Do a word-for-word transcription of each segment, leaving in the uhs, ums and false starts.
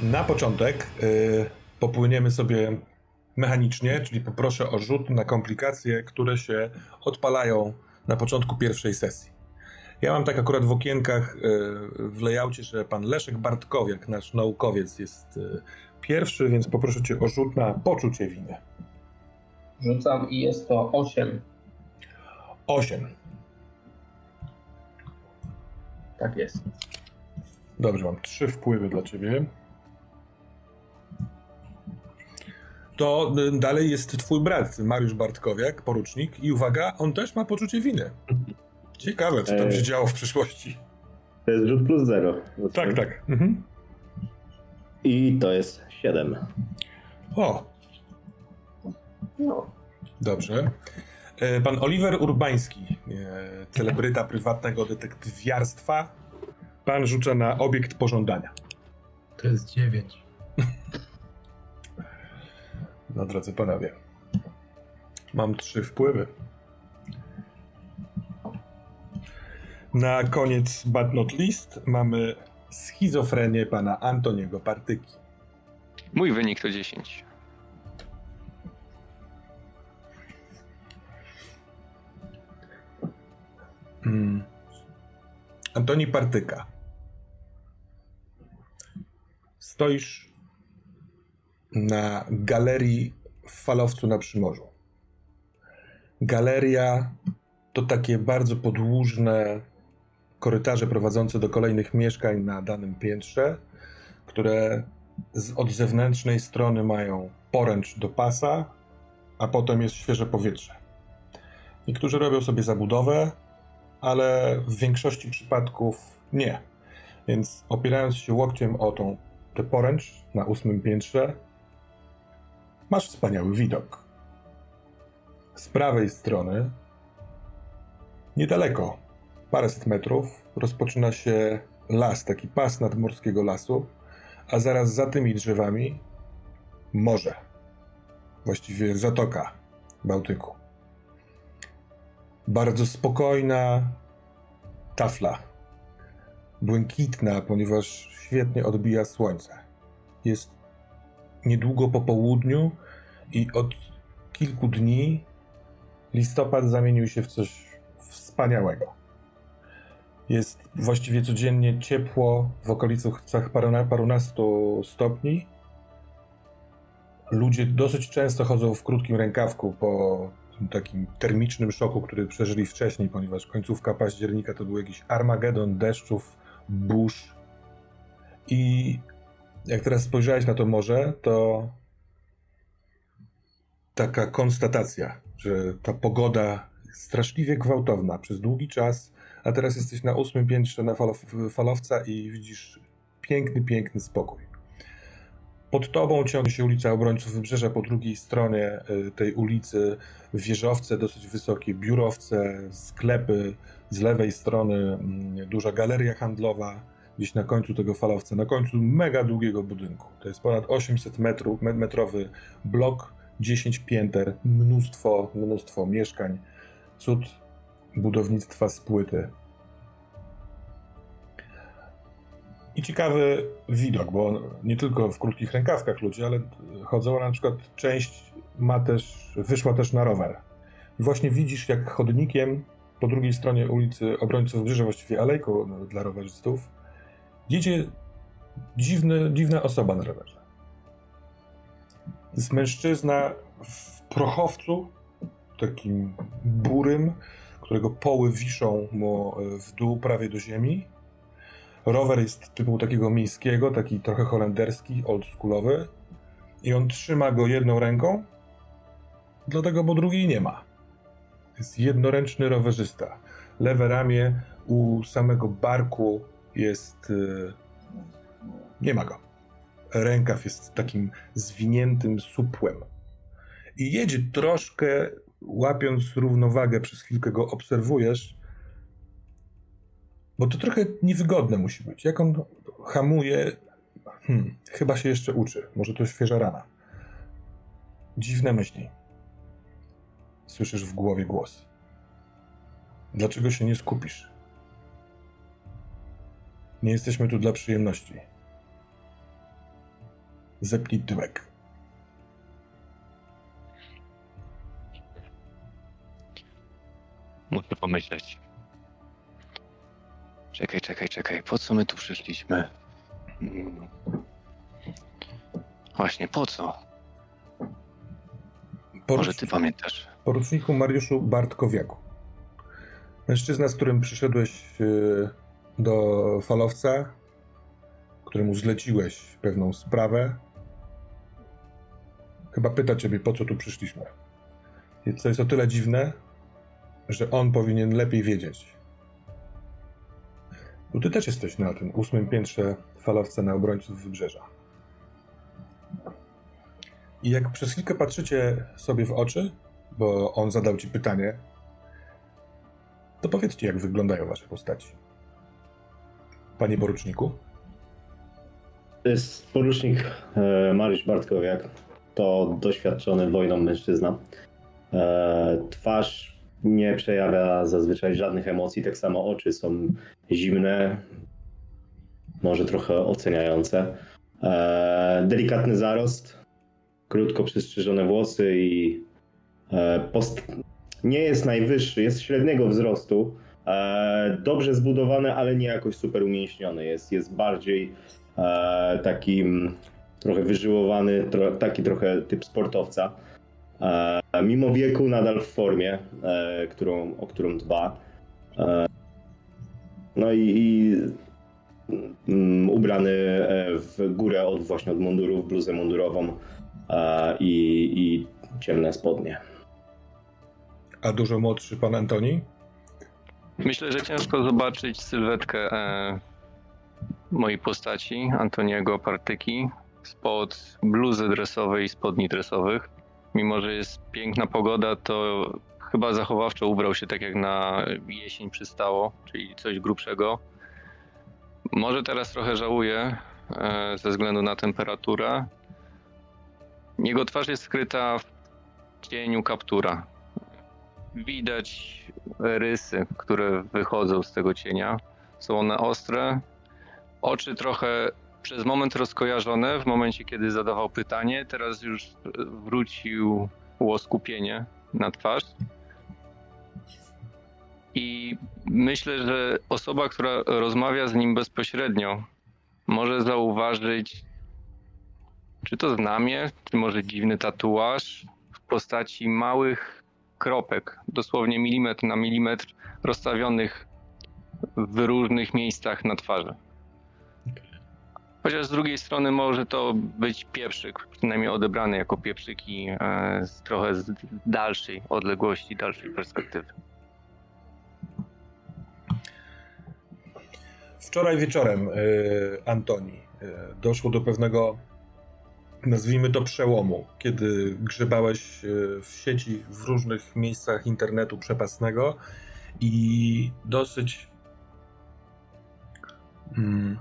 Na początek yy, popłyniemy sobie mechanicznie, czyli poproszę o rzut na komplikacje, które się odpalają na początku pierwszej sesji. Ja mam tak akurat w okienkach yy, w layoutie, że pan Leszek Bartkowiak, nasz naukowiec, jest yy, pierwszy, więc poproszę cię o rzut na poczucie winy. Rzucam i jest to osiem. osiem. Tak jest. Dobrze, mam trzy wpływy dla ciebie. To y, dalej jest twój brat, Mariusz Bartkowiak, porucznik. I uwaga, on też ma poczucie winy. Ciekawe, co tam się działo w przyszłości. To jest rzut plus zero. Tak, tak. Mhm. I to jest siedem. O. No. Dobrze. E, Pan Oliver Urbański, e, celebryta prywatnego detektywiarstwa. Pan rzuca na obiekt pożądania. To jest dziewięć. No drodzy panowie, mam trzy wpływy. Na koniec, but not least, mamy schizofrenię pana Antoniego Partyki. Mój wynik to dziesięć. Hmm. Antoni Partyka. Stoisz na galerii w falowcu na Przymorzu. Galeria to takie bardzo podłużne korytarze prowadzące do kolejnych mieszkań na danym piętrze, które z, od zewnętrznej strony mają poręcz do pasa, a potem jest świeże powietrze. Niektórzy robią sobie zabudowę, ale w większości przypadków nie. Więc opierając się łokciem o tą tę poręcz na ósmym piętrze, masz wspaniały widok. Z prawej strony, niedaleko, paręset metrów, rozpoczyna się las, taki pas nadmorskiego lasu, a zaraz za tymi drzewami morze. Właściwie zatoka Bałtyku. Bardzo spokojna tafla. Błękitna, ponieważ świetnie odbija słońce. Jest niedługo po południu i od kilku dni listopad zamienił się w coś wspaniałego. Jest właściwie codziennie ciepło w okolicach parunastu stopni. Ludzie dosyć często chodzą w krótkim rękawku po takim termicznym szoku, który przeżyli wcześniej, ponieważ końcówka października to był jakiś armagedon deszczów, burz. I jak teraz spojrzałeś na to morze, to taka konstatacja, że ta pogoda jest straszliwie gwałtowna przez długi czas, a teraz jesteś na ósmym piętrze na falow- falowca i widzisz piękny, piękny spokój. Pod tobą ciągnie się ulica Obrońców Wybrzeża, po drugiej stronie tej ulicy wieżowce dosyć wysokie, biurowce, sklepy, z lewej strony duża galeria handlowa, gdzieś na końcu tego falowca, na końcu mega długiego budynku. To jest ponad osiemset metrów, metrowy blok, dziesięć pięter, mnóstwo, mnóstwo mieszkań, cud budownictwa z płyty. I ciekawy widok, bo nie tylko w krótkich rękawkach ludzie, ale chodzą, na przykład część ma też, wyszła też na rower. I właśnie widzisz, jak chodnikiem po drugiej stronie ulicy Obrońców Wybrzeża, właściwie alejką dla rowerzystów, jedzie dziwny, dziwna osoba na rowerze. To jest mężczyzna w prochowcu, takim burym, którego poły wiszą mu w dół prawie do ziemi. Rower jest typu takiego miejskiego, taki trochę holenderski, oldschoolowy. I on trzyma go jedną ręką, dlatego, bo drugiej nie ma. Jest jednoręczny rowerzysta. Lewe ramię u samego barku jest... Yy, nie ma go. Rękaw jest takim zwiniętym supłem. I jedzie troszkę, łapiąc równowagę, przez chwilkę go obserwujesz, bo to trochę niewygodne musi być. Jak on hamuje, hmm, chyba się jeszcze uczy. Może to świeża rana. Dziwne myśli. Słyszysz w głowie głos. Dlaczego się nie skupisz? Nie jesteśmy tu dla przyjemności. Zepnij tyłek. Muszę pomyśleć. Czekaj, czekaj, czekaj. Po co my tu przyszliśmy? Hmm. Właśnie, po co? Porucz... Może ty pamiętasz? Poruczniku Mariuszu Bartkowiaku. Mężczyzna, z którym przyszedłeś do falowca, któremu zleciłeś pewną sprawę, chyba pyta ciebie, po co tu przyszliśmy. Co jest o tyle dziwne, że on powinien lepiej wiedzieć. Bo ty też jesteś na tym ósmym piętrze falowca na obrońców Wybrzeża. I jak przez chwilkę patrzycie sobie w oczy, bo on zadał ci pytanie, to powiedzcie, jak wyglądają wasze postaci. Panie poruczniku? To jest porucznik e, Mariusz Bartkowiak. To doświadczony wojną mężczyzna. E, twarz nie przejawia zazwyczaj żadnych emocji, tak samo oczy są zimne, może trochę oceniające. E, delikatny zarost, krótko przystrzyżone włosy i e, post... nie jest najwyższy, jest średniego wzrostu. E, dobrze zbudowany, ale nie jakoś super umięśniony. Jest, jest bardziej e, taki trochę wyżyłowany, tro, taki trochę typ sportowca. E, mimo wieku nadal w formie, e, którą, o którą dba. E, no i, i um, ubrany w górę od właśnie od mundurów, bluzę mundurową e, i, i ciemne spodnie. A dużo młodszy pan Antoni? Myślę, że ciężko zobaczyć sylwetkę e, mojej postaci, Antoniego Partyki, spod bluzy dresowej i spodni dresowych. Mimo że jest piękna pogoda, to chyba zachowawczo ubrał się tak jak na jesień przystało, czyli coś grubszego. Może teraz trochę żałuję e, ze względu na temperaturę. Jego twarz jest skryta w cieniu kaptura. Widać rysy, które wychodzą z tego cienia. Są one ostre. Oczy trochę przez moment rozkojarzone w momencie, kiedy zadawał pytanie. Teraz już wróciło skupienie na twarz. I myślę, że osoba, która rozmawia z nim bezpośrednio, może zauważyć, czy to znamie, czy może dziwny tatuaż w postaci małych kropek, dosłownie milimetr na milimetr, rozstawionych w różnych miejscach na twarzy. Chociaż z drugiej strony może to być pieprzyk, przynajmniej odebrany jako pieprzyki e, z trochę z dalszej odległości, dalszej perspektywy. Wczoraj wieczorem, y, Antoni, y, doszło do pewnego, nazwijmy to, przełomu, kiedy grzebałeś y, w sieci w różnych miejscach internetu przepastnego i dosyć... Mm,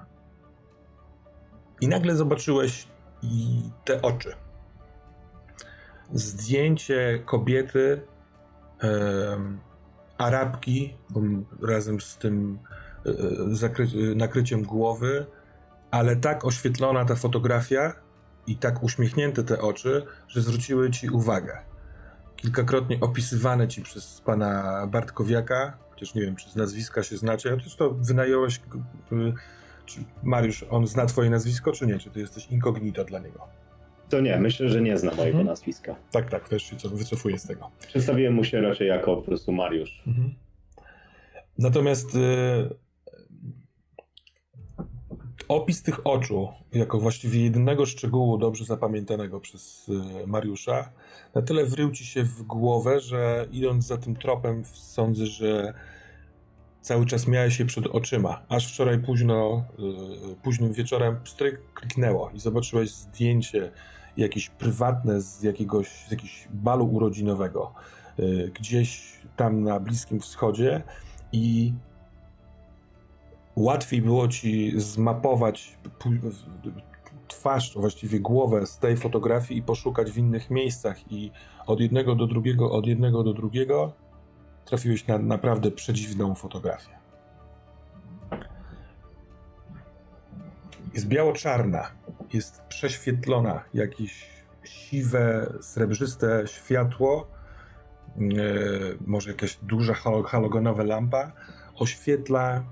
I nagle zobaczyłeś i te oczy. Zdjęcie kobiety, e, Arabki, razem z tym e, zakry- nakryciem głowy, ale tak oświetlona ta fotografia i tak uśmiechnięte te oczy, że zwróciły ci uwagę. Kilkakrotnie opisywane ci przez pana Bartkowiaka, chociaż nie wiem, czy z nazwiska się znacie, chociaż to wynająłeś... Czy Mariusz, on zna twoje nazwisko, czy nie? Czy ty jesteś incognito dla niego? To nie, myślę, że nie zna mojego mhm. nazwiska. Tak, tak, też się wycofuję z tego. Przedstawiłem mu się raczej jako po prostu Mariusz. Mhm. Natomiast y, opis tych oczu, jako właściwie jedynego szczegółu dobrze zapamiętanego przez y, Mariusza, na tyle wrył ci się w głowę, że idąc za tym tropem sądzę, że cały czas miałeś się przed oczyma, aż wczoraj późno, yy, późnym wieczorem pstryk kliknęło i zobaczyłeś zdjęcie jakieś prywatne z jakiegoś z jakiegoś balu urodzinowego yy, gdzieś tam na Bliskim Wschodzie i łatwiej było ci zmapować twarz, właściwie głowę z tej fotografii i poszukać w innych miejscach i od jednego do drugiego, od jednego do drugiego trafiłeś na naprawdę przedziwną fotografię. Jest biało-czarna, jest prześwietlona, jakieś siwe, srebrzyste światło, yy, może jakaś duża halogenową lampa oświetla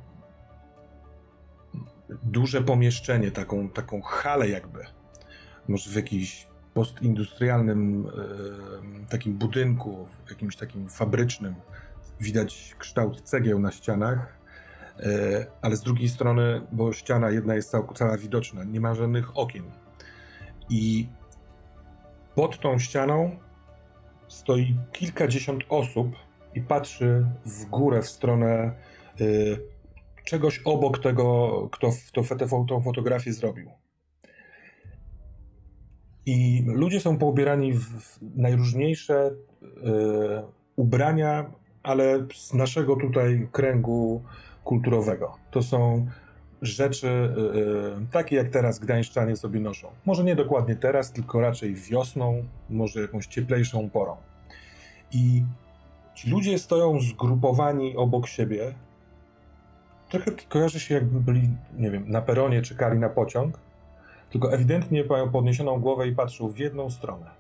duże pomieszczenie, taką, taką halę jakby. Może w jakimś postindustrialnym yy, takim budynku, jakimś takim fabrycznym. Widać kształt cegieł na ścianach, yy, ale z drugiej strony, bo ściana jedna jest cała, cała widoczna, nie ma żadnych okien. I pod tą ścianą stoi kilkadziesiąt osób i patrzy w górę w stronę y, czegoś obok tego, kto, kto w, tą fotografię zrobił. I ludzie są poubierani w, w najróżniejsze y, ubrania, ale z naszego tutaj kręgu kulturowego. To są rzeczy yy, takie, jak teraz gdańszczanie sobie noszą. Może nie dokładnie teraz, tylko raczej wiosną, może jakąś cieplejszą porą. I ci ludzie stoją zgrupowani obok siebie. Trochę kojarzy się, jakby byli, nie wiem, na peronie czekali na pociąg, tylko ewidentnie mają podniesioną głowę i patrzą w jedną stronę.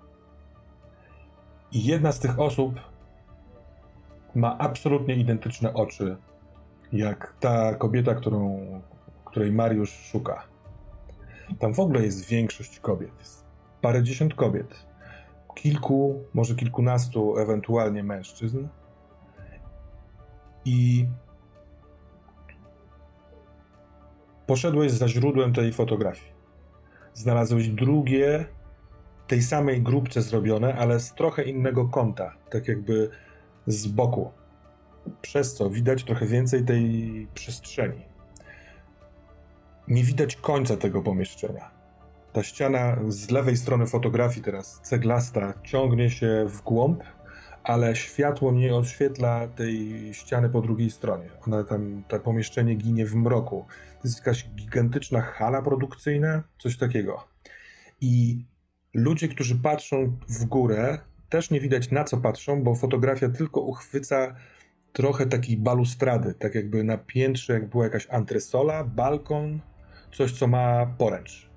I jedna z tych osób ma absolutnie identyczne oczy jak ta kobieta, którą, której Mariusz szuka. Tam w ogóle jest większość kobiet. Jest parędziesiąt kobiet. Kilku, może kilkunastu ewentualnie mężczyzn. I poszedłeś za źródłem tej fotografii. Znalazłeś drugie, tej samej grupce zrobione, ale z trochę innego kąta. Tak jakby z boku. Przez co widać trochę więcej tej przestrzeni. Nie widać końca tego pomieszczenia. Ta ściana z lewej strony fotografii, teraz ceglasta, ciągnie się w głąb, ale światło nie oświetla tej ściany po drugiej stronie. Ona tam, to pomieszczenie ginie w mroku. To jest jakaś gigantyczna hala produkcyjna, coś takiego. I ludzie, którzy patrzą w górę, też nie widać na co patrzą, bo fotografia tylko uchwyca trochę takiej balustrady, tak jakby na piętrze jak była jakaś antresola, balkon, coś co ma poręcz.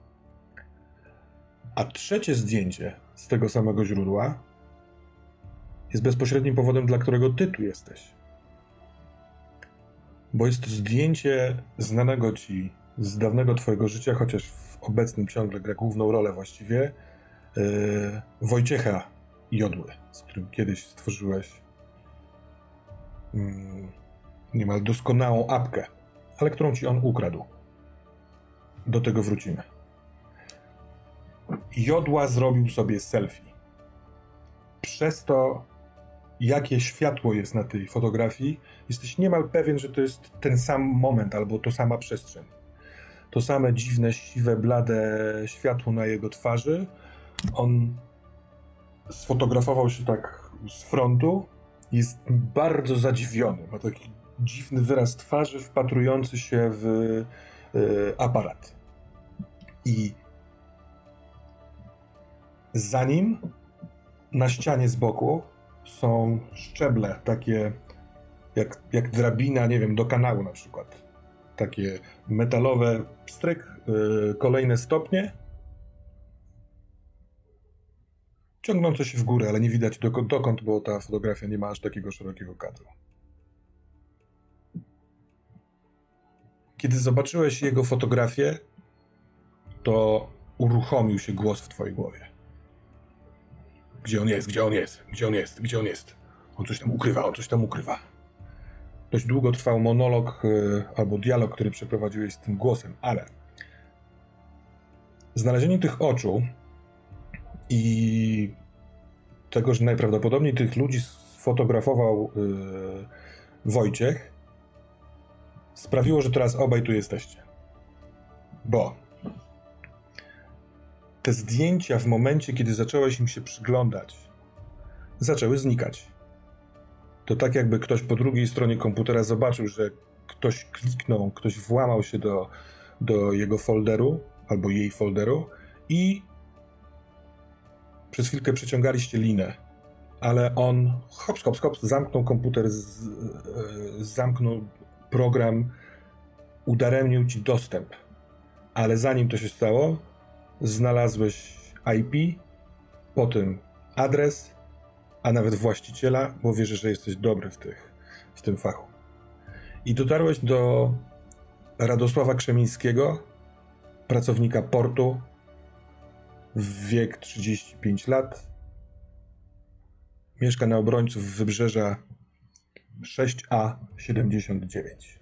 A trzecie zdjęcie z tego samego źródła jest bezpośrednim powodem, dla którego ty tu jesteś. Bo jest to zdjęcie znanego ci z dawnego twojego życia, chociaż w obecnym ciągle gra główną rolę właściwie, yy, Wojciecha Jodły, z którym kiedyś stworzyłeś yy, niemal doskonałą apkę, ale którą ci on ukradł. Do tego wrócimy. Jodła zrobił sobie selfie. Przez to, jakie światło jest na tej fotografii, jesteś niemal pewien, że to jest ten sam moment albo to sama przestrzeń. To same dziwne, siwe, blade światło na jego twarzy. On sfotografował się tak z frontu. Jest bardzo zadziwiony. Ma taki dziwny wyraz twarzy, wpatrujący się w y, aparat. I za nim na ścianie z boku są szczeble, takie jak, jak drabina, nie wiem, do kanału na przykład. Takie metalowe, pstryk, yy, kolejne stopnie, ciągnące się w górę, ale nie widać dokąd, dokąd, bo ta fotografia nie ma aż takiego szerokiego kadru. Kiedy zobaczyłeś jego fotografię, to uruchomił się głos w twojej głowie. Gdzie on jest? Gdzie on jest? Gdzie on jest? Gdzie on jest? On coś tam ukrywa, on coś tam ukrywa. Dość długo trwał monolog yy, albo dialog, który przeprowadziłeś z tym głosem, ale znalezienie tych oczu i tego, że najprawdopodobniej tych ludzi sfotografował yy, Wojciech, sprawiło, że teraz obaj tu jesteście. Bo te zdjęcia w momencie, kiedy zacząłeś im się przyglądać, zaczęły znikać. To tak jakby ktoś po drugiej stronie komputera zobaczył, że ktoś kliknął, ktoś włamał się do, do jego folderu albo jej folderu i przez chwilkę przeciągaliście linę, ale on hops, hops, hops, zamknął komputer, z, z, zamknął program, udaremnił ci dostęp Ale zanim to się stało, znalazłeś I P, potem adres, a nawet właściciela, bo wierzę, że jesteś dobry w, tych, w tym fachu. I dotarłeś do Radosława Krzemińskiego, pracownika portu, w wiek trzydzieści pięć lat. Mieszka na obrońców Wybrzeża sześć A siedemdziesiąt dziewięć.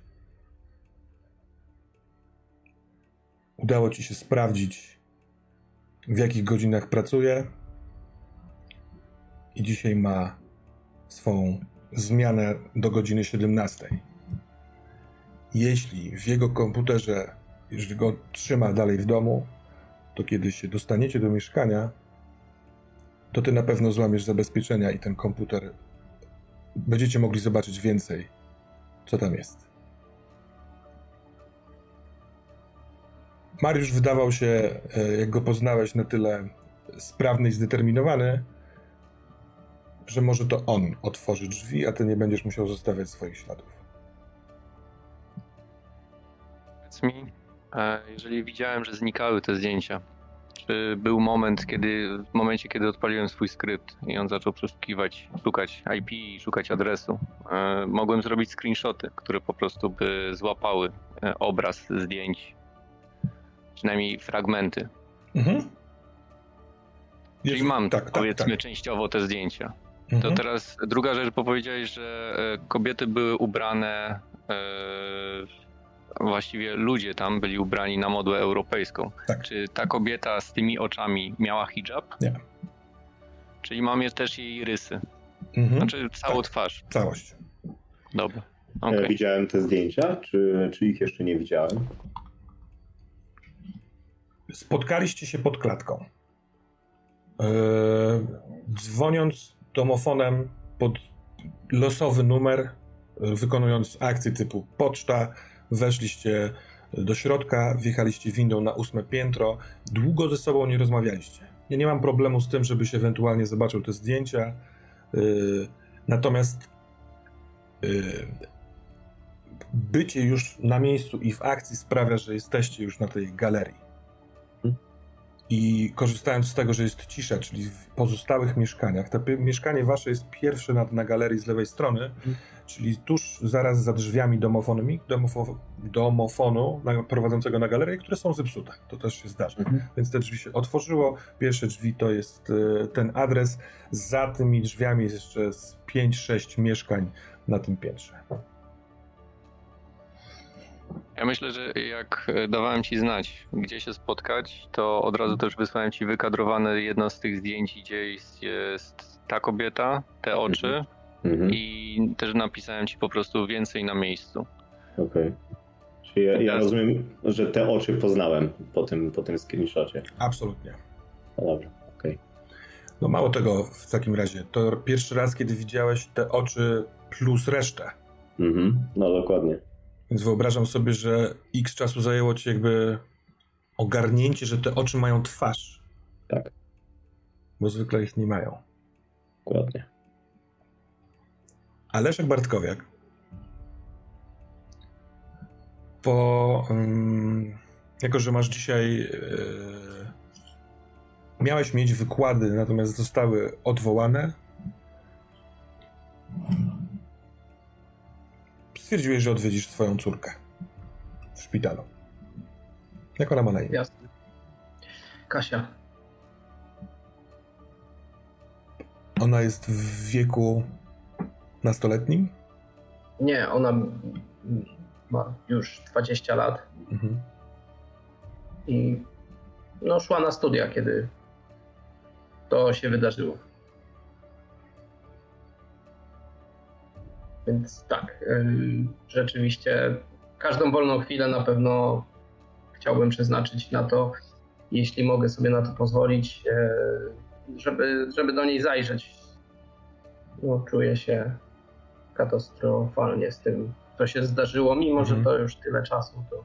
Udało ci się sprawdzić, w jakich godzinach pracuje i dzisiaj ma swą zmianę do godziny siedemnastej. Jeśli w jego komputerze, jeżeli go trzyma dalej w domu, to kiedy się dostaniecie do mieszkania, to ty na pewno złamiesz zabezpieczenia i ten komputer będziecie mogli zobaczyć więcej, co tam jest. Mariusz wydawał się, jak go poznałeś, na tyle sprawny i zdeterminowany, że może to on otworzy drzwi, a ty nie będziesz musiał zostawiać swoich śladów. Powiedz mi, jeżeli widziałem, że znikały te zdjęcia, czy był moment, kiedy, w momencie, kiedy odpaliłem swój skrypt i on zaczął przeszukiwać, szukać I P i szukać adresu, mogłem zrobić screenshoty, które po prostu by złapały obraz zdjęć, przynajmniej fragmenty. Mhm. Czyli Jest, mam, tak, powiedzmy, tak, tak. częściowo te zdjęcia. Mhm. To teraz druga rzecz, bo powiedziałeś, że kobiety były ubrane, właściwie ludzie tam byli ubrani na modłę europejską. Tak. Czy ta kobieta z tymi oczami miała hijab? Nie. Czyli mamy też jej rysy. Mhm. Znaczy całą tak. twarz. Całość. Dobra. Okay. Okay. Widziałem te zdjęcia, czy, czy ich jeszcze nie widziałem? Spotkaliście się pod klatką. Yy, dzwoniąc domofonem pod losowy numer, yy, wykonując akcję typu poczta, weszliście do środka, wjechaliście windą na ósme piętro, długo ze sobą nie rozmawialiście. Ja nie mam problemu z tym, żebyś ewentualnie zobaczył te zdjęcia, yy, natomiast yy, bycie już na miejscu i w akcji sprawia, że jesteście już na tej galerii. I korzystając z tego, że jest cisza, czyli w pozostałych mieszkaniach, to pi- mieszkanie wasze jest pierwsze na, na galerii z lewej strony, mhm. czyli tuż zaraz za drzwiami domofonami, domofo- domofonu na, prowadzącego na galerię, które są zepsute. To też się zdarza. Mhm. Więc te drzwi się otworzyło. Pierwsze drzwi to jest y, ten adres. Za tymi drzwiami jest jeszcze z pięć sześć mieszkań na tym piętrze. Ja myślę, że jak dawałem ci znać, gdzie się spotkać, to od razu też wysłałem ci wykadrowane jedno z tych zdjęć, gdzie jest, jest ta kobieta, te oczy mhm. i też napisałem ci po prostu więcej na miejscu. Okej. Okay. Czyli ja, ja rozumiem, że te oczy poznałem po tym, po tym screenshocie. Absolutnie. No dobrze, okej. Okay. No mało tego w takim razie. To pierwszy raz, kiedy widziałeś te oczy plus resztę. Mhm. No dokładnie. Więc wyobrażam sobie, że x czasu zajęło ci jakby ogarnięcie, że te oczy mają twarz. Tak. Bo zwykle ich nie mają. Dokładnie. A Leszek Bartkowiak po... Um, jako, że masz dzisiaj... Yy, miałeś mieć wykłady, natomiast zostały odwołane. Stwierdziłeś, że odwiedzisz swoją córkę w szpitalu. Jak ona ma na imię? Jasne. Kasia. Ona jest w wieku nastoletnim? Nie, ona ma już dwadzieścia lat. Mhm. I no, szła na studia, kiedy to się wydarzyło. Więc tak, yy, rzeczywiście każdą wolną chwilę na pewno chciałbym przeznaczyć na to, jeśli mogę sobie na to pozwolić, yy, żeby, żeby do niej zajrzeć. No, czuję się katastrofalnie z tym, co się zdarzyło, mimo mhm. że to już tyle czasu, to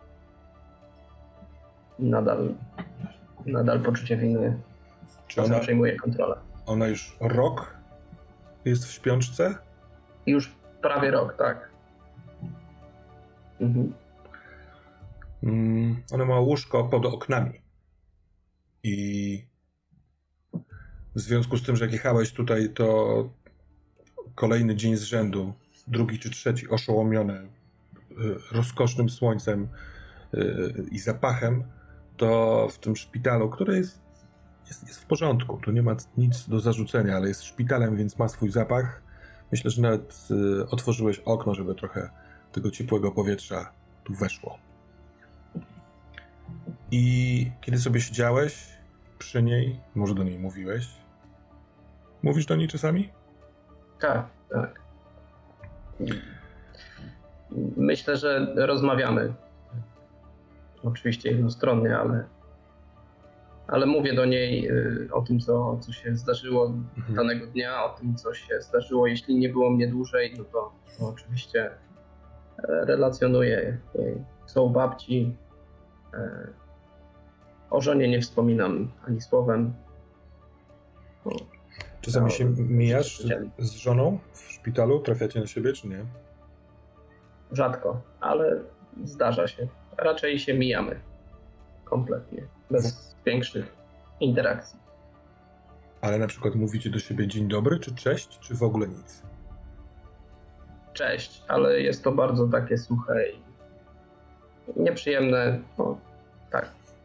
nadal, nadal poczucie winy Czy ona przejmuje kontrolę. Ona już rok jest w śpiączce? Już prawie rok, tak. Mhm. Mm, ono ma łóżko pod oknami. I w związku z tym, że jak jechałeś tutaj, to kolejny dzień z rzędu, drugi czy trzeci, oszołomiony y, rozkosznym słońcem y, i zapachem, to w tym szpitalu, który jest, jest, jest w porządku, tu nie ma nic do zarzucenia, ale jest szpitalem, więc ma swój zapach. Myślę, że nawet y, otworzyłeś okno, żeby trochę tego ciepłego powietrza tu weszło. I kiedy sobie siedziałeś przy niej, może do niej mówiłeś? Mówisz do niej czasami? Tak, tak. Myślę, że rozmawiamy. Oczywiście jednostronnie, ale, ale mówię do niej o tym, co, co się zdarzyło mhm. danego dnia, o tym, co się zdarzyło. Jeśli nie było mnie dłużej, no to, to oczywiście relacjonuję jej, co u babci. O żonie nie wspominam ani słowem. No, czasami no, się mijasz z, z żoną w szpitalu? Trafiacie na siebie, czy nie? Rzadko, ale zdarza się. Raczej się mijamy. Kompletnie. Bez w... większych interakcji. Ale na przykład mówicie do siebie dzień dobry, czy cześć, czy w ogóle nic? Cześć, ale jest to bardzo takie suche i nieprzyjemne. No, tak.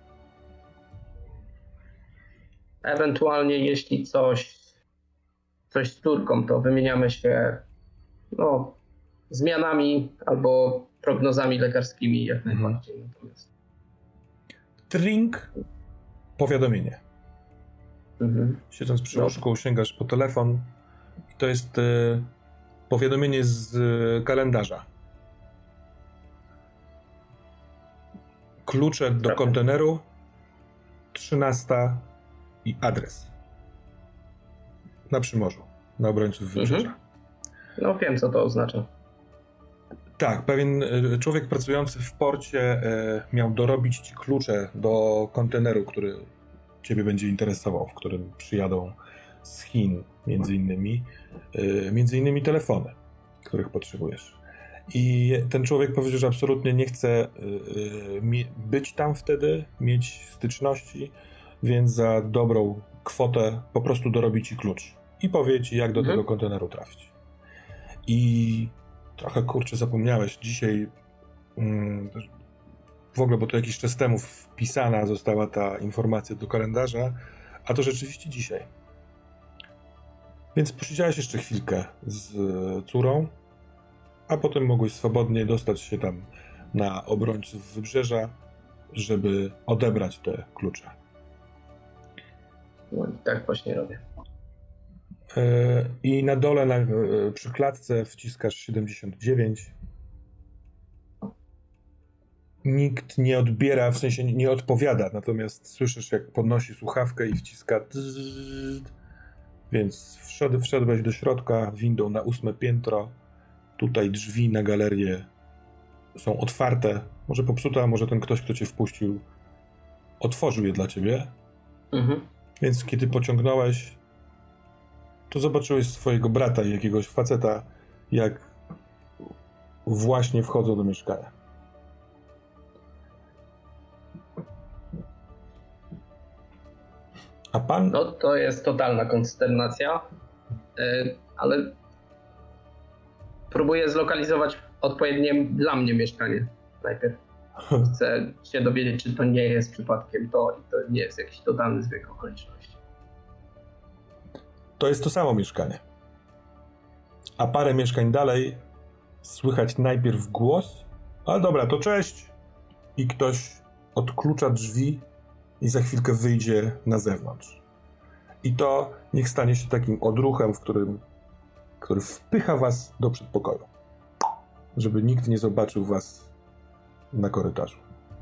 Ewentualnie jeśli coś, coś z córką, to wymieniamy się no, zmianami albo prognozami lekarskimi jak mhm. najbardziej. Natomiast... Trink, powiadomienie. Mhm. Siedząc przy łóżku, sięgasz po telefon. To jest y, powiadomienie z y, kalendarza. Klucze do Prawda. konteneru, trzynasta i adres. Na Przymorzu, na obrońców Wybrzeża. Mhm. No wiem, co to oznacza. Tak, pewien człowiek pracujący w porcie e, miał dorobić ci klucze do konteneru, który ciebie będzie interesował, w którym przyjadą z Chin między innymi, e, między innymi telefony, których potrzebujesz. I ten człowiek powiedział, że absolutnie nie chce e, mie- być tam wtedy, mieć styczności, więc za dobrą kwotę po prostu dorobi ci klucz i powie ci, jak do mhm. tego konteneru trafić. I trochę, kurczę, zapomniałeś. Dzisiaj mm, w ogóle, bo to jakiś czas temu wpisana została ta informacja do kalendarza, a to rzeczywiście dzisiaj. Więc posiedziałeś jeszcze chwilkę z córą, a potem mogłeś swobodnie dostać się tam na obrońców Wybrzeża, żeby odebrać te klucze. No i tak właśnie robię. I na dole, na, przy klatce wciskasz siedemdziesiąt dziewięć. Nikt nie odbiera, w sensie nie odpowiada, natomiast słyszysz, jak podnosi słuchawkę i wciska tzz, więc wszedł, wszedłeś do środka windą na ósme piętro. Tutaj drzwi na galerię są otwarte. Może popsute, a może ten ktoś, kto cię wpuścił, otworzył je dla ciebie. Mhm. Więc kiedy pociągnąłeś, to zobaczyłeś swojego brata i jakiegoś faceta, jak właśnie wchodzą do mieszkania. A pan? No to jest totalna konsternacja, yy, ale próbuję zlokalizować odpowiednie dla mnie mieszkanie najpierw. Chcę się dowiedzieć, czy to nie jest przypadkiem to i to nie jest jakiś totalny zbieg okoliczności. To jest to samo mieszkanie. A parę mieszkań dalej słychać najpierw głos, a dobra, to cześć. I ktoś odklucza drzwi i za chwilkę wyjdzie na zewnątrz. I to niech stanie się takim odruchem, w którym, który wpycha was do przedpokoju. Żeby nikt nie zobaczył was na korytarzu.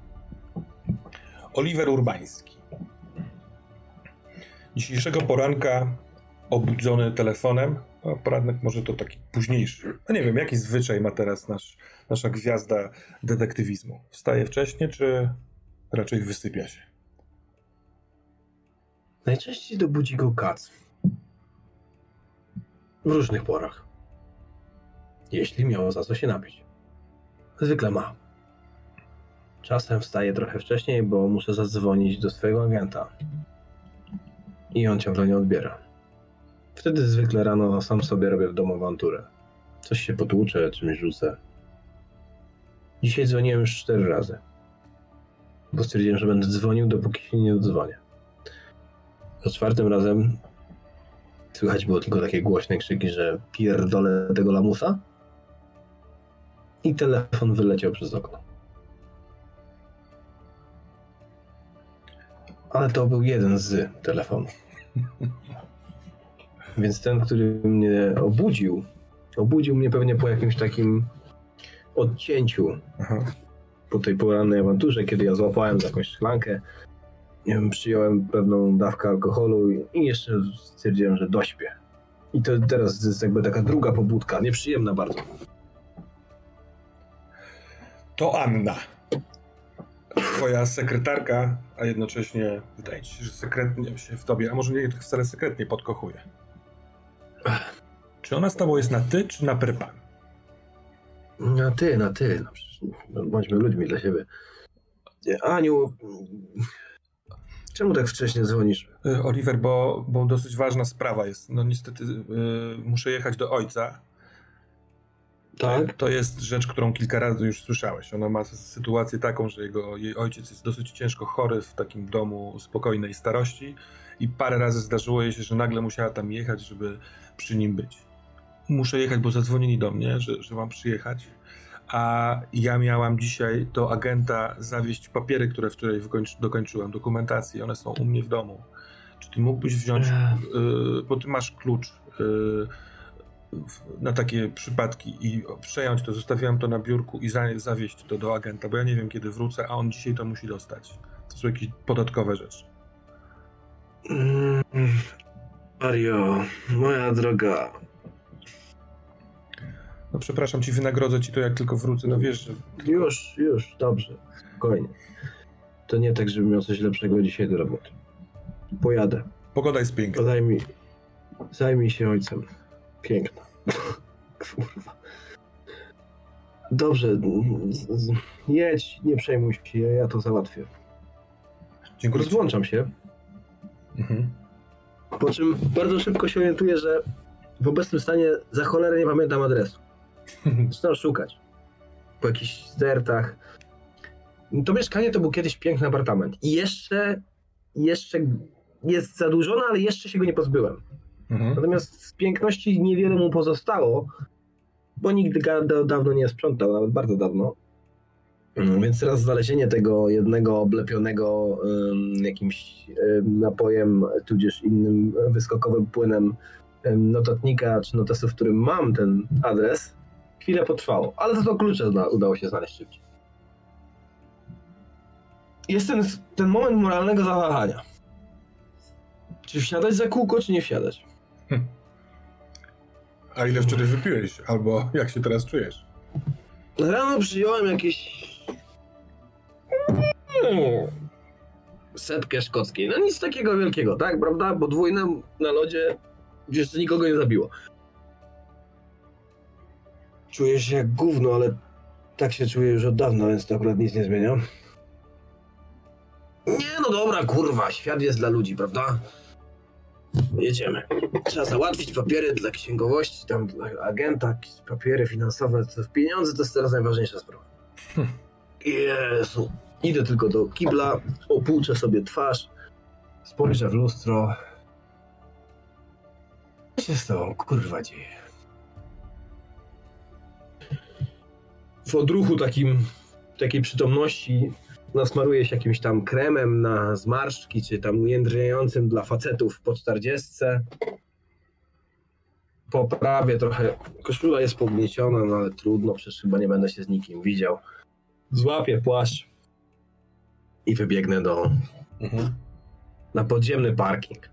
Oliver Urbański. Dzisiejszego poranka obudzony telefonem, a poranek może to taki późniejszy. No nie wiem, jaki zwyczaj ma teraz nasz, nasza gwiazda detektywizmu. Wstaje wcześnie, czy raczej wysypia się? Najczęściej dobudzi go kac. W różnych porach. Jeśli miał za co się napić. Zwykle ma. czasem wstaję trochę wcześniej, bo muszę zadzwonić do swojego agenta. I on ciągle nie odbiera. Wtedy zwykle rano sam sobie robię w domu awanturę. Coś się potłuczę, czymś rzucę. Dzisiaj dzwoniłem już cztery razy. Bo stwierdziłem, że będę dzwonił, dopóki się nie dodzwonię. Za czwartym razem słychać było tylko takie głośne krzyki, że pierdolę tego lamusa. I telefon wyleciał przez okno. Ale to był jeden z telefonów. Więc ten, który mnie obudził, obudził mnie pewnie po jakimś takim odcięciu. Aha. Po tej porannej awanturze, kiedy ja złapałem za jakąś szklankę, nie wiem, przyjąłem pewną dawkę alkoholu i jeszcze stwierdziłem, że dośpię. I to teraz jest jakby taka druga pobudka, nieprzyjemna bardzo. To Anna. Twoja sekretarka, a jednocześnie wydaje ci się, że sekretnie się w tobie, a może nie tak wcale sekretnie podkochuje. Czy ona z tobą jest na ty, czy na perpan? Na ty, na ty. No, no, bądźmy ludźmi dla siebie. Aniu, czemu tak wcześnie dzwonisz? Oliver, bo, bo dosyć ważna sprawa jest. No niestety yy, muszę jechać do ojca. Tak? To jest rzecz, którą kilka razy już słyszałeś. Ona ma sytuację taką, że jego, jej ojciec jest dosyć ciężko chory w takim domu spokojnej starości i parę razy zdarzyło jej się, że nagle musiała tam jechać, żeby przy nim być. Muszę jechać, bo zadzwonili do mnie, że, że mam przyjechać, a ja miałam dzisiaj do agenta zawieźć papiery, które wczoraj wykończy, dokończyłem, dokumentację. One są u mnie w domu. Czy ty mógłbyś wziąć, yy, bo ty masz klucz, yy, na takie przypadki i przejąć to, zostawiłem to na biurku i za, zawieźć to do agenta, bo ja nie wiem, kiedy wrócę, a on dzisiaj to musi dostać. To są jakieś podatkowe rzeczy. Mm, Mario, moja droga. No przepraszam ci, wynagrodzę ci to, jak tylko wrócę, no wiesz, że... Już, już, dobrze, spokojnie. To nie tak, żebym miał coś lepszego dzisiaj do roboty. Pojadę. Pogoda jest piękna. Zajmij, zajmij się ojcem. Piękna. Kurwa. Dobrze, z, z, jedź, nie przejmuj się, ja to załatwię. Dziękuję. Rozłączam się. Mhm. Po czym bardzo szybko się orientuję, że w obecnym stanie za cholerę nie pamiętam adresu. Zaczynam szukać. Po jakichś stertach. To mieszkanie to był kiedyś piękny apartament. I jeszcze, jeszcze jest zadłużony, ale jeszcze się go nie pozbyłem. Mhm. Natomiast z piękności niewiele mu pozostało, bo nigdy da, dawno nie sprzątał, nawet bardzo dawno. Mhm. Więc teraz znalezienie tego jednego oblepionego um, jakimś um, napojem, tudzież innym wyskokowym płynem um, notatnika czy notesu, w którym mam ten adres, chwilę potrwało, ale za to klucze zna, udało się znaleźć szybciej. Jest ten, ten moment moralnego zawahania. Czy wsiadać za kółko, czy nie wsiadać? Hm. A ile wczoraj wypiłeś? Albo jak się teraz czujesz? Rano przyjąłem jakieś... Hmm. setkę szkockiej. No nic takiego wielkiego, tak? Prawda? Podwójne na lodzie jeszcze nikogo nie zabiło. Czuję się jak gówno, ale tak się czuję już od dawna, więc to akurat nic nie zmienia. Nie, no dobra, kurwa, świat jest dla ludzi, prawda? Jedziemy. Trzeba załatwić papiery dla księgowości, tam dla agenta, papiery finansowe, to pieniądze to jest teraz najważniejsza sprawa. Hm. Jezu. Idę tylko do kibla, opłuczę sobie twarz, spojrzę w lustro. Co się z tobą, kurwa, dzieje? W odruchu takim, takiej przytomności nasmaruję się jakimś tam kremem na zmarszczki, czy tam ujędrniającym dla facetów po czterdziestce. Poprawię trochę, koszula jest pognieciona, no ale trudno, przecież chyba nie będę się z nikim widział. Złapię płaszcz i wybiegnę do... Mhm. na podziemny parking.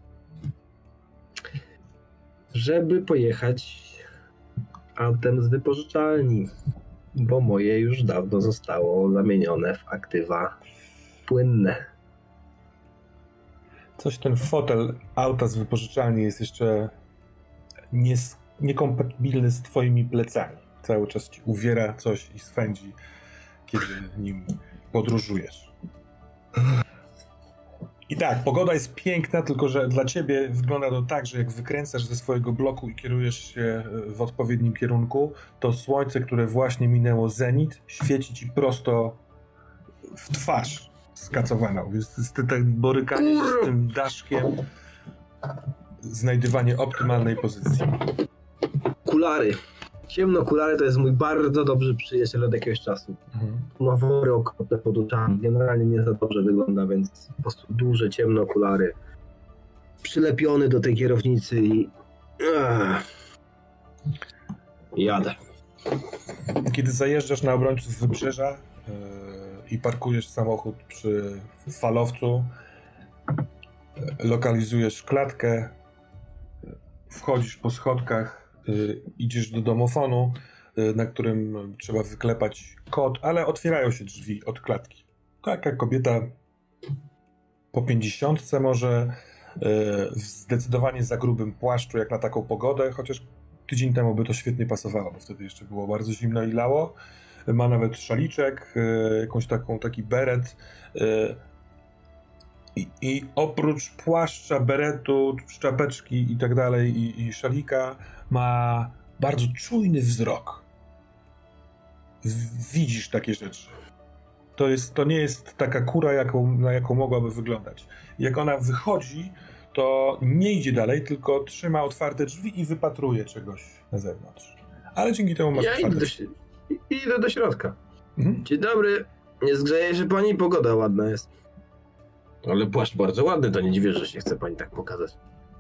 Żeby pojechać autem z wypożyczalni, bo moje już dawno zostało zamienione w aktywa płynne. Coś ten fotel auta z wypożyczalni jest jeszcze nies- niekompatybilny z twoimi plecami. Cały czas ci uwiera coś i swędzi, kiedy nim podróżujesz. I tak, pogoda jest piękna, tylko że dla ciebie wygląda to tak, że jak wykręcasz ze swojego bloku i kierujesz się w odpowiednim kierunku, to słońce, które właśnie minęło zenit, świeci ci prosto w twarz skacowaną. Więc jest to tak borykanie się z tym daszkiem, znajdywanie optymalnej pozycji. Okulary. Ciemnokulary to jest mój bardzo dobry przyjaciel od jakiegoś czasu. Mhm. Ma wory okropne pod oczami. Generalnie nie za dobrze wygląda, więc po prostu duże, ciemne okulary. Przylepiony do tej kierownicy i... Ach. Jadę. Kiedy zajeżdżasz na obrońców wybrzeża yy, i parkujesz samochód przy falowcu, yy, lokalizujesz klatkę, yy, wchodzisz po schodkach, Yy, idziesz do domofonu, yy, na którym trzeba wyklepać kod, ale otwierają się drzwi od klatki. Taka kobieta po pięćdziesiątce może, yy, w zdecydowanie za grubym płaszczu jak na taką pogodę, chociaż tydzień temu by to świetnie pasowało, bo wtedy jeszcze było bardzo zimno i lało. Yy, ma nawet szaliczek, yy, jakąś taką, taki beret. Yy, i, I oprócz płaszcza, beretu, czapeczki i tak dalej, i, i szalika, ma bardzo czujny wzrok. W- widzisz takie rzeczy. To, jest, to nie jest taka kura, jaką, na jaką mogłaby wyglądać. Jak ona wychodzi, to nie idzie dalej, tylko trzyma otwarte drzwi i wypatruje czegoś na zewnątrz. Ale dzięki temu masz Ja otwarte idę do, drzwi. idę do środka. Mhm. Dzień dobry. Nie zgrzeje się pani? Pogoda ładna jest. Ale płaszcz bardzo ładny, to nie dziwię, że się chce pani tak pokazać.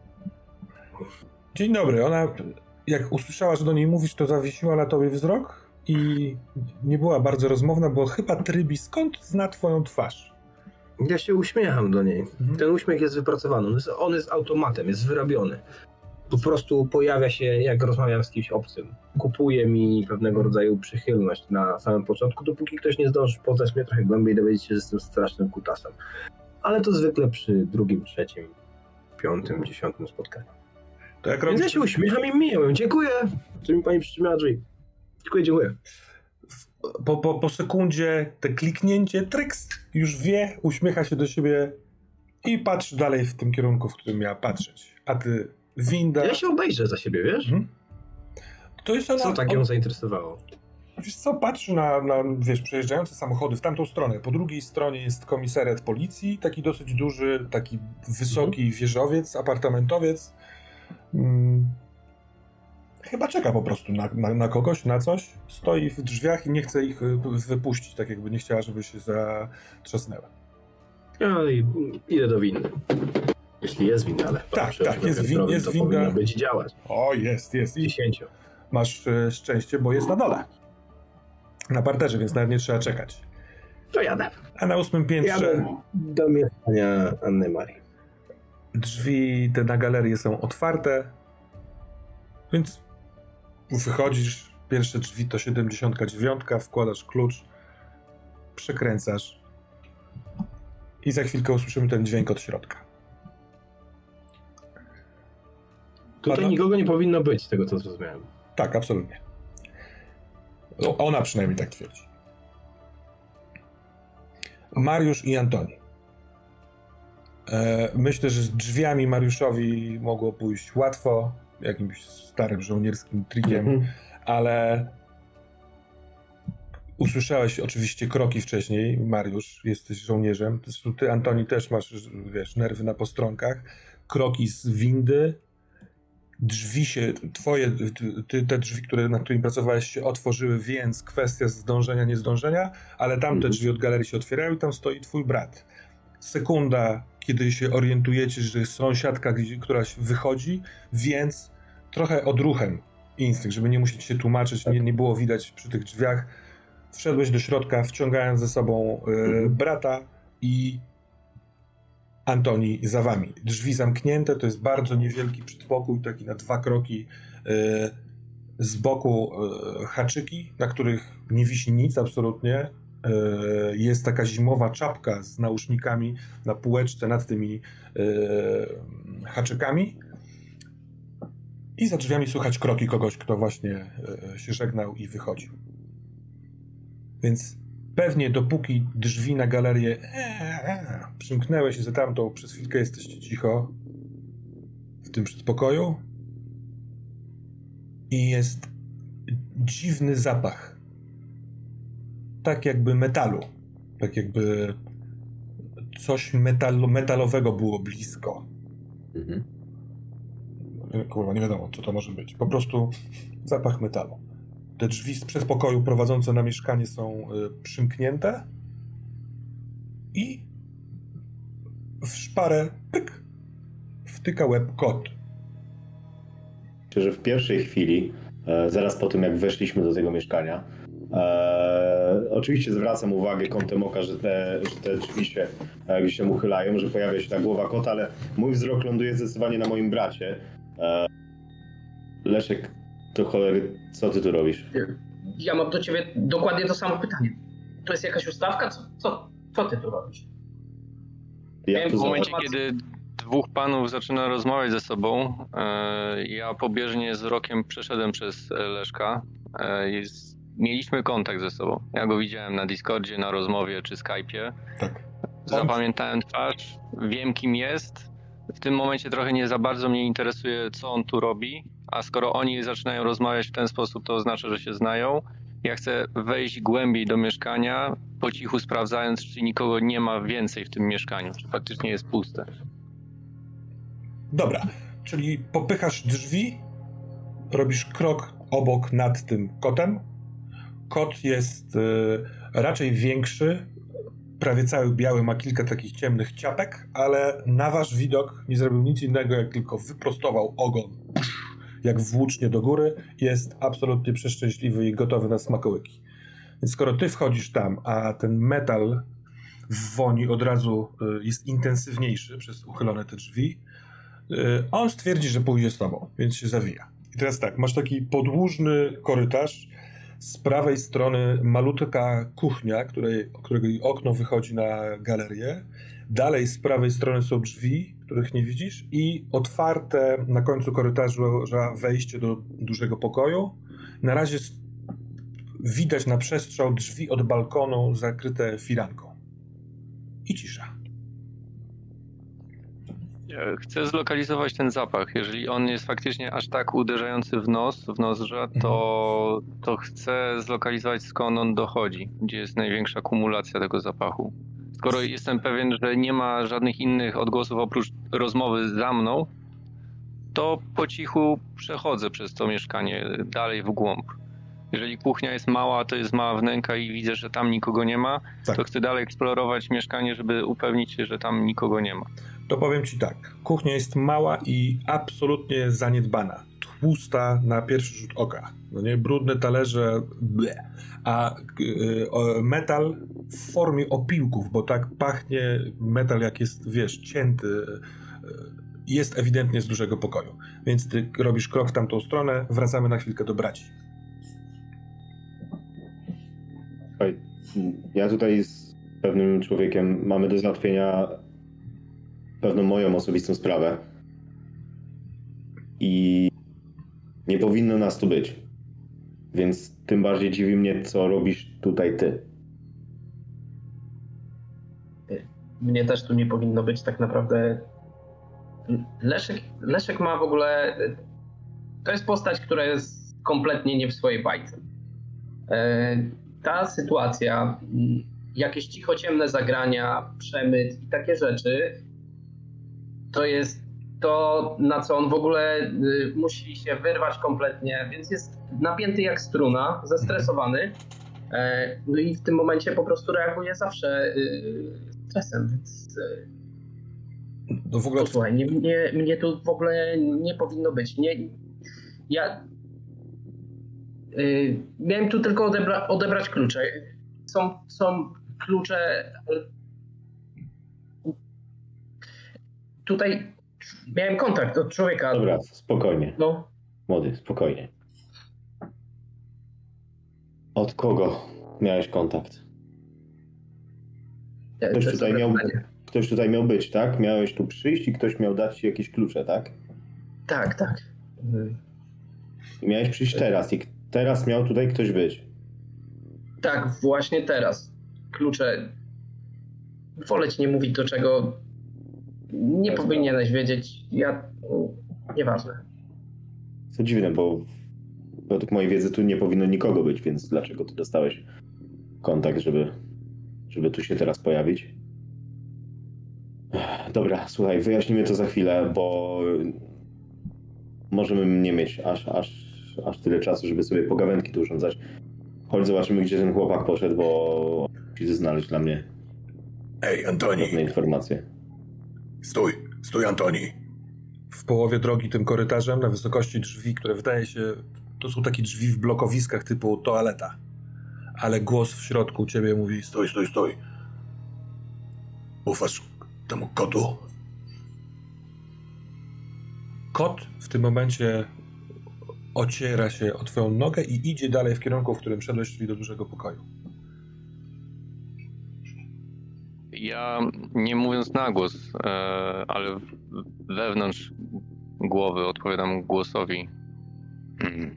Dzień dobry. Ona, jak usłyszała, że do niej mówisz, to zawiesiła na tobie wzrok i nie była bardzo rozmowna, bo chyba trybi, skąd zna twoją twarz. Ja się uśmiecham do niej. Mhm. Ten uśmiech jest wypracowany. On jest, on jest automatem, jest wyrobiony. Po prostu pojawia się, jak rozmawiam z kimś obcym. Kupuje mi pewnego rodzaju przychylność na samym początku, dopóki ktoś nie zdąży poznać mnie trochę głębiej, dowiedzieć się, że jestem strasznym kutasem. Ale to zwykle przy drugim, trzecim, piątym, dziesiątym spotkaniu. To jak Więc robisz... ja się uśmiecham i mijałem. Dziękuję, że mi pani przytrzymała drzwi. Dziękuję, dziękuję. Po, po, po sekundzie te kliknięcie, tryks, już wie, uśmiecha się do siebie i patrzy dalej w tym kierunku, w którym miała patrzeć. A ty, winda... Ja się obejrzę za siebie, wiesz? Mhm. To jest ona... Co tak ją on, zainteresowało? wiesz co, patrzy na, na, wiesz, przejeżdżające samochody w tamtą stronę. Po drugiej stronie jest komisariat policji, taki dosyć duży, taki wysoki mhm. wieżowiec, apartamentowiec. Hmm. Chyba czeka po prostu na, na, na kogoś, na coś. Stoi w drzwiach i nie chce ich wypuścić, tak jakby nie chciała, żeby się zatrzasnęły. Ja i, idę do windy. Jeśli jest winda, ale... Tak, tak, jest, win, jest to winda. Powinna być działać. O, jest, jest. I Dziesięciu. masz e, szczęście, bo jest na dole. Na parterze, więc nawet nie trzeba czekać. To jadę. A na ósmym piętrze... Jadę do mieszkania Anny Marii. Drzwi te na galerię są otwarte, więc wychodzisz, pierwsze drzwi to siedemdziesiątka dziewiątka, wkładasz klucz, przekręcasz i za chwilkę usłyszymy ten dźwięk od środka. Tutaj Pana? nikogo nie powinno być, z tego co zrozumiałem. Tak, absolutnie. No, ona przynajmniej tak twierdzi. Mariusz i Antoni. E, myślę, że z drzwiami Mariuszowi mogło pójść łatwo, jakimś starym żołnierskim trikiem, mm-hmm. ale usłyszałeś oczywiście kroki wcześniej, Mariusz, jesteś żołnierzem, zresztą ty, Antoni, też masz, wiesz, nerwy na postronkach, kroki z windy, drzwi się, twoje, ty, te drzwi, które, na którymi pracowałeś, się otworzyły, więc kwestia zdążenia, niezdążenia, ale tamte drzwi od galerii się otwierają i tam stoi twój brat. Sekunda, kiedy się orientujecie, że sąsiadka, która wychodzi, więc trochę odruchem instynkt, żeby nie musieć się tłumaczyć, nie, nie było widać przy tych drzwiach. Wszedłeś do środka, wciągając ze sobą y, brata i Antoni za wami. Drzwi zamknięte, to jest bardzo niewielki przedpokój, taki na dwa kroki, y, z boku y, haczyki, na których nie wisi nic absolutnie. Y, jest taka zimowa czapka z nausznikami na półeczce nad tymi y, haczykami. I za drzwiami słychać kroki kogoś, kto właśnie y, się żegnał i wychodził. Więc pewnie dopóki drzwi na galerię e, e, przymknęły się za tamtą, przez chwilkę jesteście cicho w tym przedpokoju i jest dziwny zapach. Tak jakby metalu. Tak jakby coś metalu, metalowego było blisko. Mhm. Kurwa, nie wiadomo, co to może być. Po prostu zapach metalu. Te drzwi z przedpokoju prowadzące na mieszkanie są y, przymknięte i w szparę pyk, wtyka łeb kot. Myślę, że w pierwszej chwili, e, zaraz po tym jak weszliśmy do tego mieszkania, e, oczywiście zwracam uwagę kątem oka, że te, że te drzwi się e, gdzieś się uchylają, że pojawia się ta głowa kota, ale mój wzrok ląduje zdecydowanie na moim bracie. E, Leszek, to cholery, co ty tu robisz? Ja mam do ciebie dokładnie to samo pytanie. To jest jakaś ustawka? Co, co, co ty tu robisz? Jak W to momencie, zobacz- kiedy dwóch panów zaczyna rozmawiać ze sobą, e, ja pobieżnie wzrokiem przeszedłem przez Leszka. E, jest, mieliśmy kontakt ze sobą. Ja go widziałem na Discordzie, na rozmowie czy Skype'ie. Tak. Zapamiętałem twarz, wiem kim jest. W tym momencie trochę nie za bardzo mnie interesuje, co on tu robi, a skoro oni zaczynają rozmawiać w ten sposób, to oznacza, że się znają. Ja chcę wejść głębiej do mieszkania, po cichu sprawdzając, czy nikogo nie ma więcej w tym mieszkaniu, czy faktycznie jest puste. Dobra, czyli popychasz drzwi, robisz krok obok nad tym kotem. Kot jest y, raczej większy, prawie cały biały, ma kilka takich ciemnych ciapek, ale na wasz widok nie zrobił nic innego, jak tylko wyprostował ogon, jak włócznie do góry, jest absolutnie przeszczęśliwy i gotowy na smakołyki. Więc skoro ty wchodzisz tam, a ten metal w woni od razu y, jest intensywniejszy przez uchylone te drzwi, y, on stwierdzi, że pójdzie z tobą, więc się zawija. I teraz tak, masz taki podłużny korytarz, z prawej strony malutka kuchnia, której, którego okno wychodzi na galerię. Dalej z prawej strony są drzwi, których nie widzisz, i otwarte na końcu korytarza wejście do dużego pokoju. Na razie widać na przestrzał drzwi od balkonu zakryte firanką. I cisza. Chcę zlokalizować ten zapach. Jeżeli on jest faktycznie aż tak uderzający w nos, w nozdrza, to, to chcę zlokalizować, skąd on dochodzi, gdzie jest największa kumulacja tego zapachu. Skoro jestem pewien, że nie ma żadnych innych odgłosów oprócz rozmowy za mną, to po cichu przechodzę przez to mieszkanie dalej w głąb. Jeżeli kuchnia jest mała, to jest mała wnęka i widzę, że tam nikogo nie ma, Tak. to chcę dalej eksplorować mieszkanie, żeby upewnić się, że tam nikogo nie ma. To powiem ci tak. Kuchnia jest mała i absolutnie zaniedbana. Tłusta na pierwszy rzut oka. No nie, brudne talerze, ble. A y, metal w formie opiłków, bo tak pachnie metal, jak jest, wiesz, cięty, y, jest ewidentnie z dużego pokoju. Więc ty robisz krok w tamtą stronę, wracamy na chwilkę do braci. Słuchaj, ja tutaj z pewnym człowiekiem mamy do załatwienia pewną moją osobistą sprawę i nie powinno nas tu być, więc tym bardziej dziwi mnie, co robisz tutaj ty. Mnie też tu nie powinno być tak naprawdę. Leszek, Leszek ma w ogóle... To jest postać, która jest kompletnie nie w swojej bajce. Ta sytuacja, jakieś cichociemne zagrania, przemyt i takie rzeczy, to jest to, na co on w ogóle y, musi się wyrwać kompletnie, więc jest napięty jak struna, zestresowany. E, no i w tym momencie po prostu reaguje zawsze y, stresem, więc y, No w ogóle... posłuchaj, nie, nie, mnie tu w ogóle nie powinno być. Nie, ja y, miałem tu tylko odebra- odebrać klucze. Są, są klucze... Tutaj miałem kontakt od człowieka. Dobra, spokojnie. No. Młody, spokojnie. Od kogo miałeś kontakt? Ktoś tutaj miał, ktoś tutaj miał być, tak? Miałeś tu przyjść i ktoś miał dać ci jakieś klucze, tak? Tak, tak. I miałeś przyjść teraz i teraz miał tutaj ktoś być. Tak, właśnie teraz. klucze. Wolę ci nie mówić, do czego nie powinieneś wiedzieć. Ja... Nieważne. Co dziwne, bo według mojej wiedzy tu nie powinno nikogo być, więc dlaczego ty dostałeś kontakt, żeby, żeby tu się teraz pojawić? Dobra, słuchaj, wyjaśnimy to za chwilę, bo możemy nie mieć aż, aż, aż tyle czasu, żeby sobie pogawędki tu urządzać. Chodź, zobaczymy, gdzie ten chłopak poszedł, bo musi znaleźć dla mnie Ej, Antoni. pewne informacje. Stój, stój, Antoni. W połowie drogi tym korytarzem, na wysokości drzwi, które wydaje się, to są takie drzwi w blokowiskach typu toaleta. Ale głos w środku ciebie mówi: Stój, stój, stój. Ufasz temu kotu? Kot w tym momencie ociera się o twoją nogę i idzie dalej w kierunku, w którym szedłeś, czyli do dużego pokoju. Ja, nie mówiąc na głos, e, ale wewnątrz głowy odpowiadam głosowi. Hmm.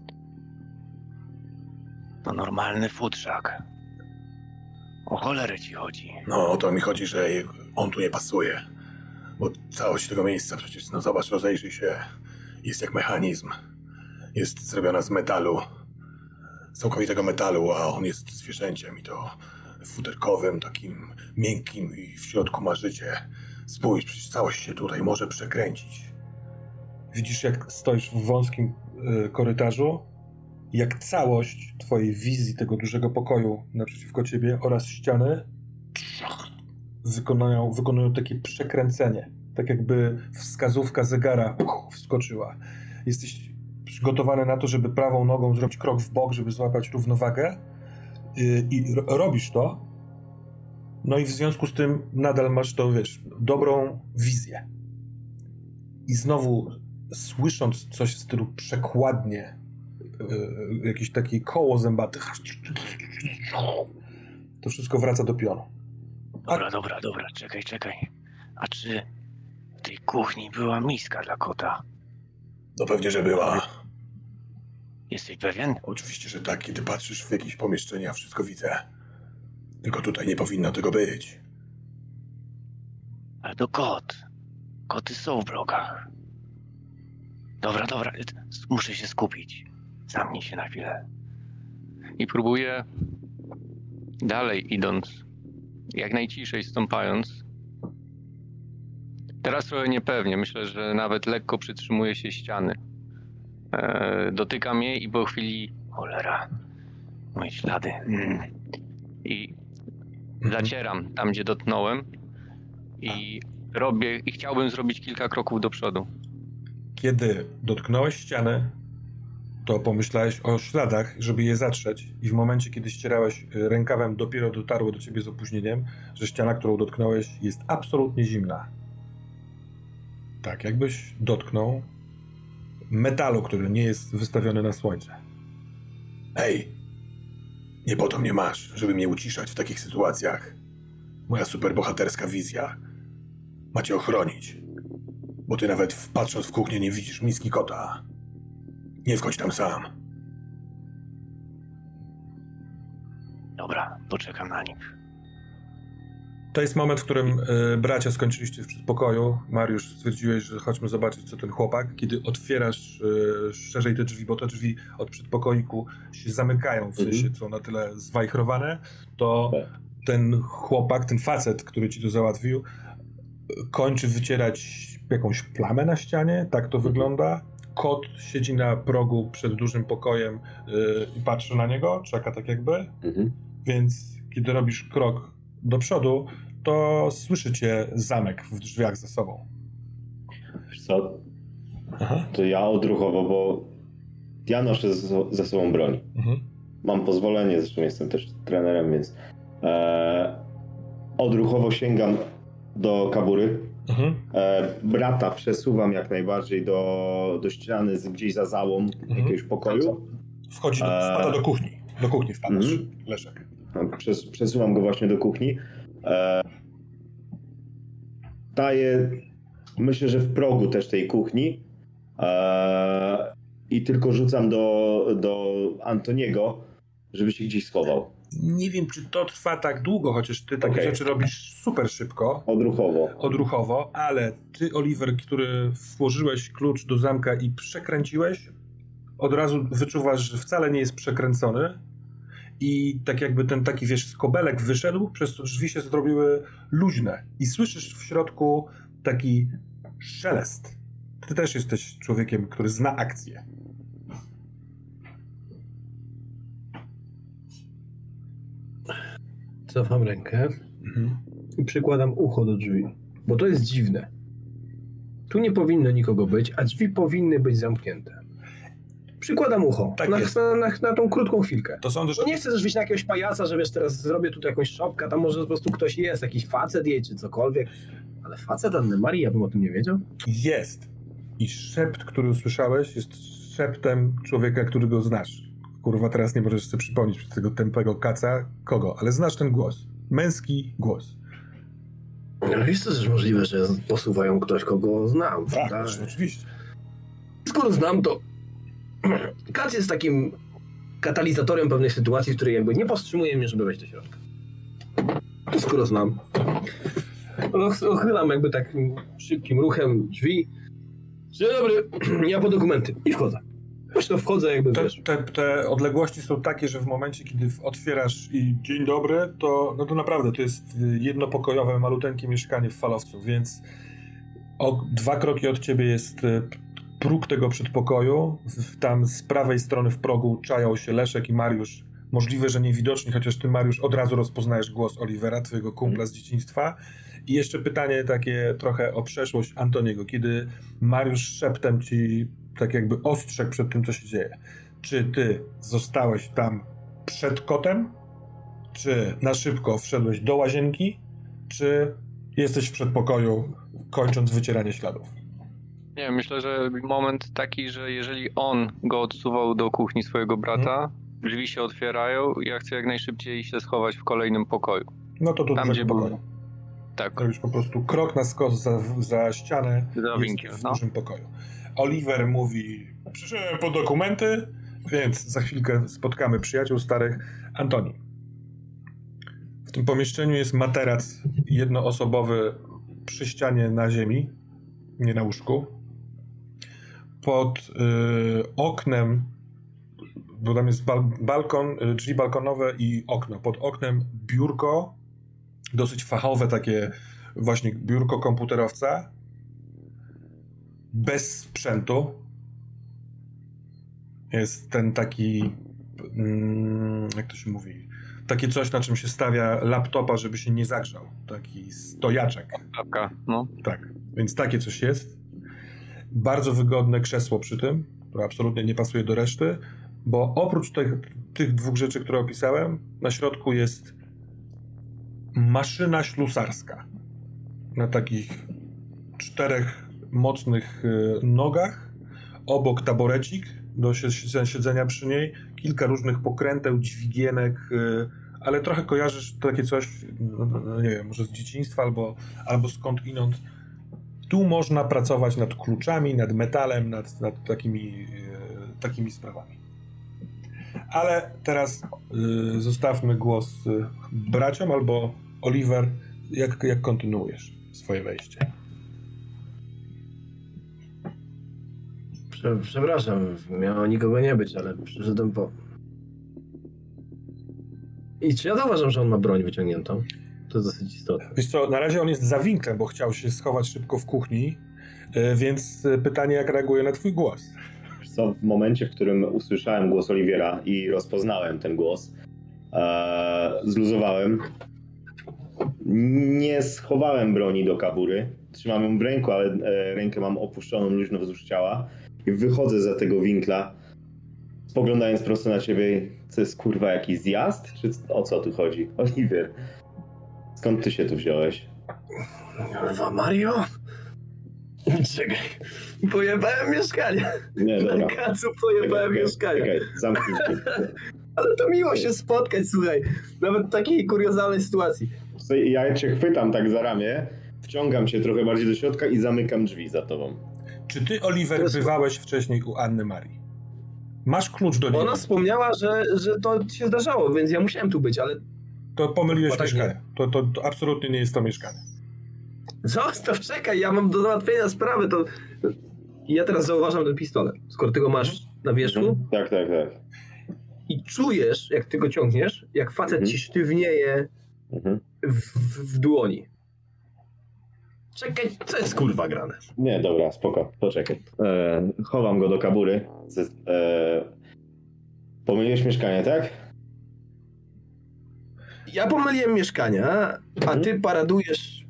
To normalny futrzak. O cholerę ci chodzi. No, o to mi chodzi, że on tu nie pasuje. Bo całość tego miejsca przecież, no zobacz, rozejrzyj się. Jest jak mechanizm. Jest zrobiona z metalu. Całkowitego metalu, a on jest zwierzęciem i to futerkowym, takim miękkim i w środku ma życie. Spójrz, przecież całość się tutaj może przekręcić. Widzisz, jak stoisz w wąskim y, korytarzu, jak całość twojej wizji tego dużego pokoju naprzeciwko ciebie oraz ściany wykonują, wykonują takie przekręcenie. Tak jakby wskazówka zegara puch, wskoczyła. Jesteś przygotowany na to, żeby prawą nogą zrobić krok w bok, żeby złapać równowagę y, i ro- robisz to. No i w związku z tym nadal masz to, wiesz, dobrą wizję. I znowu słysząc coś w stylu przekładnie, yy, jakieś takie koło zębate, to wszystko wraca do pionu. Dobra, dobra, dobra, czekaj, czekaj. A czy w tej kuchni była miska dla kota? No pewnie, że była. Jesteś pewien? Oczywiście, że tak, kiedy patrzysz w jakieś pomieszczenia, wszystko widzę. Tylko tutaj nie powinno tego być. Ale to kot. Koty są w blokach. Dobra, dobra, muszę się skupić. Zamknij się na chwilę. I próbuję dalej idąc, jak najciszej stąpając. Teraz trochę niepewnie, myślę, że nawet lekko przytrzymuję się ściany. E, dotykam jej i po chwili, cholera, moje ślady. Mm. I zacieram tam, gdzie dotknąłem i robię, i chciałbym zrobić kilka kroków do przodu. Kiedy dotknąłeś ściany, to pomyślałeś o śladach, żeby je zatrzeć i w momencie, kiedy ścierałeś rękawem, dopiero dotarło do ciebie z opóźnieniem, że ściana, którą dotknąłeś, jest absolutnie zimna. Tak, jakbyś dotknął metalu, który nie jest wystawiony na słońce. Hej! Nie po to mnie masz, żeby mnie uciszać w takich sytuacjach. Moja superbohaterska wizja ma cię ochronić. Bo ty nawet patrząc w kuchnię nie widzisz miski kota. Nie wchodź tam sam. Dobra, poczekam na nich. To jest moment, w którym y, bracia skończyliście w przedpokoju. Mariusz, stwierdziłeś, że chodźmy zobaczyć, co ten chłopak. Kiedy otwierasz y, szerzej te drzwi, bo te drzwi od przedpokoiku się zamykają, w sensie Mhm. są na tyle zwajchrowane, to Tak. ten chłopak, ten facet, który ci to załatwił, kończy wycierać jakąś plamę na ścianie, tak to wygląda. Kot siedzi na progu przed dużym pokojem yy, i patrzy na niego, czeka tak jakby, Mhm. więc kiedy robisz krok do przodu, to słyszycie zamek w drzwiach za sobą. Wiesz co? Aha. To ja odruchowo, bo ja noszę z- ze sobą broń. Mhm. Mam pozwolenie, zresztą jestem też trenerem, więc e, odruchowo sięgam do kabury. Mhm. E, brata przesuwam jak najbardziej do, do ściany, z, gdzieś za załą jakiegoś pokoju. Wchodzi do, Eee. wpada do kuchni. Do kuchni wpadasz, Mhm. Leszek. Przes, przesuwam go właśnie do kuchni. E, daję, myślę, że w progu też tej kuchni. E, I tylko rzucam do, do Antoniego, żeby się gdzieś schował. Nie wiem, czy to trwa tak długo, chociaż ty takie okay. rzeczy robisz super szybko. Odruchowo. Odruchowo, ale ty, Oliver, który włożyłeś klucz do zamka i przekręciłeś, od razu wyczuwasz, że wcale nie jest przekręcony i tak jakby ten taki, wiesz, skobelek wyszedł, przez co drzwi się zrobiły luźne i słyszysz w środku taki szelest. Ty też jesteś człowiekiem, który zna akcję. Cofam rękę mhm. i przykładam ucho do drzwi, bo to jest dziwne. Tu nie powinno nikogo być, a drzwi powinny być zamknięte. Przykładam ucho tak na, na, na, na tą krótką chwilkę. To sądzę, że... Bo nie chcę też wyjść na jakiegoś pajaca, że wiesz, teraz zrobię tutaj jakąś szopkę, tam może po prostu ktoś jest, jakiś facet jej czy cokolwiek. Ale facet Anny Marii, ja bym o tym nie wiedział? Jest. I szept, który usłyszałeś, jest szeptem człowieka, którego znasz. Kurwa, teraz nie możesz sobie przypomnieć przez tego tępego kaca kogo, ale znasz ten głos. Męski głos. No jest to też możliwe, że posuwają ktoś, kogo znam. Tak, tak? Oczywiście. Skoro znam, to kac jest takim katalizatorem pewnej sytuacji, w której jakby nie powstrzymuje mnie, żeby wejść do środka. Skoro znam, no, ochylam jakby takim szybkim ruchem drzwi. Dzień dobry, ja po dokumenty i wchodzę. Właśnie wchodzę jakby, te, wiesz. Te, te odległości są takie, że w momencie, kiedy otwierasz i dzień dobry, to, no to naprawdę to jest jednopokojowe, maluteńkie mieszkanie w Falowcu, więc o dwa kroki od ciebie jest próg tego przedpokoju. Tam z prawej strony w progu czają się Leszek i Mariusz. Możliwe, że niewidoczni, chociaż ty, Mariusz, od razu rozpoznajesz głos Olivera, twojego kumpla z dzieciństwa. I jeszcze pytanie takie trochę o przeszłość Antoniego. Kiedy Mariusz szeptem ci tak jakby ostrzegł przed tym, co się dzieje. Czy ty zostałeś tam przed kotem? Czy na szybko wszedłeś do łazienki? Czy jesteś w przedpokoju, kończąc wycieranie śladów? Nie, myślę, że moment taki, że jeżeli on go odsuwał do kuchni swojego brata, hmm. drzwi się otwierają i ja chcę jak najszybciej się schować w kolejnym pokoju. No to do tam, gdzie pokoju. Był... Tak. Robisz po prostu krok na skos za, za ścianę za winkiel, w no. dużym pokoju. Oliver mówi, przyszedłem po dokumenty, więc za chwilkę spotkamy przyjaciół starych. Antoni. W tym pomieszczeniu jest materac jednoosobowy przy ścianie na ziemi, nie na łóżku. Pod y, oknem, bo tam jest bal, balkon, y, drzwi balkonowe i okno. Pod oknem biurko, dosyć fachowe takie właśnie biurko komputerowca, bez sprzętu. Jest ten taki, mm, jak to się mówi, takie coś, na czym się stawia laptopa, żeby się nie zagrzał. Taki stojaczek. Taka, no. Tak, więc takie coś jest. Bardzo wygodne krzesło przy tym, które absolutnie nie pasuje do reszty, bo oprócz tych, tych dwóch rzeczy, które opisałem, na środku jest maszyna ślusarska. Na takich czterech mocnych nogach, obok taborecik do siedzenia przy niej, kilka różnych pokręteł, dźwigienek, ale trochę kojarzysz takie coś, no nie wiem, może z dzieciństwa albo, albo skąd inąd. Tu można pracować nad kluczami, nad metalem, nad, nad takimi, takimi sprawami. Ale teraz y, zostawmy głos y, braciom, albo Oliver, jak, jak kontynuujesz swoje wejście? Prze, przepraszam, miało nikogo nie być, ale przyszedłem po... I czy ja zauważam, że on ma broń wyciągniętą? To jest dosyć istotne. Wiesz co, na razie on jest za winklem, bo chciał się schować szybko w kuchni, więc pytanie, jak reaguje na twój głos? Wiesz co, w momencie, w którym usłyszałem głos Oliwiera i rozpoznałem ten głos, e, zluzowałem. Nie schowałem broni do kabury. Trzymam ją w ręku, ale e, rękę mam opuszczoną luźno wzdłuż ciała i wychodzę za tego winkla, spoglądając prosto na ciebie. Co jest, kurwa, jakiś zjazd? Czy o co tu chodzi? Oliwier, skąd ty się tu wziąłeś? Kurwa, Mario? Czekaj, pojebałem mieszkanie. Nie, dobra. Na kacu pojebałem czekaj, mieszkanie. Czekaj, zamknij się. Ale to miło się spotkać, słuchaj. Nawet w takiej kuriozalnej sytuacji. Ja cię chwytam tak za ramię, wciągam cię trochę bardziej do środka i zamykam drzwi za tobą. Czy ty, Oliver, jest... bywałeś wcześniej u Anny Marii? Masz klucz do niej. Ona wspomniała, że, że to się zdarzało, więc ja musiałem tu być, ale... To pomyliłeś tak mieszkanie. To, to, to absolutnie nie jest to mieszkanie. Zostaw, czekaj, ja mam do załatwienia sprawy, to... Ja teraz zauważam ten pistolet, skoro ty go masz na wierzchu. Mhm. Tak, tak, tak. I czujesz, jak ty go ciągniesz, jak facet Mhm. ci sztywnieje Mhm. w, w, w dłoni. Czekaj, co jest kurwa grane? Nie, dobra, spoko, poczekaj. E, chowam go do kabury. Z, e, pomyliłeś mieszkanie, tak? Ja pomyliłem mieszkania, a Mhm. ty paradujesz.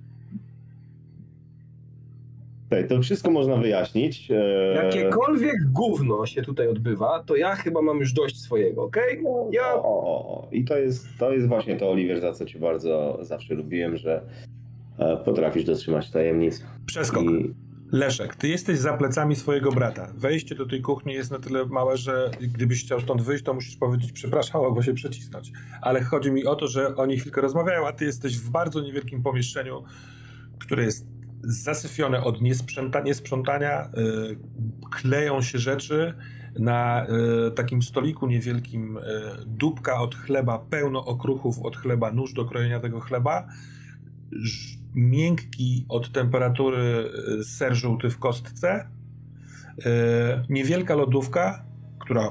Tak, to wszystko można wyjaśnić. E, Jakiekolwiek gówno się tutaj odbywa, to ja chyba mam już dość swojego, okej? Okay? Ja... O, o, o. I to jest, to jest właśnie to, Oliver, za co cię bardzo zawsze lubiłem, że e, potrafisz dotrzymać tajemnic. Przeskok. I... Leszek, ty jesteś za plecami swojego brata. Wejście do tej kuchni jest na tyle małe, że gdybyś chciał stąd wyjść, to musisz powiedzieć przepraszam albo się przecisnąć. Ale chodzi mi o to, że oni chwilkę rozmawiają, a ty jesteś w bardzo niewielkim pomieszczeniu, które jest zasyfione od niesprząta, niesprzątania. Yy, kleją się rzeczy. Na y, takim stoliku niewielkim y, dupka od chleba, pełno okruchów od chleba, nóż do krojenia tego chleba. Ż- miękki od temperatury ser żółty w kostce, yy, niewielka lodówka, która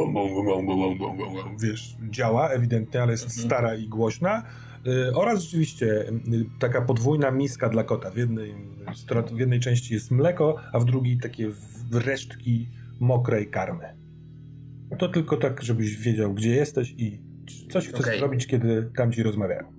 wiesz, działa ewidentnie, ale jest Mhm. stara i głośna, yy, oraz rzeczywiście yy, taka podwójna miska dla kota. W jednej, stro- w jednej części jest mleko, a w drugiej takie w- resztki mokrej karmy. To tylko tak, żebyś wiedział, gdzie jesteś i coś chcesz Okej. zrobić, kiedy tam ci rozmawiają.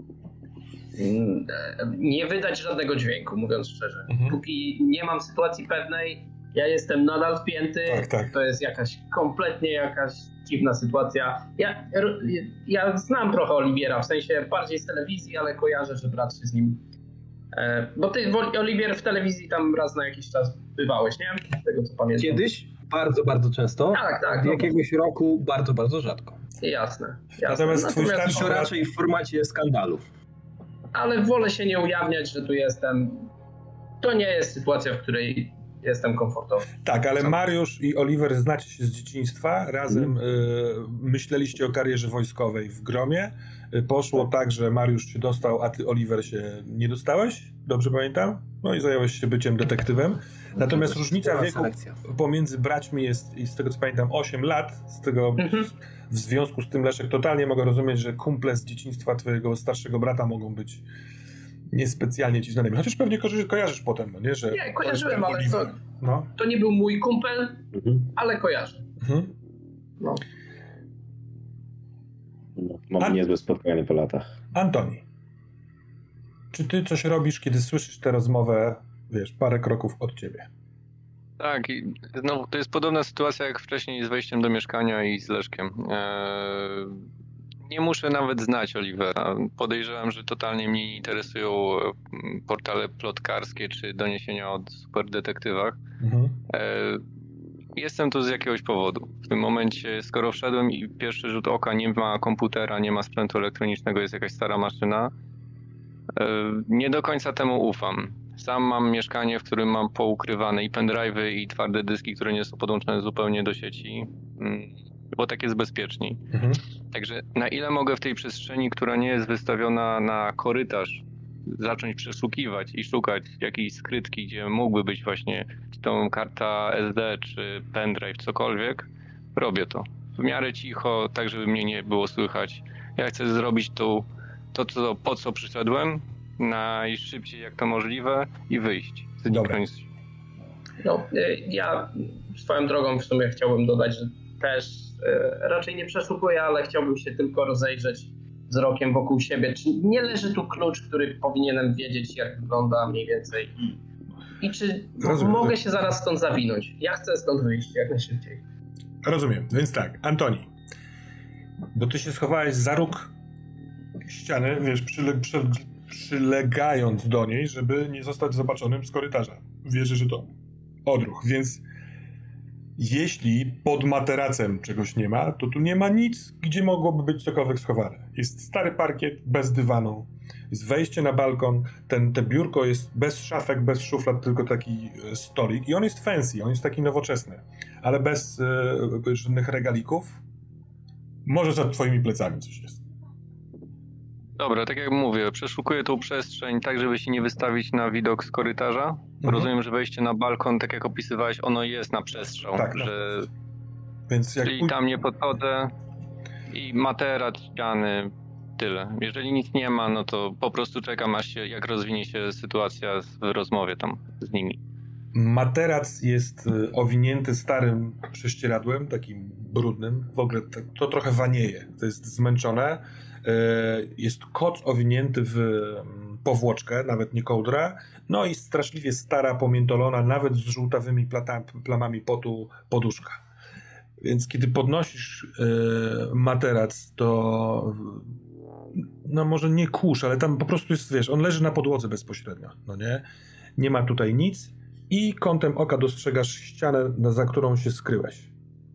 Nie wydać żadnego dźwięku, mówiąc szczerze. Mhm. Póki nie mam sytuacji pewnej, ja jestem nadal wpięty. Tak, tak. To jest jakaś kompletnie jakaś dziwna sytuacja. Ja, ja znam trochę Oliwiera, w sensie bardziej z telewizji, ale kojarzę, że brat się z nim... E, bo ty, Oliwier, w telewizji tam raz na jakiś czas bywałeś, nie? Z tego co pamiętam. Kiedyś bardzo, bardzo często. Tak, tak. Od No, jakiegoś roku bardzo, bardzo rzadko. jasne, jasne. Natomiast twój I starszy to brat... raczej w formacie skandalów. Ale wolę się nie ujawniać, że tu jestem. To nie jest sytuacja, w której jestem komfortowy. Tak, ale Co? Mariusz i Oliver znacie się z dzieciństwa. Razem Mhm. y, myśleliście o karierze wojskowej w Gromie. Y, poszło tak, że Mariusz się dostał, a ty, Oliver, się nie dostałeś. Dobrze pamiętam? No i zająłeś się byciem detektywem. Natomiast różnica Ciekawa wieku selekcja. pomiędzy braćmi jest, i z tego co pamiętam, osiem lat. Z tego, Mhm. w związku z tym, Leszek, totalnie mogę rozumieć, że kumple z dzieciństwa twojego starszego brata mogą być niespecjalnie ci znanymi. Chociaż pewnie ko- kojarzysz potem, no nie? Że Nie, kojarzyłem, to jest ten ale Oliver. No. To nie był mój kumpel, Mhm. ale kojarzę. Mhm. No. No, mam A- niezłe spotkanie po latach. Antoni, czy ty coś robisz, kiedy słyszysz tę rozmowę, wiesz, parę kroków od ciebie? Tak, i znowu to jest podobna sytuacja jak wcześniej z wejściem do mieszkania i z Leszkiem. Eee, nie muszę nawet znać Olivera. Podejrzewam, że totalnie mnie nie interesują mm, portale plotkarskie czy doniesienia o superdetektywach. Mhm. Eee, jestem tu z jakiegoś powodu. W tym momencie, skoro wszedłem i pierwszy rzut oka, nie ma komputera, nie ma sprzętu elektronicznego, jest jakaś stara maszyna, eee, nie do końca temu ufam. Sam mam mieszkanie, w którym mam poukrywane i pendrive'y, i twarde dyski, które nie są podłączone zupełnie do sieci, bo tak jest bezpieczniej. Mhm. Także na ile mogę w tej przestrzeni, która nie jest wystawiona na korytarz, zacząć przeszukiwać i szukać jakiejś skrytki, gdzie mógłby być właśnie czy to karta S D, czy pendrive, cokolwiek, robię to. W miarę cicho, tak żeby mnie nie było słychać. Ja chcę zrobić tu to, co, po co przyszedłem, najszybciej jak to możliwe i wyjść. Zniknąć. No, y, ja swoją drogą w sumie chciałbym dodać, że też y, raczej nie przeszukuję, ale chciałbym się tylko rozejrzeć wzrokiem wokół siebie. Czy nie leży tu klucz, który powinienem wiedzieć, jak wygląda mniej więcej i, i czy Rozumiem. mogę się zaraz stąd zawinąć. Ja chcę stąd wyjść jak najszybciej. Rozumiem, więc tak, Antoni, bo ty się schowałeś za róg ściany, wiesz, przyle, przy, przylegając do niej, żeby nie zostać zobaczonym z korytarza. Wierzę, że to odruch, więc Jeśli pod materacem czegoś nie ma, to tu nie ma nic, gdzie mogłoby być cokolwiek schowane. Jest stary parkiet bez dywanu, jest wejście na balkon, ten, te biurko jest bez szafek, bez szuflad, tylko taki stolik i on jest fancy, on jest taki nowoczesny, ale bez e, żadnych regalików. Może za twoimi plecami coś jest. Dobra, tak jak mówię, przeszukuję tą przestrzeń tak, żeby się nie wystawić na widok z korytarza. Mhm. Rozumiem, że wejście na balkon, tak jak opisywałeś, ono jest na przestrzał, tak, że... Więc jak Czyli tam nie podchodzę i materac, ściany, tyle. Jeżeli nic nie ma, no to po prostu czekam, aż się, jak rozwinie się sytuacja w rozmowie tam z nimi. Materac jest owinięty starym prześcieradłem, takim brudnym. W ogóle to, to trochę wanieje, to jest zmęczone. Jest koc owinięty w powłoczkę, nawet nie kołdrę. No i straszliwie stara, pomiętolona, nawet z żółtawymi plata, plamami potu poduszka. Więc kiedy podnosisz materac, to no może nie kurz, ale tam po prostu jest, wiesz, on leży na podłodze bezpośrednio, no nie? Nie ma tutaj nic i kątem oka dostrzegasz ścianę, za którą się skryłeś.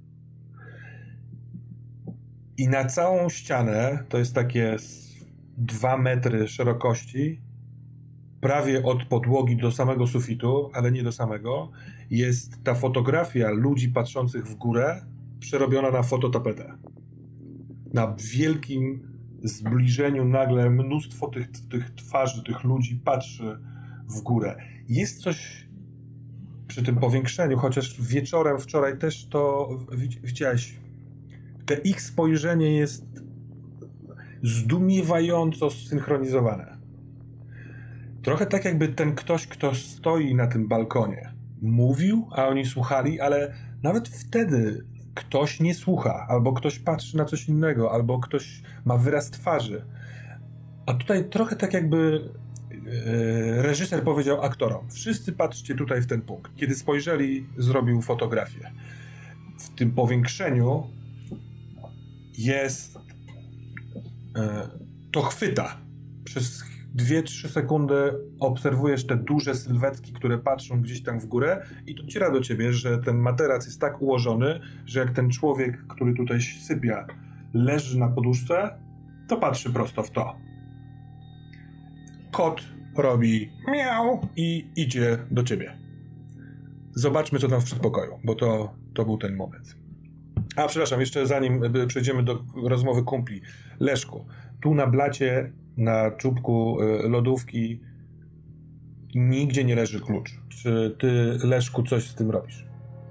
I na całą ścianę, to jest takie dwa metry szerokości, prawie od podłogi do samego sufitu, ale nie do samego, jest ta fotografia ludzi patrzących w górę, przerobiona na fototapetę. Na wielkim zbliżeniu nagle mnóstwo tych, tych twarzy, tych ludzi patrzy w górę. Jest coś przy tym powiększeniu, chociaż wieczorem wczoraj też to widziałeś. Te ich spojrzenie jest zdumiewająco zsynchronizowane. Trochę tak jakby ten ktoś, kto stoi na tym balkonie, mówił, a oni słuchali, ale nawet wtedy ktoś nie słucha, albo ktoś patrzy na coś innego, albo ktoś ma wyraz twarzy. A tutaj trochę tak jakby e, reżyser powiedział aktorom, wszyscy patrzcie tutaj w ten punkt. Kiedy spojrzeli, zrobił fotografię. W tym powiększeniu jest e, to chwyta. Przez dwie trzy sekundy obserwujesz te duże sylwetki, które patrzą gdzieś tam w górę i dociera do ciebie, że ten materac jest tak ułożony, że jak ten człowiek, który tutaj sypia, leży na poduszce, to patrzy prosto w to. Kot robi miau i idzie do ciebie. Zobaczmy, co tam w przedpokoju, bo to, to był ten moment. A, przepraszam, jeszcze zanim przejdziemy do rozmowy kumpli. Leszku, tu na blacie, na czubku lodówki nigdzie nie leży klucz. Czy ty, Leszku, coś z tym robisz?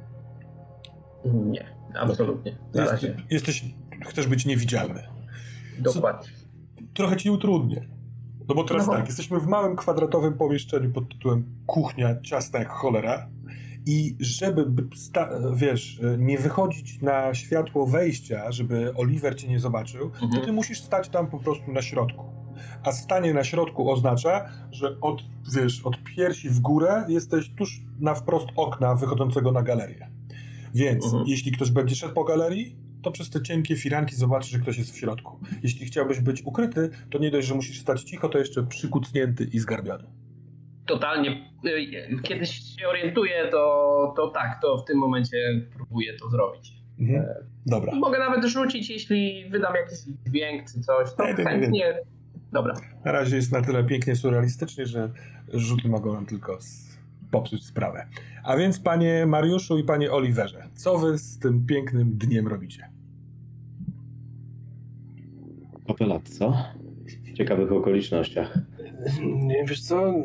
Nie, absolutnie. Na razie. Jest, jesteś, chcesz być niewidzialny. Dokładnie. Co, trochę ci utrudnię. No bo teraz no. tak, jesteśmy w małym kwadratowym pomieszczeniu pod tytułem kuchnia, ciasna jak cholera. I żeby, wiesz, nie wychodzić na światło wejścia, żeby Oliver cię nie zobaczył, mhm. to ty musisz stać tam po prostu na środku. A stanie na środku oznacza, że od, wiesz, od piersi w górę jesteś tuż na wprost okna wychodzącego na galerię. Więc mhm. jeśli ktoś będzie szedł po galerii, to przez te cienkie firanki zobaczy, że ktoś jest w środku. Jeśli chciałbyś być ukryty, to nie dość, że musisz stać cicho, to jeszcze przykucnięty i zgarbiony. Totalnie. Kiedyś się orientuję, to, to tak, to w tym momencie próbuję to zrobić. Mhm. Dobra. Mogę nawet rzucić, jeśli wydam jakiś dźwięk czy coś, to nie, chętnie... Nie, nie. Dobra. Na razie jest na tyle pięknie surrealistycznie, że rzuty mogą nam tylko popsuć sprawę. A więc, panie Mariuszu i panie Oliverze, co wy z tym pięknym dniem robicie? Apelat, co? W ciekawych okolicznościach. Nie, wiesz co?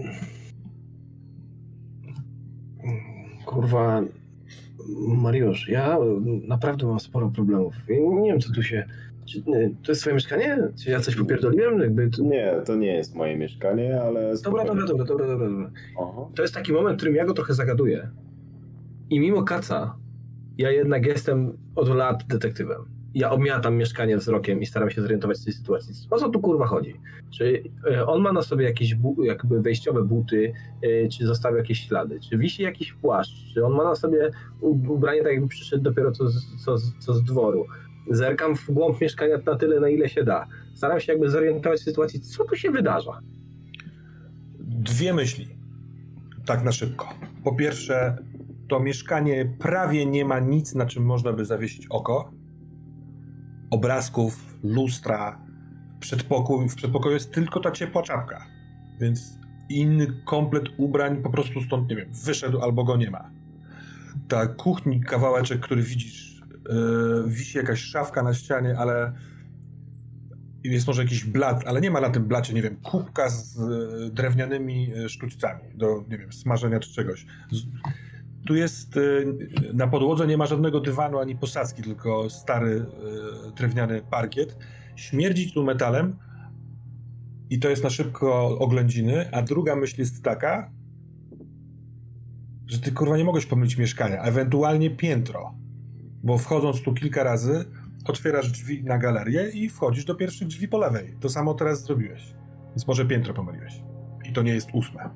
Kurwa, Mariusz, ja naprawdę mam sporo problemów. Nie wiem, co tu się... Czy, to jest twoje mieszkanie? Czy ja coś popierdoliłem? Jakby to... Nie, to nie jest moje mieszkanie, ale... Dobra, dobra, dobra, dobra, dobra, dobra. To jest taki moment, w którym ja go trochę zagaduję. I mimo kaca, ja jednak jestem od lat detektywem. Ja obmiatam mieszkanie wzrokiem i staram się zorientować w tej sytuacji. O co tu kurwa chodzi? Czy on ma na sobie jakieś bu- jakby wejściowe buty, czy zostawił jakieś ślady? Czy wisi jakiś płaszcz? Czy on ma na sobie ubranie tak jakby przyszedł dopiero co z, co, co z dworu? Zerkam w głąb mieszkania na tyle, na ile się da. Staram się jakby zorientować w sytuacji, co tu się wydarza. Dwie myśli. Tak na szybko. Po pierwsze, to mieszkanie prawie nie ma nic, na czym można by zawiesić oko. Obrazków, lustra, przedpokój, w przedpokoju jest tylko ta ciepła czapka, więc inny komplet ubrań po prostu stąd, nie wiem, wyszedł albo go nie ma. Ta kuchni, kawałeczek, który widzisz, yy, wisi jakaś szafka na ścianie, ale jest może jakiś blat, ale nie ma na tym blacie, nie wiem, kubka z y, drewnianymi y, sztućcami do, nie wiem, smażenia czy czegoś. Z, tu jest, y, na podłodze nie ma żadnego dywanu ani posadzki, tylko stary y, drewniany parkiet. Śmierdzi tu metalem i to jest na szybko oględziny, a druga myśl jest taka, że ty kurwa nie mogłeś pomylić mieszkania, ewentualnie piętro, bo wchodząc tu kilka razy otwierasz drzwi na galerię i wchodzisz do pierwszych drzwi po lewej. To samo teraz zrobiłeś. Więc może piętro pomyliłeś. I to nie jest ósme.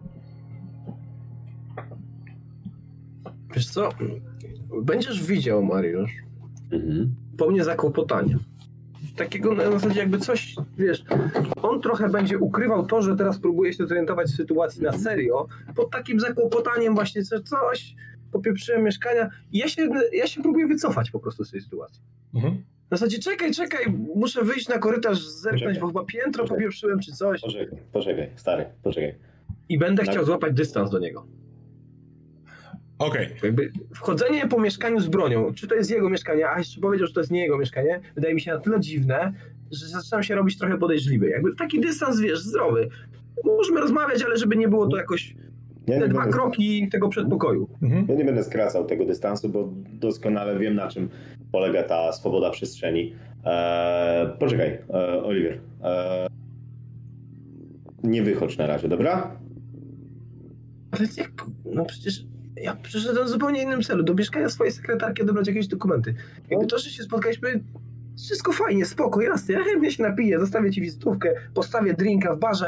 Wiesz co? Będziesz widział, Mariusz, Mhm. po mnie zakłopotanie. Takiego na zasadzie jakby coś, wiesz, on trochę będzie ukrywał to, że teraz próbuje się zorientować w sytuacji na serio, pod takim zakłopotaniem właśnie, że coś, popieprzyłem mieszkania i ja się, ja się próbuję wycofać po prostu z tej sytuacji. Mhm. W zasadzie czekaj, czekaj, muszę wyjść na korytarz, zerknąć, Poczekaj. bo chyba piętro Poczekaj. popieprzyłem czy coś. Poczekaj, poczekaj, stary, poczekaj. I będę Na- chciał złapać dystans do niego. Okej. Jakby wchodzenie po mieszkaniu z bronią, czy to jest jego mieszkanie, a jeszcze powiedział, że to jest nie jego mieszkanie, wydaje mi się na tyle dziwne, że zaczynam się robić trochę podejrzliwy. Jakby taki dystans, wiesz, zdrowy. Możemy rozmawiać, ale żeby nie było to jakoś Ja te nie, dwa będę, kroki tego przedpokoju. Mhm. ja nie będę skracał tego dystansu, bo doskonale wiem, na czym polega ta swoboda przestrzeni. Eee, poczekaj, eee, Oliver. Eee, nie wychodź na razie, dobra? Ale jak, no przecież ja przyszedłem w zupełnie innym celu, do mieszkania swojej sekretarki odebrać jakieś dokumenty. Jakby to, że się spotkaliśmy, wszystko fajnie, spoko, jasne, ja chętnie się napiję, zostawię ci wizytówkę, postawię drinka w barze.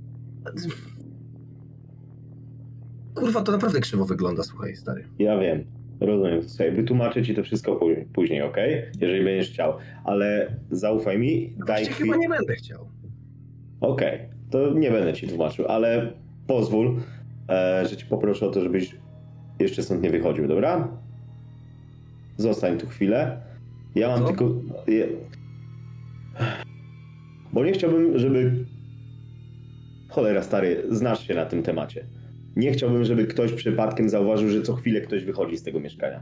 Kurwa, to naprawdę krzywo wygląda, słuchaj, stary. Ja wiem, rozumiem. Słuchaj, wytłumaczę ci to wszystko pó- później, okej? Jeżeli będziesz chciał. Ale zaufaj mi, daj Właściwie chwilę. chyba nie będę chciał. Okej, to nie będę ci tłumaczył, ale pozwól, e, że ci poproszę o to, żebyś jeszcze stąd nie wychodził, dobra? Zostań tu chwilę. Ja mam Co? tylko... Je... Bo nie chciałbym, żeby... Cholera, stary, znasz się na tym temacie. Nie chciałbym, żeby ktoś przypadkiem zauważył, że co chwilę ktoś wychodzi z tego mieszkania.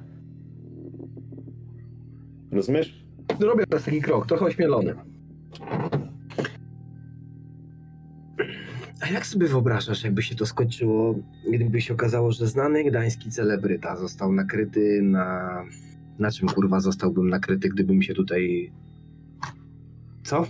Rozumiesz? Robię teraz taki krok, trochę ośmielony. A jak sobie wyobrażasz, jakby się to skończyło, gdyby się okazało, że znany gdański celebryta został nakryty na... Na czym, kurwa, zostałbym nakryty, gdybym się tutaj... Co?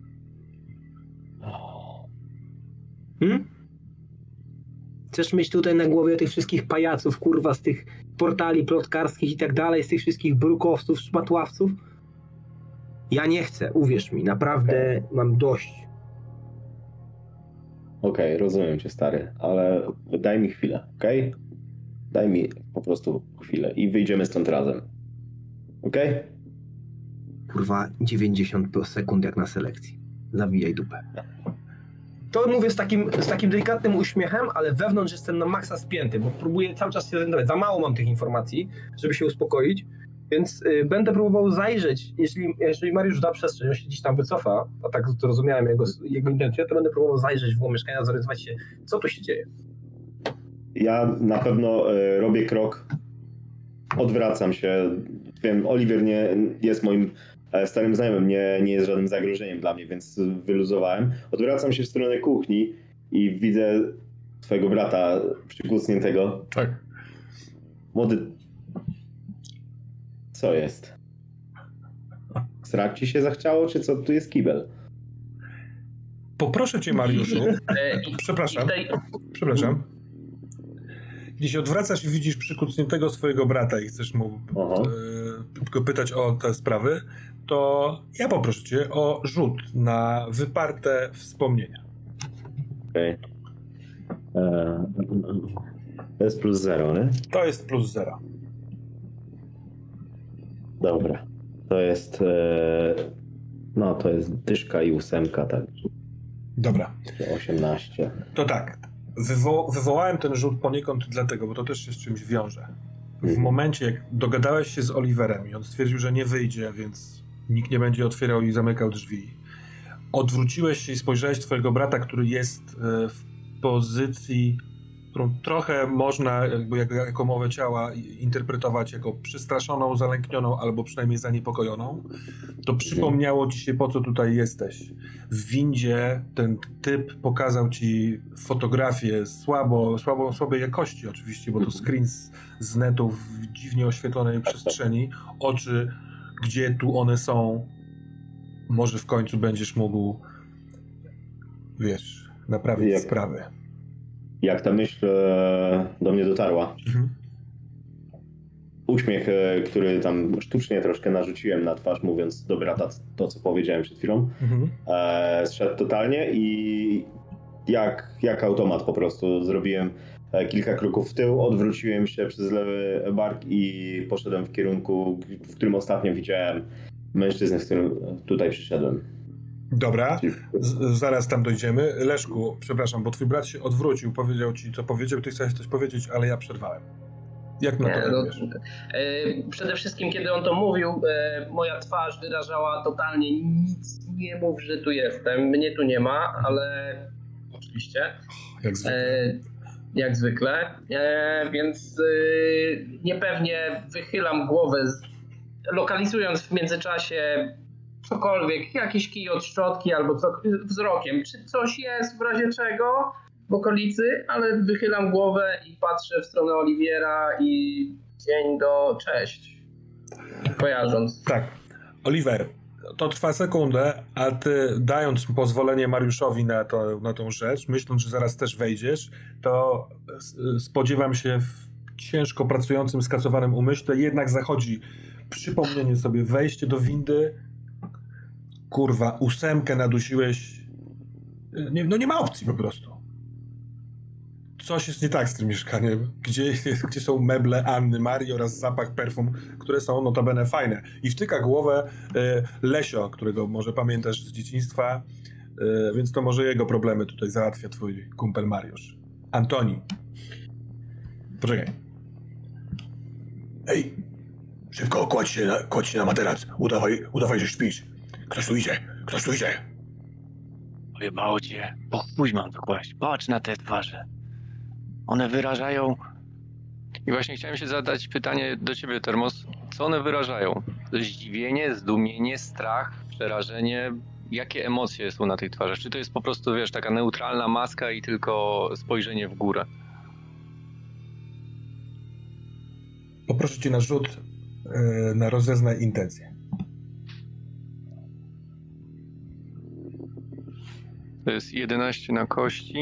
Hmm? Chcesz mieć tutaj na głowie tych wszystkich pajaców, kurwa, z tych portali plotkarskich i tak dalej, z tych wszystkich brukowców, szmatławców? Ja nie chcę, uwierz mi, naprawdę mam dość. Okej, okay, rozumiem cię, stary, ale daj mi chwilę, okej? Okay? Daj mi po prostu chwilę i wyjdziemy stąd razem. Okej? Okay? Kurwa, dziewięćdziesiąt sekund jak na selekcji. Zawijaj dupę. To mówię z takim, z takim delikatnym uśmiechem, ale wewnątrz jestem na maksa spięty, bo próbuję cały czas się zorientować. Za mało mam tych informacji, żeby się uspokoić, więc y, będę próbował zajrzeć. Jeśli, jeżeli Mariusz da przestrzeń, on się gdzieś tam wycofa, a tak zrozumiałem jego, jego intencję, to będę próbował zajrzeć w głąb mieszkania, zorientować się, co tu się dzieje. Ja na pewno y, robię krok, odwracam się. Wiem, Oliver nie jest moim starym znajomym, nie, nie jest żadnym zagrożeniem dla mnie, więc wyluzowałem. Odwracam się w stronę kuchni i widzę twojego brata przykucniętego. Tak. Młody... Co jest? Srać ci się zachciało, czy co? Tu jest kibel. Poproszę cię, Mariuszu. Przepraszam. Przepraszam. Jeśli się odwracasz i widzisz przykucniętego swojego brata i chcesz mu e, go pytać o te sprawy, to ja poproszę cię o rzut na wyparte wspomnienia. Okej. Okay. To jest plus zero, nie? To jest plus zero. Dobra. To jest... E, no, to jest dyszka i ósemka, tak. Dobra. osiemnaście. To tak. wywo- wywołałem ten rzut poniekąd dlatego, bo to też się z czymś wiąże. W momencie, jak dogadałeś się z Oliverem i on stwierdził, że nie wyjdzie, więc nikt nie będzie otwierał i zamykał drzwi, odwróciłeś się i spojrzałeś twojego brata, który jest w pozycji, którą trochę można jakby jako mowę ciała interpretować jako przestraszoną, zalęknioną albo przynajmniej zaniepokojoną, to przypomniało ci się, po co tutaj jesteś. W windzie ten typ pokazał ci fotografię słabo, słabo, słabej jakości oczywiście, bo to screen z, z netu w dziwnie oświetlonej przestrzeni. Oczy, gdzie tu one są, może w końcu będziesz mógł, wiesz, naprawić jak, sprawy. Jak ta myśl e, do mnie dotarła, mhm. uśmiech, e, który tam sztucznie troszkę narzuciłem na twarz, mówiąc do brata to, co powiedziałem przed chwilą, mhm. e, zszedł totalnie i jak, jak automat po prostu zrobiłem e, kilka kroków w tył, odwróciłem się przez lewy bark i poszedłem w kierunku, w którym ostatnio widziałem mężczyznę, z którym tutaj przyszedłem. Dobra, Z- zaraz tam dojdziemy. Leszku, przepraszam, bo twój brat się odwrócił, powiedział ci, co powiedział, ty chciałeś coś powiedzieć, ale ja przerwałem. Jak na to reagujesz? No, e, przede wszystkim, kiedy on to mówił, e, moja twarz wyrażała totalnie nic, nie mów, że tu jestem, mnie tu nie ma, ale oczywiście. Jak zwykle. E, jak zwykle, e, więc e, niepewnie wychylam głowę, z, lokalizując w międzyczasie cokolwiek, jakiś kij od szczotki albo co, wzrokiem, czy coś jest w razie czego w okolicy, ale wychylam głowę i patrzę w stronę Oliwiera i dzień do cześć, kojarząc. Tak. Oliver, to trwa sekundę, a ty dając pozwolenie Mariuszowi na, to, na tą rzecz, myśląc, że zaraz też wejdziesz, to spodziewam się w ciężko pracującym, skasowanym umyśle, jednak zachodzi przypomnienie sobie, wejście do windy, kurwa, ósemkę nadusiłeś, nie, no nie ma opcji po prostu. Coś jest nie tak z tym mieszkaniem, gdzie, gdzie są meble Anny, Marii oraz zapach perfum, które są notabene fajne. I wtyka głowę e, Lesio, którego może pamiętasz z dzieciństwa, e, więc to może jego problemy tutaj załatwia twój kumpel Mariusz. Antoni. Poczekaj. Ej, szybko, kładź się na, kładź się na materac. Udawaj, udawaj, że śpisz. Ktoś tu idzie, ktoś tu idzie. Pojebało cię. Po chuj mam to kłaść. Patrz na te twarze. One wyrażają... I właśnie chciałem się zadać pytanie do ciebie, Termos. Co one wyrażają? Zdziwienie, zdumienie, strach, przerażenie? Jakie emocje są na tych twarzach? Czy to jest po prostu, wiesz, taka neutralna maska i tylko spojrzenie w górę? Poproszę cię na rzut yy, na rozeznaj intencje. To jest jedenaście na kości.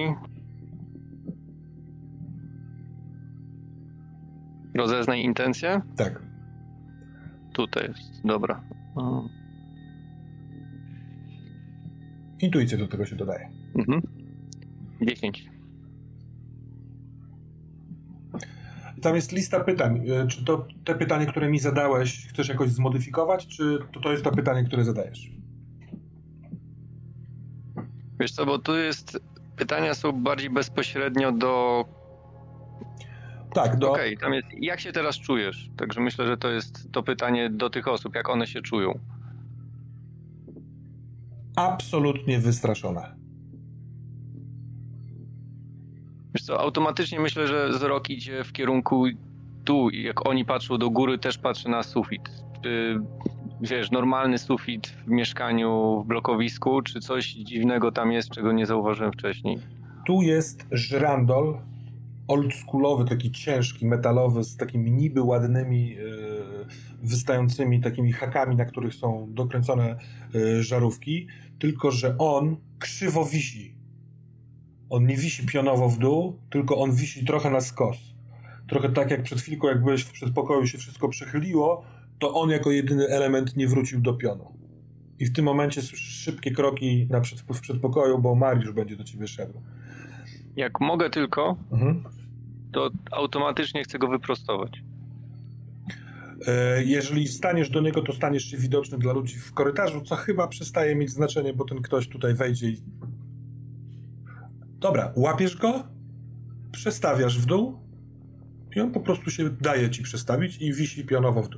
Rozeznaj intencję? Tak. Tutaj jest, dobra. O. Intuicja do tego się dodaje. Mhm. dziesięć. Tam jest lista pytań. Czy to te pytanie, które mi zadałeś, chcesz jakoś zmodyfikować, czy to, to jest to pytanie, które zadajesz? Wiesz co, bo tu jest... Pytania są bardziej bezpośrednio do... Tak, do... Okej, okay, tam jest... Jak się teraz czujesz? Także myślę, że to jest to pytanie do tych osób, jak one się czują. Absolutnie wystraszone. Wiesz co, automatycznie myślę, że wzrok idzie w kierunku tu i jak oni patrzą do góry, też patrzę na sufit. Czy, wiesz, normalny sufit w mieszkaniu, w blokowisku, czy coś dziwnego tam jest, czego nie zauważyłem wcześniej? Tu jest żrandol, oldschoolowy, taki ciężki, metalowy, z takimi niby ładnymi, yy, wystającymi takimi hakami, na których są dokręcone yy, żarówki, tylko że on krzywo wisi. On nie wisi pionowo w dół, tylko on wisi trochę na skos. Trochę tak jak przed chwilką, jak byłeś w przedpokoju, się wszystko przechyliło, to on jako jedyny element nie wrócił do pionu. I w tym momencie słyszysz szybkie kroki na przed, w przedpokoju, bo Mariusz będzie do ciebie szedł. Jak mogę tylko, mhm. to automatycznie chcę go wyprostować. Jeżeli staniesz do niego, to staniesz się widoczny dla ludzi w korytarzu, co chyba przestaje mieć znaczenie, bo ten ktoś tutaj wejdzie i... Dobra, łapiesz go przestawiasz w dół i on po prostu się daje ci przestawić i wisi pionowo w dół.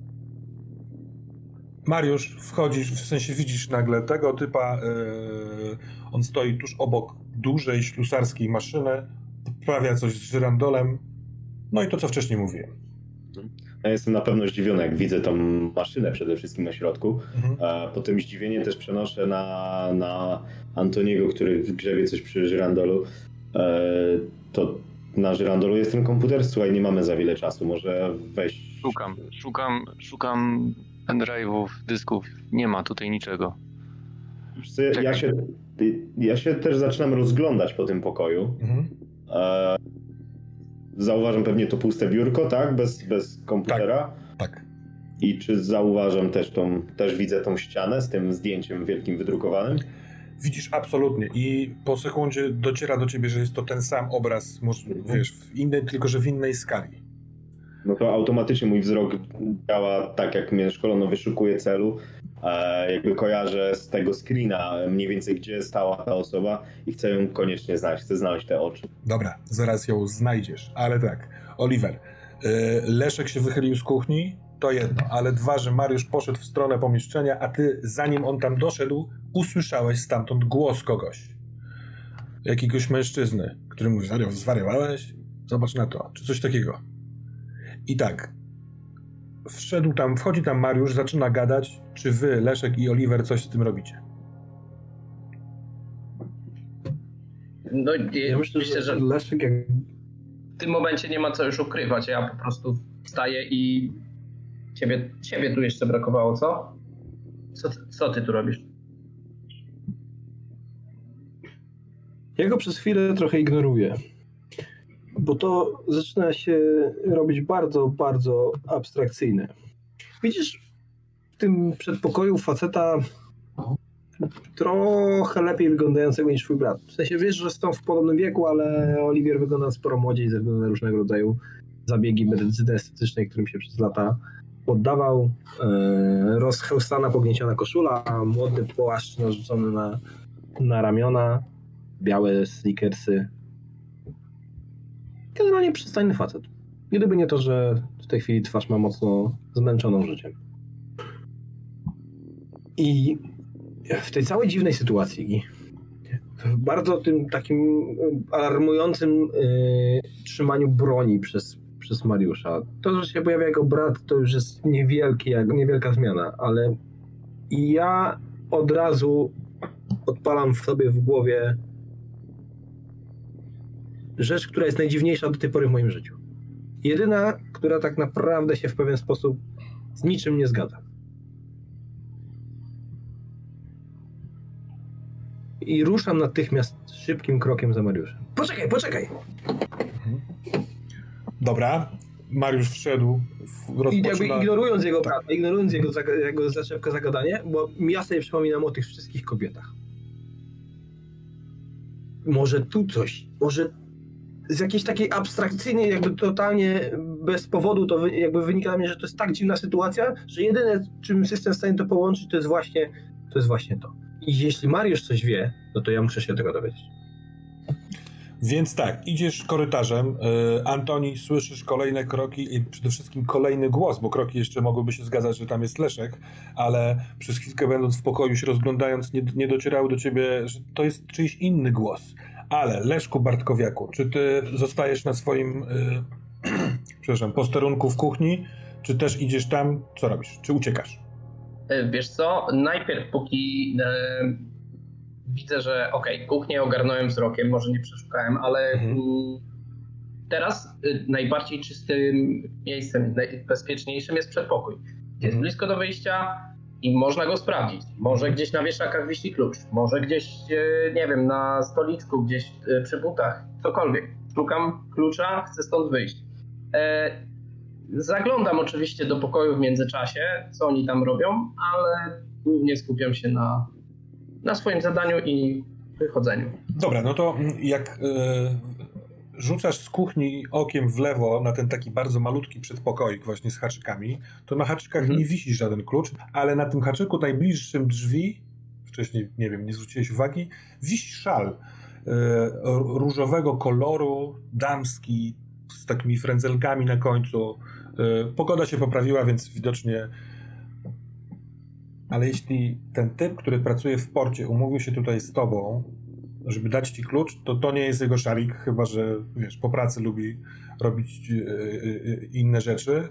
Mariusz, wchodzisz, w sensie widzisz nagle tego typa, yy, on stoi tuż obok dużej ślusarskiej maszyny, poprawia coś z żyrandolem, no i to, co wcześniej mówiłem. Ja jestem na pewno zdziwiony, jak widzę tą maszynę przede wszystkim na środku. Mhm. A potem zdziwienie też przenoszę na, na Antoniego, który grzebie coś przy żyrandolu. E, to na żyrandolu jest ten komputer? Słuchaj, nie mamy za wiele czasu, może weź... Szukam, szukam, szukam pendrive'ów, dysków, nie ma tutaj niczego. Ja się, ja się też zaczynam rozglądać po tym pokoju. Mhm. E, Zauważam pewnie to puste biurko, tak? Bez, bez komputera? Tak, tak. I czy zauważam też tą, też widzę tą ścianę z tym zdjęciem wielkim wydrukowanym? Widzisz absolutnie i po sekundzie dociera do ciebie, że jest to ten sam obraz, może, wiesz, w innej, tylko że w innej skali. No to automatycznie mój wzrok działa tak, jak mnie szkolono, wyszukuje celu. E, jakby kojarzę z tego screena mniej więcej, gdzie stała ta osoba i chcę ją koniecznie znaleźć, chcę znaleźć te oczy. Dobra, zaraz ją znajdziesz, ale tak, Oliver, yy, Leszek się wychylił z kuchni, to jedno, ale dwa, że Mariusz poszedł w stronę pomieszczenia, a ty, zanim on tam doszedł, usłyszałeś stamtąd głos kogoś. Jakiegoś mężczyzny, który mówi, zwariowałeś? Zobacz na to, czy coś takiego. I tak, wszedł tam, wchodzi tam Mariusz, zaczyna gadać, czy wy, Leszek i Oliver, coś z tym robicie? No, ja myślę, myślę, że Leszek jak... w tym momencie nie ma co już ukrywać. Ja po prostu wstaję i ciebie, ciebie tu jeszcze brakowało, co? Co, co ty tu robisz? Ja go przez chwilę trochę ignoruję, bo to zaczyna się robić bardzo, bardzo abstrakcyjne. Widzisz w tym przedpokoju faceta trochę lepiej wyglądającego niż twój brat. W sensie wiesz, że są w podobnym wieku, ale Oliwier wygląda sporo młodziej ze względu na różnego rodzaju zabiegi medycyny estetycznej, którym się przez lata poddawał. Yy, rozchełstana, pognieciona koszula, młody płaszcz narzucony na, na ramiona, białe sneakersy. Generalnie przystojny facet. Gdyby nie to, że w tej chwili twarz ma mocno zmęczoną życiem. I w tej całej dziwnej sytuacji, w bardzo tym takim alarmującym yy, trzymaniu broni przez, przez Mariusza, to, że się pojawia jego brat, to już jest niewielki, niewielka zmiana, ale ja od razu odpalam w sobie w głowie rzecz, która jest najdziwniejsza do tej pory w moim życiu. Jedyna, która tak naprawdę się w pewien sposób z niczym nie zgadza. I ruszam natychmiast szybkim krokiem za Mariuszem. Poczekaj, poczekaj! Mhm. Dobra, Mariusz wszedł. W, I jakby ignorując jego tak. brata, ignorując jego, jego zaczepkę zagadanie, bo ja sobie przypominam o tych wszystkich kobietach. Może tu coś, może z jakiejś takiej abstrakcyjnej, jakby totalnie bez powodu to wy, jakby wynika na mnie, że to jest tak dziwna sytuacja, że jedyne, czym system jest w stanie to połączyć, to jest właśnie to. Jest właśnie to. I jeśli Mariusz coś wie, no to ja muszę się tego dowiedzieć. Więc tak, idziesz korytarzem, yy, Antoni, słyszysz kolejne kroki i przede wszystkim kolejny głos, bo kroki jeszcze mogłyby się zgadzać, że tam jest Leszek, ale przez chwilkę będąc w pokoju, się rozglądając, nie, nie docierały do ciebie, że to jest czyjś inny głos. Ale Leszku Bartkowiaku, czy ty zostajesz na swoim yy, przepraszam, posterunku w kuchni, czy też idziesz tam, co robisz? Czy uciekasz? Wiesz co, najpierw póki e, widzę, że okej, okay, kuchnię ogarnąłem wzrokiem, może nie przeszukałem, ale mhm. teraz y, najbardziej czystym miejscem, najbezpieczniejszym jest przedpokój. Jest mhm. blisko do wyjścia i można go sprawdzić. Może gdzieś na wieszakach wisi klucz, może gdzieś, e, nie wiem, na stoliczku, gdzieś e, przy butach, cokolwiek. Szukam klucza, chcę stąd wyjść. E, Zaglądam oczywiście do pokoju w międzyczasie, co oni tam robią, ale głównie skupiam się na, na swoim zadaniu i wychodzeniu. Dobra, no to jak yy, rzucasz z kuchni okiem w lewo na ten taki bardzo malutki przedpokoik właśnie z haczykami, to na haczykach mhm. nie wisi żaden klucz, ale na tym haczyku najbliższym drzwi, wcześniej, nie wiem, nie zwróciłeś uwagi, wisi szal. różowego koloru, damski, z takimi frędzelkami na końcu. Pogoda się poprawiła, więc widocznie... Ale jeśli ten typ, który pracuje w porcie, umówił się tutaj z tobą, żeby dać ci klucz, to to nie jest jego szarik, chyba że, wiesz, po pracy lubi robić inne rzeczy.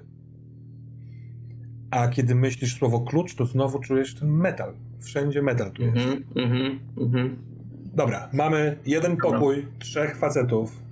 A kiedy myślisz słowo klucz, to znowu czujesz ten metal. Wszędzie metal tu jest. Mhm, mhm, mhm. Dobra, mamy jeden pokój, trzech facetów.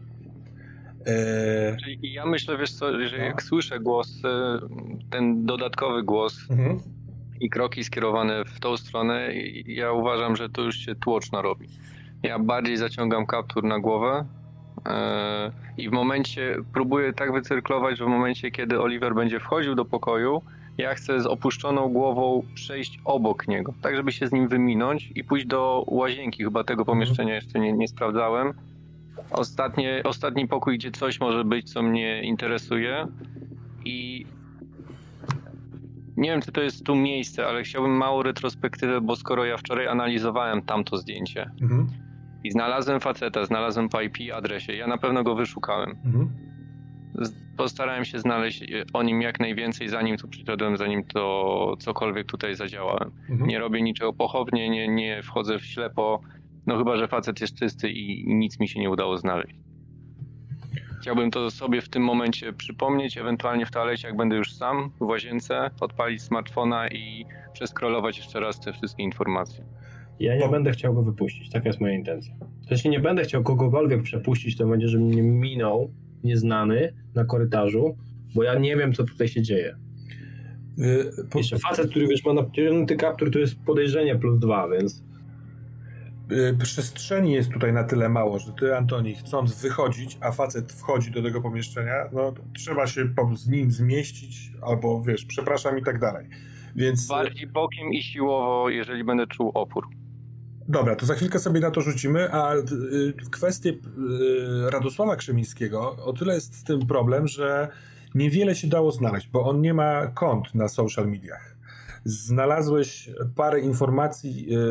Eee... Czyli ja myślę, wiesz co, że jak słyszę głos, ten dodatkowy głos mhm. i kroki skierowane w tą stronę, ja uważam, że to już się tłoczno robi. Ja bardziej zaciągam kaptur na głowę yy, i w momencie, próbuję tak wycyrklować, że w momencie, kiedy Oliver będzie wchodził do pokoju, ja chcę z opuszczoną głową przejść obok niego, tak żeby się z nim wyminąć i pójść do łazienki. Chyba tego pomieszczenia jeszcze nie, nie sprawdzałem. Ostatnie, ostatni pokój, gdzie coś może być, co mnie interesuje i nie wiem, czy to jest tu miejsce, ale chciałbym małą retrospektywę, bo skoro ja wczoraj analizowałem tamto zdjęcie mhm. i znalazłem faceta, znalazłem po I P adresie, ja na pewno go wyszukałem. Mhm. Postarałem się znaleźć o nim jak najwięcej, zanim tu przyszedłem, zanim to cokolwiek tutaj zadziałałem. Mhm. Nie robię niczego pochopnie, nie, nie wchodzę w ślepo, no chyba, że facet jest czysty i, i nic mi się nie udało znaleźć. Chciałbym to sobie w tym momencie przypomnieć, ewentualnie w toalecie, jak będę już sam w łazience, odpalić smartfona i przeskrolować jeszcze raz te wszystkie informacje. Ja nie będę chciał go wypuścić, taka jest moja intencja. Jeśli nie będę chciał kogokolwiek przepuścić, to będzie, że mnie minął nieznany na korytarzu, bo ja nie wiem, co tutaj się dzieje. Yy, po... Jeszcze facet, który wiesz, ma napięty kaptur, to jest podejrzenie plus dwa, więc... Yy, przestrzeni jest tutaj na tyle mało, że ty, Antoni, chcąc wychodzić, a facet wchodzi do tego pomieszczenia, no trzeba się z nim zmieścić, albo wiesz, przepraszam i tak dalej. Więc... Bardziej bokiem i siłowo, jeżeli będę czuł opór. Dobra, to za chwilkę sobie na to rzucimy, a y, kwestię y, Radosława Krzemińskiego, o tyle jest z tym problem, że niewiele się dało znaleźć, bo on nie ma kont na social mediach. Znalazłeś parę informacji y,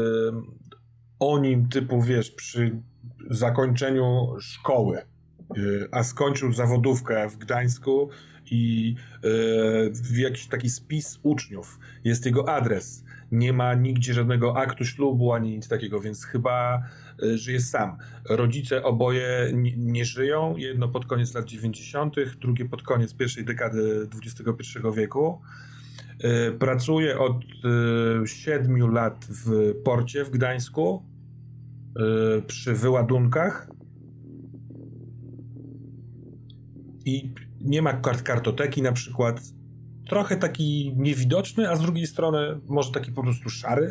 o nim, typu wiesz, przy zakończeniu szkoły, y, a skończył zawodówkę w Gdańsku i y, jakiś taki spis uczniów. Jest jego adres. Nie ma nigdzie żadnego aktu ślubu ani nic takiego, więc chyba y, żyje sam. Rodzice oboje nie, nie żyją. Jedno pod koniec lat dziewięćdziesiątych, drugie pod koniec pierwszej dekady dwudziestego pierwszego wieku. Y, pracuje od y, siedmiu lat w porcie w Gdańsku y, przy wyładunkach i nie ma kart kartoteki na przykład. Trochę taki niewidoczny, a z drugiej strony może taki po prostu szary.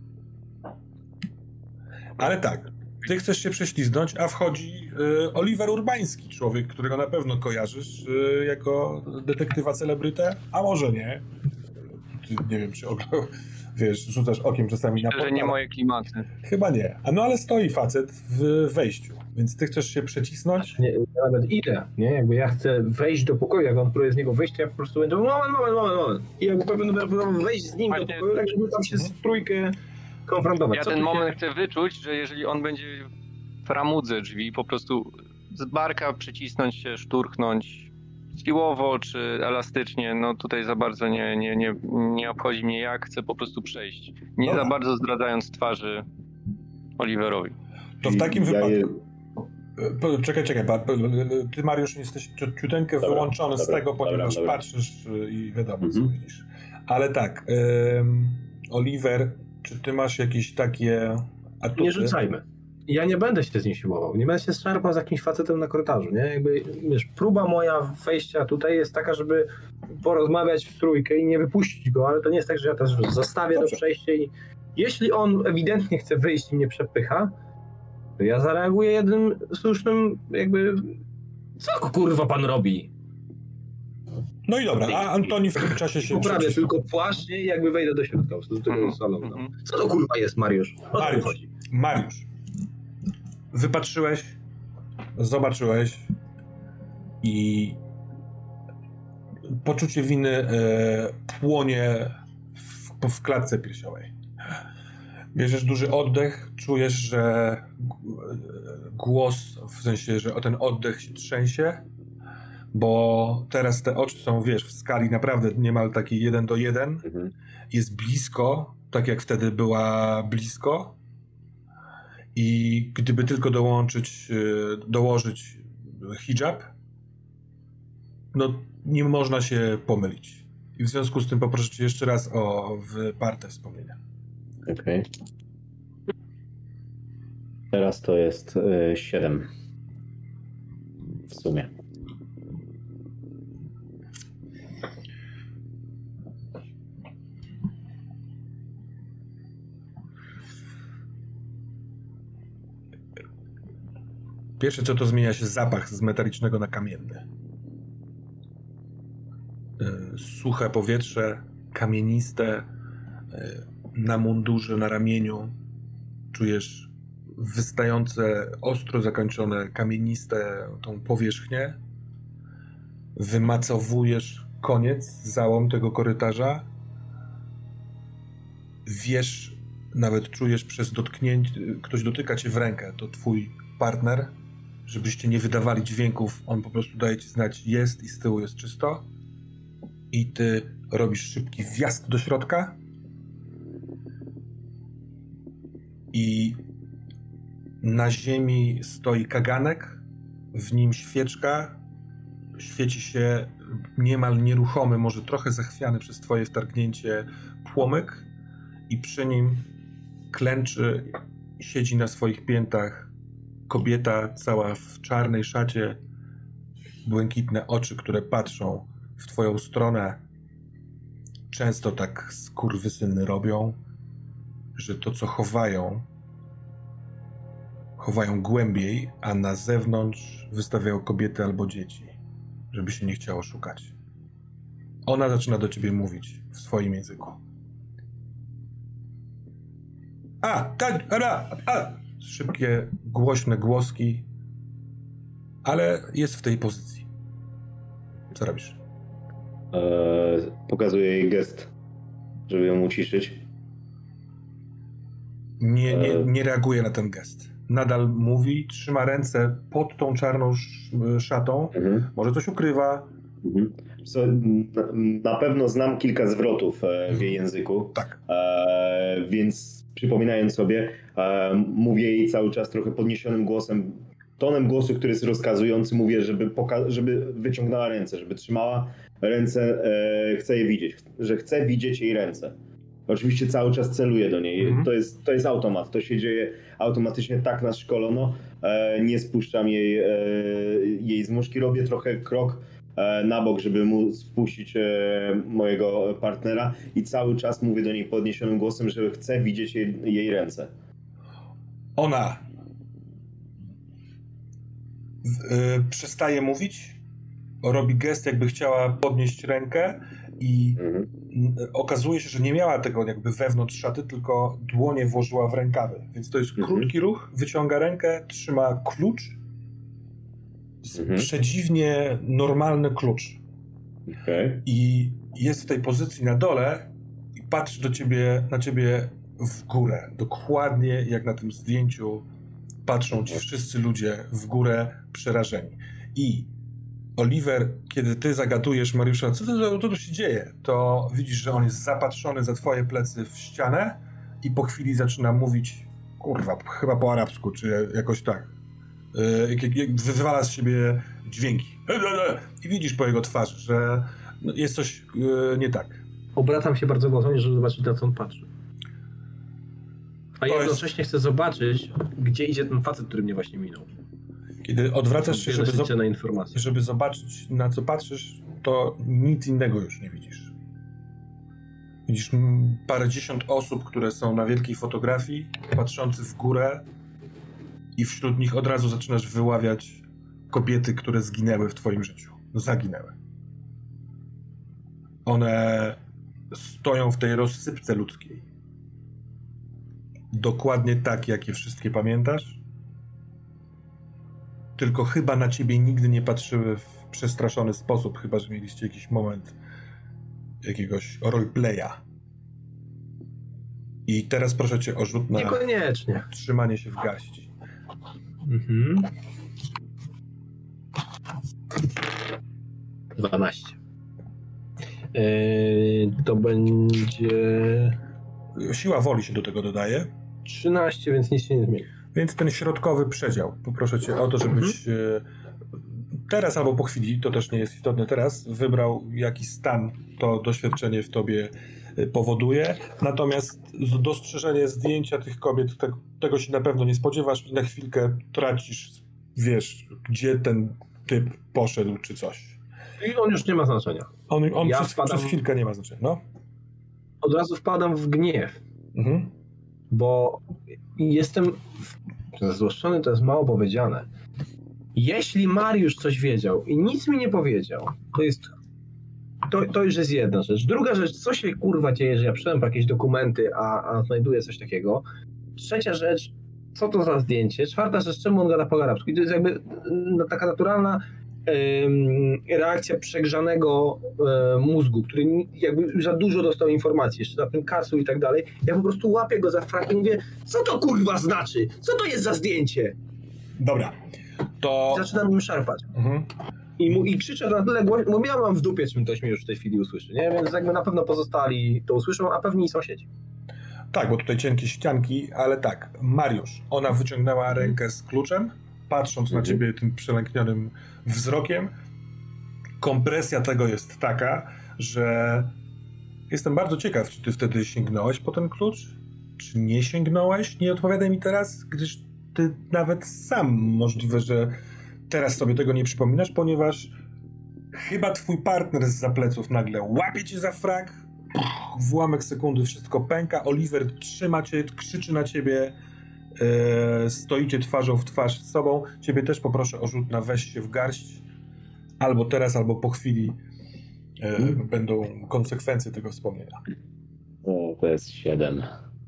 Ale tak, ty chcesz się prześliznąć, a wchodzi y, Oliver Urbański, człowiek, którego na pewno kojarzysz y, jako detektywa celebrytę, a może nie. Ty, nie wiem, czy ogl- wiesz, rzucasz okiem czasami na portal. Że nie moje klimaty. Chyba nie. A no ale stoi facet w wejściu, więc ty chcesz się przecisnąć. Nie, ja nawet idę, nie? Jakby ja chcę wejść do pokoju, jak on próbuje z niego wyjść, to ja po prostu będę moment, moment, moment, moment. I jakby pewnie będę próbował wejść z nim Właśnie... do pokoju, tak żeby tam się z trójkę konfrontować. Ja Co ten się... moment chcę wyczuć, że jeżeli on będzie w ramudze drzwi, po prostu z barka przycisnąć się, szturchnąć siłowo czy elastycznie, no tutaj za bardzo nie, nie, nie, nie obchodzi mnie jak, chcę po prostu przejść. Nie Dobra. za bardzo zdradzając twarzy Oliverowi. To w takim Ja wypadku... je... Czekaj, czekaj, ty, Mariusz, jesteś ciuteńkę Dobra, wyłączony dobra, z tego, dobra, ponieważ dobra. patrzysz i wiadomo, co Mhm. widzisz. Ale tak, ym, Oliver, czy ty masz jakieś takie atuty? Nie rzucajmy. Ja nie będę się z nim siłował, nie będę się szarpał z jakimś facetem na korytarzu, nie? Jakby, wiesz, próba moja wejścia tutaj jest taka, żeby porozmawiać w trójkę i nie wypuścić go, ale to nie jest tak, że ja też zastawię Dobrze. do przejścia i jeśli on ewidentnie chce wyjść i mnie przepycha, to ja zareaguję jednym słusznym jakby... Co kurwa pan robi? No i dobra, a Antoni w tym czasie się Poprawię przecisnął. tylko płaszcz i jakby wejdę do środka, do tego Mhm, salonu. mhm. Co to kurwa jest, Mariusz? O co Mariusz. chodzi? Mariusz, wypatrzyłeś, zobaczyłeś i poczucie winy e, płonie w, w klatce piersiowej. Bierzesz duży oddech, czujesz, że głos, w sensie, że ten oddech się trzęsie, bo teraz te oczy są, wiesz, w skali naprawdę niemal takiej jeden do jeden. Mhm. Jest blisko, tak jak wtedy była blisko. I gdyby tylko dołączyć, dołożyć hijab, no nie można się pomylić. I w związku z tym poproszę cię jeszcze raz o wyparte wspomnienia. Okej. Okay. Teraz to jest y, siedem. W sumie. Pierwsze co to zmienia się zapach z metalicznego na kamienny. Suche powietrze, kamieniste, na mundurze, na ramieniu. Czujesz wystające, ostro zakończone, kamieniste tą powierzchnię. Wymacowujesz koniec, załom tego korytarza. Wiesz, nawet czujesz przez dotknięcie, ktoś dotyka cię w rękę, to twój partner, żebyście nie wydawali dźwięków, on po prostu daje ci znać, jest i z tyłu jest czysto. I ty robisz szybki wjazd do środka i na ziemi stoi kaganek, w nim świeczka, świeci się niemal nieruchomy, może trochę zachwiany przez twoje wtargnięcie płomyk i przy nim klęczy, siedzi na swoich piętach kobieta cała w czarnej szacie, błękitne oczy, które patrzą w twoją stronę. Często tak skurwysyny robią, że to, co chowają, chowają głębiej, a na zewnątrz wystawiają kobiety albo dzieci, żeby się nie chciało szukać. Ona zaczyna do ciebie mówić w swoim języku. A, tak, a, a. Szybkie, głośne głoski, ale jest w tej pozycji. Co robisz? Eee, pokazuję jej gest, żeby ją uciszyć. Nie, nie, nie reaguje na ten gest. Nadal mówi, trzyma ręce pod tą czarną szatą. Mhm. Może coś ukrywa. Mhm. So, na, na pewno znam kilka zwrotów w jej języku. Tak. E, więc przypominając sobie, e, mówię jej cały czas trochę podniesionym głosem, tonem głosu, który jest rozkazujący, mówię, żeby, poka- żeby wyciągnęła ręce, żeby trzymała ręce, e, chcę je widzieć, że chcę widzieć jej ręce. Oczywiście cały czas celuję do niej. Mhm. To jest, to jest automat, to się dzieje automatycznie, tak nas szkolono. E, nie spuszczam jej, e, jej z muszki, robię trochę krok e, na bok, żeby móc wpuścić e, mojego partnera i cały czas mówię do niej podniesionym głosem, że chcę widzieć jej, jej ręce. Ona w, y, przestaje mówić, robi gest, jakby chciała podnieść rękę i mhm. okazuje się, że nie miała tego jakby wewnątrz szaty, tylko dłonie włożyła w rękawy. Więc to jest mhm. krótki ruch, wyciąga rękę, trzyma klucz, mhm. przedziwnie normalny klucz. Okay. I jest w tej pozycji na dole i patrzy do ciebie, na ciebie w górę. Dokładnie jak na tym zdjęciu patrzą ci wszyscy ludzie w górę przerażeni. I Oliver, kiedy ty zagadujesz Mariusza, co to, co tu się dzieje, to widzisz, że on jest zapatrzony za twoje plecy w ścianę i po chwili zaczyna mówić, kurwa, chyba po arabsku, czy jakoś tak. Yy, wywala z siebie dźwięki. I widzisz po jego twarzy, że jest coś yy, nie tak. Obracam się bardzo gwałtownie, żeby zobaczyć, na co on patrzy. A to jednocześnie jest... chcę zobaczyć, gdzie idzie ten facet, który mnie właśnie minął. Kiedy odwracasz się, żeby, zo- żeby zobaczyć, na co patrzysz, to nic innego już nie widzisz. Widzisz parędziesiąt osób, które są na wielkiej fotografii, patrzący w górę i wśród nich od razu zaczynasz wyławiać kobiety, które zginęły w twoim życiu. Zaginęły. One stoją w tej rozsypce ludzkiej. Dokładnie tak, jak je wszystkie pamiętasz. Tylko chyba na ciebie nigdy nie patrzyły w przestraszony sposób, chyba że mieliście jakiś moment jakiegoś roleplaya. I teraz proszę cię o rzut na Niekoniecznie. trzymanie się w garści. Mhm. dwanaście. Yy, to będzie Siła woli się do tego dodaje. trzynaście, więc nic się nie zmieni. Więc ten środkowy przedział. Poproszę cię o to, żebyś mhm. teraz albo po chwili, to też nie jest istotne teraz, wybrał jaki stan to doświadczenie w tobie powoduje. Natomiast dostrzeżenie zdjęcia tych kobiet, te, tego się na pewno nie spodziewasz i na chwilkę tracisz, wiesz, gdzie ten typ poszedł czy coś. I on już nie ma znaczenia. On, on ja przez, wpadam, przez chwilkę nie ma znaczenia, no. Od razu wpadam w gniew. Mhm. Bo jestem złoszczony, to jest mało powiedziane. Jeśli Mariusz coś wiedział i nic mi nie powiedział, to jest to, to już jest jedna rzecz. Druga rzecz, co się kurwa dzieje, że ja przyszedłem po jakieś dokumenty, a, a znajduję coś takiego. Trzecia rzecz, co to za zdjęcie. Czwarta rzecz, czemu on gada po arabsku. I to jest jakby no, taka naturalna ym, reakcja przegrzanego y, mózgu, który jakby za dużo dostał informacji, jeszcze na tym karsu i tak dalej. Ja po prostu łapię go za frak i mówię, co to kurwa znaczy? Co to jest za zdjęcie? Dobra, to... Zaczynam nim szarpać. Mhm. I, mu, I krzyczę na tyle głośno, bo ja mam w dupie, czym ktoś mnie już w tej chwili usłyszy, nie? Więc jakby na pewno pozostali to usłyszą, a pewnie i sąsiedzi. Tak, bo tutaj cienkie ścianki, ale tak, Mariusz, ona wyciągnęła rękę z kluczem, patrząc mhm. na ciebie tym przelęknionym wzrokiem. Kompresja tego jest taka, że jestem bardzo ciekaw, czy ty wtedy sięgnąłeś po ten klucz, czy nie sięgnąłeś. Nie odpowiadaj mi teraz, gdyż ty nawet sam możliwe, że teraz sobie tego nie przypominasz, ponieważ chyba twój partner zza pleców nagle łapie cię za frak, w ułamek sekundy wszystko pęka, Oliver trzyma cię, krzyczy na ciebie, e, stoicie twarzą w twarz z sobą. Ciebie też poproszę o rzut na weź się w garść. Albo teraz, albo po chwili e, hmm. będą konsekwencje tego wspomnienia. O, to jest siedem.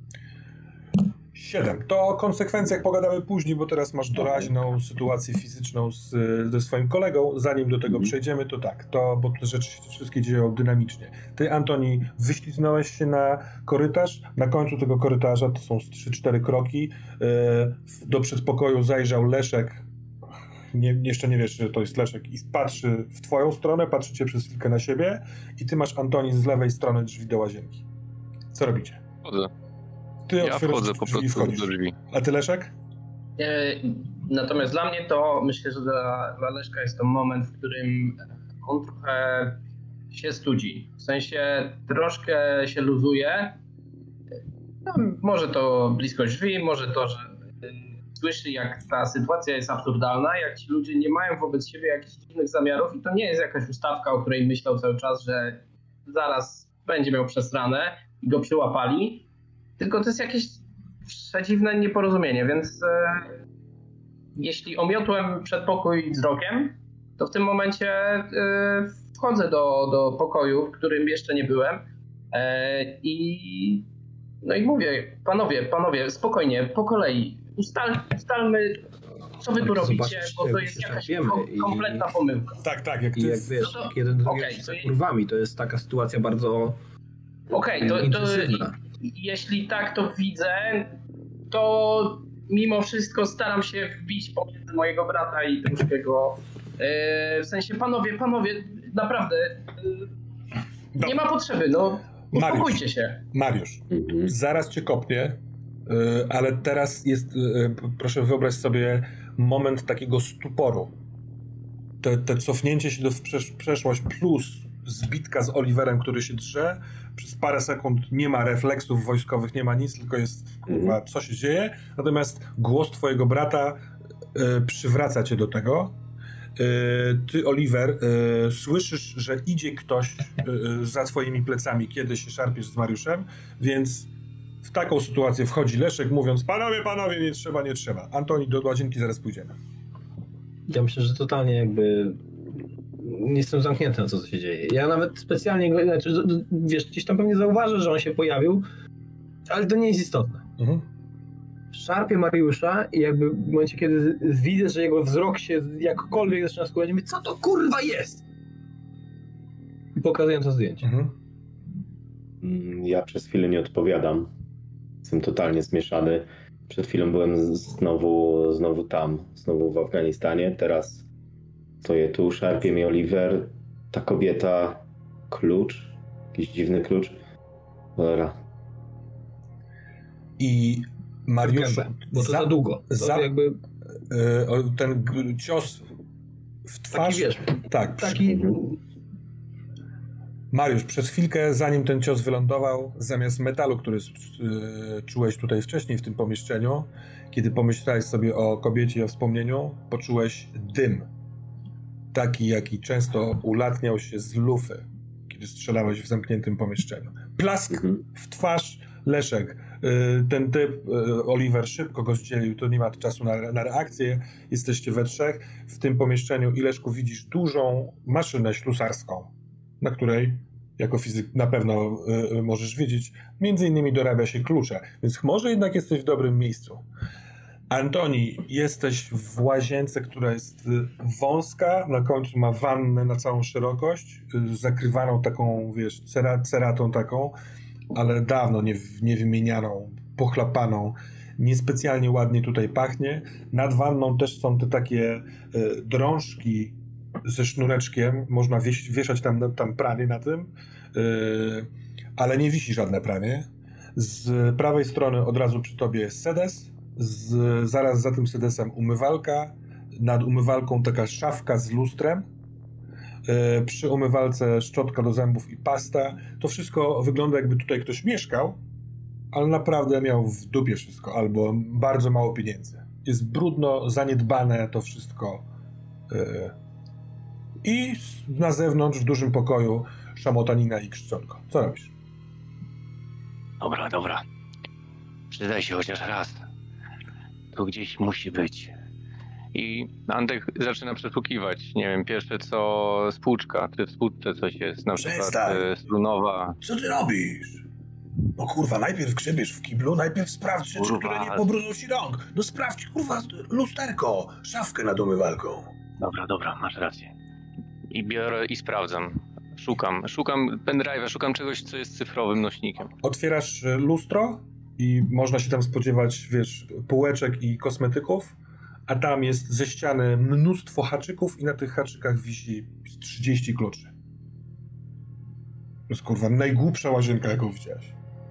Siedem. To o konsekwencjach pogadamy później, bo teraz masz doraźną sytuację fizyczną z, ze swoim kolegą. Zanim do tego przejdziemy, to tak, to, bo te rzeczy się wszystkie dzieją dynamicznie. Ty, Antoni, wyśliznąłeś się na korytarz. Na końcu tego korytarza, to są trzy cztery kroki, do przedpokoju zajrzał Leszek. Nie, jeszcze nie wiesz, że to jest Leszek i patrzy w twoją stronę, patrzycie przez chwilkę na siebie i ty masz, Antoni, z lewej strony drzwi do łazienki. Co robicie? Chodzę. Ty ja wchodzę po prostu do drzwi. A ty, Leszek? E, natomiast dla mnie to, myślę, że dla, dla Leszka jest to moment, w którym on trochę się studzi. W sensie troszkę się luzuje. No, może to bliskość drzwi, może to, że słyszy, jak ta sytuacja jest absurdalna, jak ci ludzie nie mają wobec siebie jakichś dziwnych zamiarów i to nie jest jakaś ustawka, o której myślał cały czas, że zaraz będzie miał przesrane i go przyłapali, tylko to jest jakieś przedziwne nieporozumienie, więc e, jeśli omiotłem przedpokój wzrokiem, to w tym momencie e, wchodzę do, do pokoju, w którym jeszcze nie byłem e, i no i mówię, panowie, panowie, spokojnie, po kolei, ustal, ustalmy, co wy tu robicie, bo to jest jakaś kom, kompletna pomyłka. Tak, tak, jak ty... I jak wiesz, no to, jak jeden drugi okay, z kurwami, to jest taka sytuacja bardzo Okej, okay, to, to jeśli tak to widzę, to mimo wszystko staram się wbić pomiędzy mojego brata i drugiego. Yy, w sensie, panowie, panowie, naprawdę, yy, nie ma potrzeby, no, uspokójcie się. Mariusz, mhm. zaraz cię kopnie, yy, ale teraz jest, yy, proszę wyobraź sobie moment takiego stuporu. Te, te cofnięcie się do przesz- przeszłość plus zbitka z Oliverem, który się drze. Przez parę sekund nie ma refleksów wojskowych, nie ma nic, tylko jest, kurwa, co się dzieje. Natomiast głos twojego brata y, przywraca cię do tego. Y, ty, Oliver, y, słyszysz, że idzie ktoś y, za twoimi plecami, kiedy się szarpiesz z Mariuszem, więc w taką sytuację wchodzi Leszek, mówiąc: panowie, panowie, nie trzeba, nie trzeba. Antoni, do łazienki zaraz pójdziemy. Ja myślę, że totalnie jakby nie jestem zamknięty na to, co się dzieje. Ja nawet specjalnie, znaczy, wiesz, gdzieś tam pewnie zauważę, że on się pojawił, ale to nie jest istotne. Mhm. Szarpię Mariusza i jakby w momencie, kiedy widzę, że jego wzrok się jakkolwiek zaczyna skupiać, mówię: co to kurwa jest? I pokazuję to zdjęcie. Mhm. Ja przez chwilę nie odpowiadam. Jestem totalnie zmieszany. Przed chwilą byłem znowu, znowu tam, znowu w Afganistanie. Teraz stoję tu, szarpie mi Oliver. Ta kobieta, klucz, jakiś dziwny klucz. Cholera. I Mariusz, bo to za, za długo. To za, jakby... y, ten cios w twarz... Taki wiesz, tak. taki... Mariusz, przez chwilkę, zanim ten cios wylądował, zamiast metalu, który y, czułeś tutaj wcześniej w tym pomieszczeniu, kiedy pomyślałeś sobie o kobiecie i o wspomnieniu, poczułeś dym. Taki, jaki często ulatniał się z lufy, kiedy strzelałeś w zamkniętym pomieszczeniu. Plask mhm. w twarz, Leszek. Y, ten typ, y, Oliver, szybko go zdzielił, to nie ma czasu na, na reakcję. Jesteście we trzech. W tym pomieszczeniu i Leszku widzisz dużą maszynę ślusarską, na której, jako fizyk na pewno y, możesz wiedzieć, między innymi dorabia się klucze, więc może jednak jesteś w dobrym miejscu. Antoni, jesteś w łazience, która jest wąska, na końcu ma wannę na całą szerokość, y, zakrywaną taką, wiesz, cera, ceratą taką, ale dawno nie, nie wymienianą, pochlapaną, niespecjalnie ładnie tutaj pachnie. Nad wanną też są te takie y, drążki ze sznureczkiem, można wies- wieszać tam, tam pranie na tym, yy, ale nie wisi żadne pranie. Z prawej strony od razu przy tobie jest sedes, z, zaraz za tym sedesem umywalka, nad umywalką taka szafka z lustrem, yy, przy umywalce szczotka do zębów i pasta. To wszystko wygląda, jakby tutaj ktoś mieszkał, ale naprawdę miał w dupie wszystko, albo bardzo mało pieniędzy. Jest brudno, zaniedbane to wszystko. Yy. I na zewnątrz, w dużym pokoju, szamotanina i krzczonko. Co robisz? Dobra, dobra. Przydaj się chociaż raz. Tu gdzieś musi być. I Antek zaczyna przesłuchiwać. Nie wiem, pierwsze co spłuczka, czy w spłuczce coś jest, na przykład e, strunowa. Co ty robisz? No kurwa, najpierw grzebiesz w kiblu, najpierw sprawdź rzeczy, Kurwa. które nie pobrudzą ci rąk. No sprawdź, kurwa, lusterko, szafkę nad umywalką. Dobra, dobra, masz rację. I biorę i sprawdzam. Szukam, szukam pendrive'a, szukam czegoś, co jest cyfrowym nośnikiem. Otwierasz lustro i można się tam spodziewać, wiesz, półeczek i kosmetyków, a tam jest ze ściany mnóstwo haczyków i na tych haczykach wisi trzydzieści kluczy. To jest, kurwa, najgłupsza łazienka, jaką widziałeś.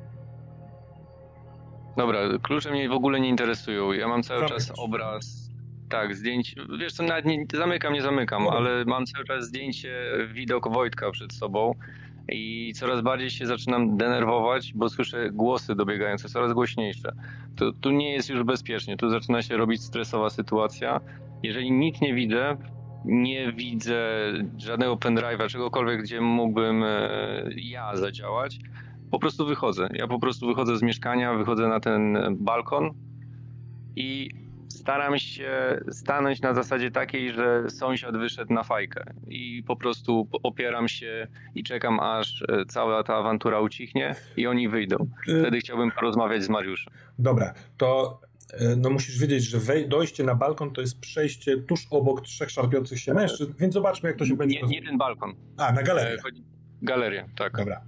Dobra, klucze mnie w ogóle nie interesują. Ja mam cały Zamykasz. czas obraz, tak, zdjęcie, wiesz co, nawet nie zamykam, nie zamykam, No. ale mam cały czas zdjęcie, widok Wojtka przed sobą i coraz bardziej się zaczynam denerwować, bo słyszę głosy dobiegające, coraz głośniejsze. Tu, tu nie jest już bezpiecznie, tu zaczyna się robić stresowa sytuacja. Jeżeli nic nie widzę, nie widzę żadnego pendrive'a, czegokolwiek, gdzie mógłbym e, ja zadziałać, po prostu wychodzę. Ja po prostu wychodzę z mieszkania, wychodzę na ten balkon i staram się stanąć na zasadzie takiej, że sąsiad wyszedł na fajkę i po prostu opieram się i czekam, aż cała ta awantura ucichnie i oni wyjdą. Wtedy chciałbym porozmawiać z Mariuszem. Dobra, to no musisz wiedzieć, że wej- dojście na balkon to jest przejście tuż obok trzech szarpiących się mężczyzn, więc zobaczmy, jak to się będzie... Nie, nie ten balkon. A, na galerię. Galerię, tak. Dobra.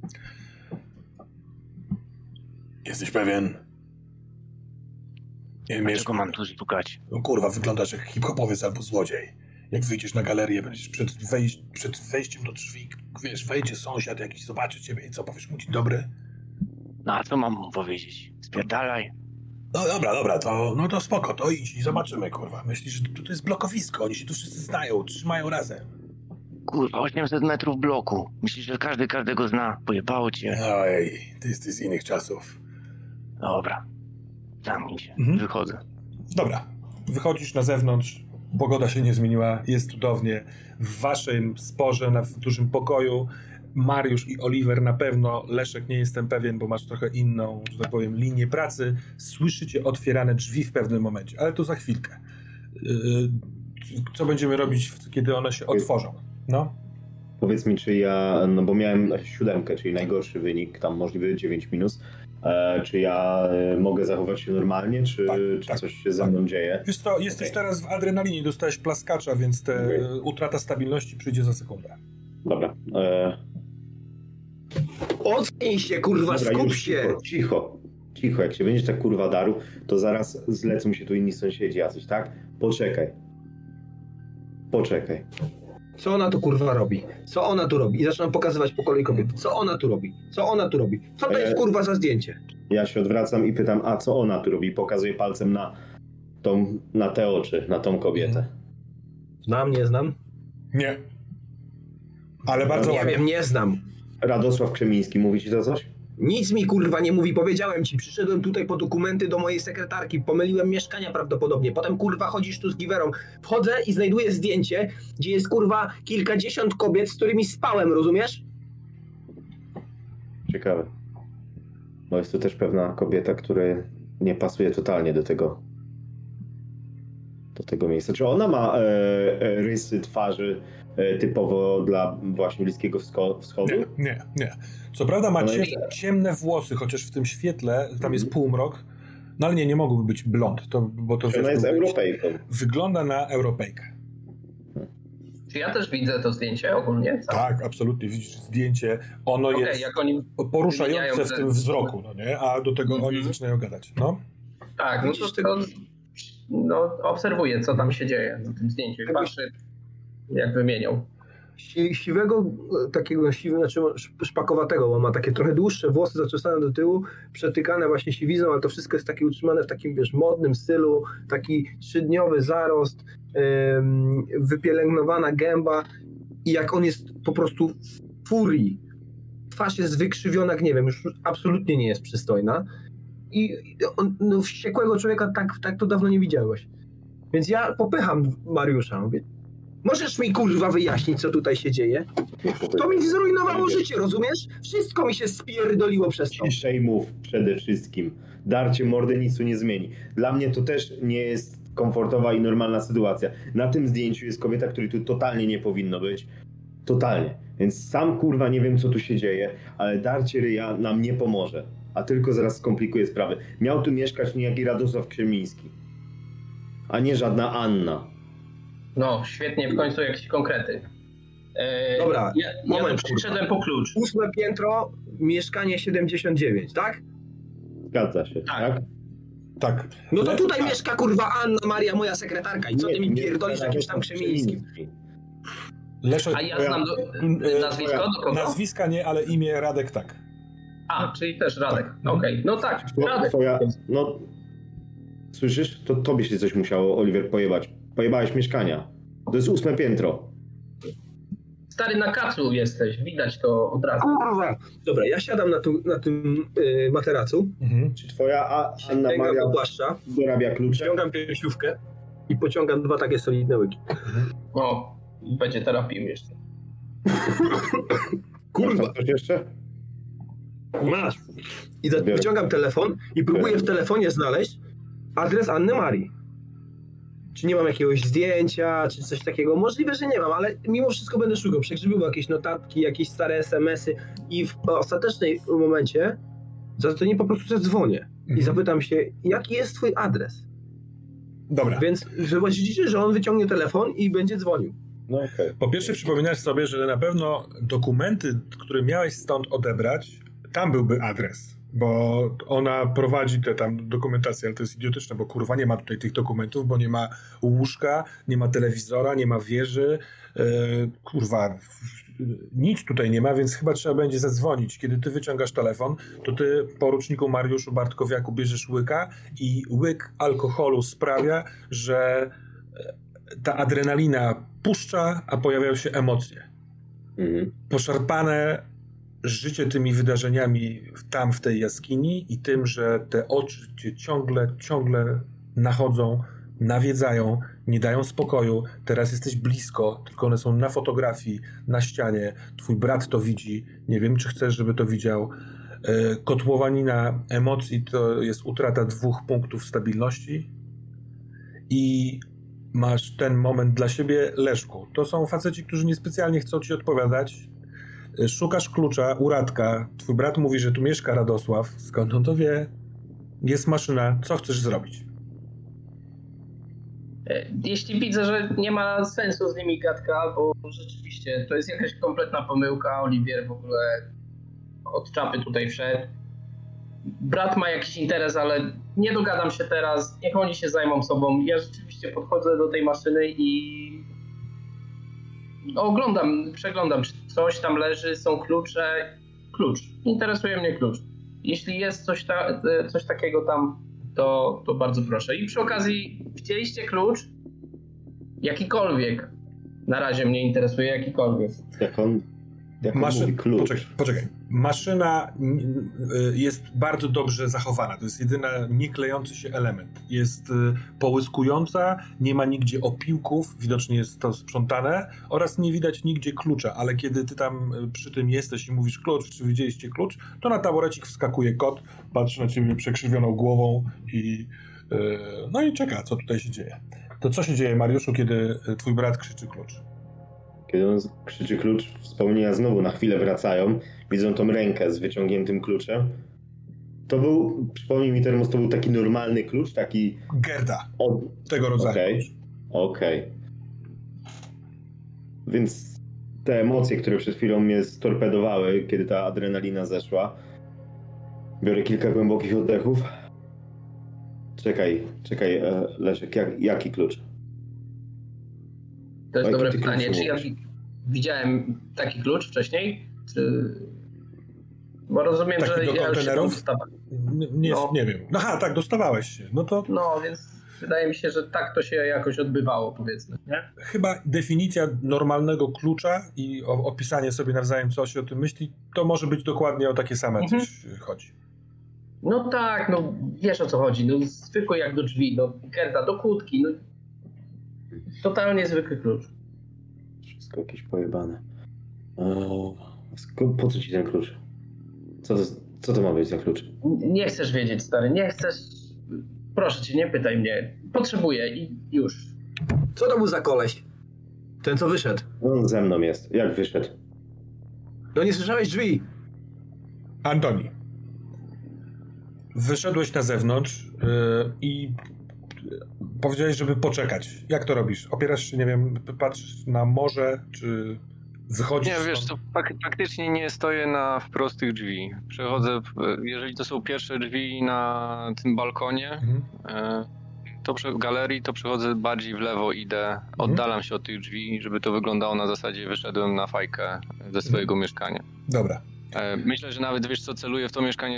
Jesteś pewien? Nie wiem, Dlaczego mam tu szukać? No kurwa, wyglądasz jak hip-hopowiec albo złodziej. Jak wyjdziesz na galerię, będziesz przed, wejś- przed wejściem do drzwi, wiesz, wejdzie sąsiad jakiś, zobaczy ciebie i co, powiesz mu dzień dobry? No a co mam mu powiedzieć? Spierdalaj. No dobra, dobra, to, no to spoko, to idź i zobaczymy, kurwa. Myślisz, że to, to jest blokowisko, oni się tu wszyscy znają, trzymają razem. Kurwa, osiemset metrów bloku. Myślisz, że każdy każdego zna? Pojebało cię. Oj, ty jesteś z innych czasów. Dobra. Zamknij się. Mhm. Wychodzę. Dobra, wychodzisz na zewnątrz, pogoda się nie zmieniła, jest cudownie. W waszym sporze, na, w dużym pokoju, Mariusz i Oliver na pewno, Leszek nie jestem pewien, bo masz trochę inną, że tak powiem, linię pracy, słyszycie otwierane drzwi w pewnym momencie, ale to za chwilkę. Yy, co będziemy robić, kiedy one się otworzą? No? Powiedz mi, czy ja, no bo miałem siódemkę, czyli najgorszy wynik, tam możliwy dziewięć minus, e, czy ja e, mogę zachować się normalnie, czy, Tak, czy tak, coś się ze tak. mną dzieje? Wiesz co, jesteś Okay. teraz w adrenalinie, dostałeś plaskacza, więc te, Okay. utrata stabilności przyjdzie za sekundę. Dobra. E, Ocknij się, kurwa, dobra, skup już się! cicho, cicho. cicho, jak się będziesz tak kurwa darł, to zaraz zlecą się tu inni sąsiedzi jacyś, tak? Poczekaj. Poczekaj. Co ona tu kurwa robi? Co ona tu robi? I zaczynam pokazywać po kolei kobiety. Co ona tu robi? Co ona tu robi? Co to jest kurwa za zdjęcie? Ja się odwracam i pytam, a co ona tu robi? Pokazuję palcem na tą, na te oczy, na tą kobietę. Znam, nie znam? Nie. Ale bardzo Nie ładnie. wiem, nie znam. Radosław Krzemiński, mówi ci to coś? Nic mi kurwa nie mówi, powiedziałem ci, przyszedłem tutaj po dokumenty do mojej sekretarki, pomyliłem mieszkania prawdopodobnie, potem kurwa chodzisz tu z giwerą. Wchodzę i znajduję zdjęcie, gdzie jest kurwa kilkadziesiąt kobiet, z którymi spałem, rozumiesz? Ciekawe. Bo jest tu też pewna kobieta, która nie pasuje totalnie do tego do tego miejsca. Czy ona ma e, e, rysy twarzy e, typowo dla właśnie Bliskiego Wscho- Wschodu? Nie, nie, nie. Co prawda ma Ona cie, jest- ciemne włosy, chociaż w tym świetle tam jest półmrok. No ale nie, nie mogłyby być blond, to, bo to Czy ona wiesz, jest to- Europejką? Wygląda na Europejkę. Czy ja też widzę to zdjęcie ogólnie? Co? Tak, absolutnie. Widzisz zdjęcie, ono Okej, jest jak oni poruszające wymieniają w te- tym wzroku, no nie? A do tego Mhm. oni zaczynają gadać. No. Tak, no to, Widzisz to tego- no, obserwuję, co tam się dzieje na tym zdjęciu i patrzę, jak wymienią. Si- Siwego, e, takiego siwego, znaczy sz- szpakowatego, bo on ma takie trochę dłuższe włosy zaczesane do tyłu, przetykane właśnie siwizną, ale to wszystko jest takie utrzymane w takim, wiesz, modnym stylu, taki trzydniowy zarost, ym, wypielęgnowana gęba i jak on jest po prostu w furii, twarz jest wykrzywiona gniewem, już absolutnie nie jest przystojna i i on, no, wściekłego człowieka tak, tak to dawno nie widziałeś. Więc ja popycham Mariusza, mówię, możesz mi kurwa wyjaśnić, co tutaj się dzieje? To mi zrujnowało życie, rozumiesz? Wszystko mi się spierdoliło przez to. Ciszej mów przede wszystkim. Darcie mordy nic tu nie zmieni. Dla mnie to też nie jest komfortowa i normalna sytuacja. Na tym zdjęciu jest kobieta, której tu totalnie nie powinno być. Totalnie. Więc sam kurwa nie wiem, co tu się dzieje, ale darcie ryja nam nie pomoże. A tylko zaraz skomplikuje sprawy. Miał tu mieszkać niejaki Radosław Krzemiński. A nie żadna Anna. No, świetnie, w końcu jakieś konkrety. E, Dobra, ja, ja moment, tu przyszedłem po klucz. Ósme piętro, mieszkanie siedemdziesiąt dziewięć, tak? Zgadza się, Tak. tak? Tak. No to Le- tutaj mieszka kurwa Anna Maria, moja sekretarka i co ty mi Nie, pierdolisz nie, jakimś tam Krzemińskim? Leszek, A ja twoja- znam do, e, nazwisko do kogo? nazwiska nie, ale imię Radek tak. A, czyli też Radek. Tak. Okej, no tak, Two- Radek. Twoja, no, słyszysz? To tobie się coś musiało, Oliver, pojebać. Pojebałeś mieszkania. To jest ósme piętro. Stary, na kacu jesteś, widać to od razu. Kurwa. Dobra, ja siadam na, tu, na tym y, materacu, Mhm. Czy twoja A- Anna sięgam Maria do płaszcza, dorabia klucze? ściągam piersiówkę i pociągam dwa takie solidne łyki. O, będzie terapią jeszcze. Kurwa, Masz tam coś jeszcze? masz. I za- Biorę. wyciągam telefon i próbuję w telefonie znaleźć adres Anny Marii. Czy nie mam jakiegoś zdjęcia, czy coś takiego? Możliwe, że nie mam, ale mimo wszystko będę szukał. Przegrzebywał jakieś notatki, jakieś stare es em esy i w ostatecznym momencie zadzwonię, po prostu zadzwonię i Mhm. zapytam się, jaki jest twój adres? Dobra. Więc zobaczycie, że on wyciągnie telefon i będzie dzwonił. No okej. Po pierwsze przypominasz sobie, że na pewno dokumenty, które miałeś stąd odebrać, tam byłby adres. Bo ona prowadzi tę tam dokumentację, ale to jest idiotyczne, bo kurwa nie ma tutaj tych dokumentów, bo nie ma łóżka, nie ma telewizora, nie ma wieży, yy, kurwa, nic tutaj nie ma, więc chyba trzeba będzie zadzwonić. Kiedy ty wyciągasz telefon, to ty, poruczniku Mariuszu Bartkowiaku, bierzesz łyka i łyk alkoholu sprawia, że ta adrenalina puszcza, a pojawiają się emocje. Mhm. Poszarpane życie tymi wydarzeniami tam w tej jaskini i tym, że te oczy cię ciągle, ciągle nachodzą, nawiedzają, nie dają spokoju. Teraz jesteś blisko, tylko one są na fotografii, na ścianie. Twój brat to widzi. Nie wiem, czy chcesz, żeby to widział. Yy, Kotłowanina emocji to jest utrata dwóch punktów stabilności i masz ten moment dla siebie, Leszku. To są faceci, którzy niespecjalnie chcą ci odpowiadać. Szukasz klucza u Radka. Twój brat mówi, że tu mieszka Radosław. Skąd on to wie? Jest maszyna. Co chcesz zrobić? Jeśli widzę, że nie ma sensu z nimi gadka, bo rzeczywiście to jest jakaś kompletna pomyłka, Oliwier w ogóle od czapy tutaj wszedł, brat ma jakiś interes, ale nie dogadam się teraz, niech oni się zajmą sobą. Ja rzeczywiście podchodzę do tej maszyny i oglądam, przeglądam, czy coś tam leży, są klucze. Klucz. Interesuje mnie klucz. Jeśli jest coś, ta, coś takiego tam, to, to bardzo proszę. I przy okazji, chcieliście klucz? Jakikolwiek. Na razie mnie interesuje jakikolwiek. Jak on, jak on Maszy... mówi klucz. Poczekaj, poczekaj. Maszyna jest bardzo dobrze zachowana. To jest jedyny nieklejący się element. Jest połyskująca, nie ma nigdzie opiłków, widocznie jest to sprzątane oraz nie widać nigdzie klucza, ale kiedy ty tam przy tym jesteś i mówisz klucz, czy widzieliście klucz, to na taborecik wskakuje kot, patrzy na ciebie przekrzywioną głową i no i czeka, co tutaj się dzieje. To co się dzieje, Mariuszu, kiedy twój brat krzyczy klucz? Kiedy on krzyczy klucz, wspomnienia znowu na chwilę wracają. Widzą tą rękę z wyciągniętym kluczem. To był, przypomnij mi Termos, to był taki normalny klucz, taki... Gerda. Od... Tego rodzaju. Okej, okay. okej. Okay. Więc te emocje, które przed chwilą mnie storpedowały, kiedy ta adrenalina zeszła. Biorę kilka głębokich oddechów. Czekaj, czekaj, Leszek, jak, jaki klucz? To jest dobre pytanie. Czy ja widziałem taki klucz wcześniej? Czy... Bo rozumiem, taki że do ja kontenerów? Już nie, nie, no. nie wiem. Aha, tak, dostawałeś się. No to... No, więc wydaje mi się, że tak to się jakoś odbywało, powiedzmy, nie? Chyba definicja normalnego klucza i opisanie sobie nawzajem, co się o tym myśli, to może być dokładnie o takie same mhm. coś chodzi. No tak, no wiesz o co chodzi. No zwykły jak do drzwi, no Gerda, do kłódki, no totalnie zwykły klucz. Wszystko jakieś pojebane. Eee, po co ci ten klucz? Co to, co to ma być za klucz? Nie chcesz wiedzieć, stary, nie chcesz... Proszę cię, nie pytaj mnie. Potrzebuję i już. Co to był za koleś? Ten, co wyszedł? On ze mną jest. Jak wyszedł? No nie słyszałeś drzwi. Antoni. Wyszedłeś na zewnątrz yy, i powiedziałeś, żeby poczekać. Jak to robisz? Opierasz się, nie wiem, patrzysz na morze, czy wychodzisz Nie, stąd? wiesz, to fak- faktycznie nie stoję na wprost tych drzwi. Przechodzę, jeżeli to są pierwsze drzwi na tym balkonie, mhm. to przy galerii, to przechodzę bardziej w lewo, idę, oddalam mhm. się od tych drzwi, żeby to wyglądało na zasadzie wyszedłem na fajkę ze swojego mhm. mieszkania. Dobra. Myślę, że nawet, wiesz co, celuję w to mieszkanie,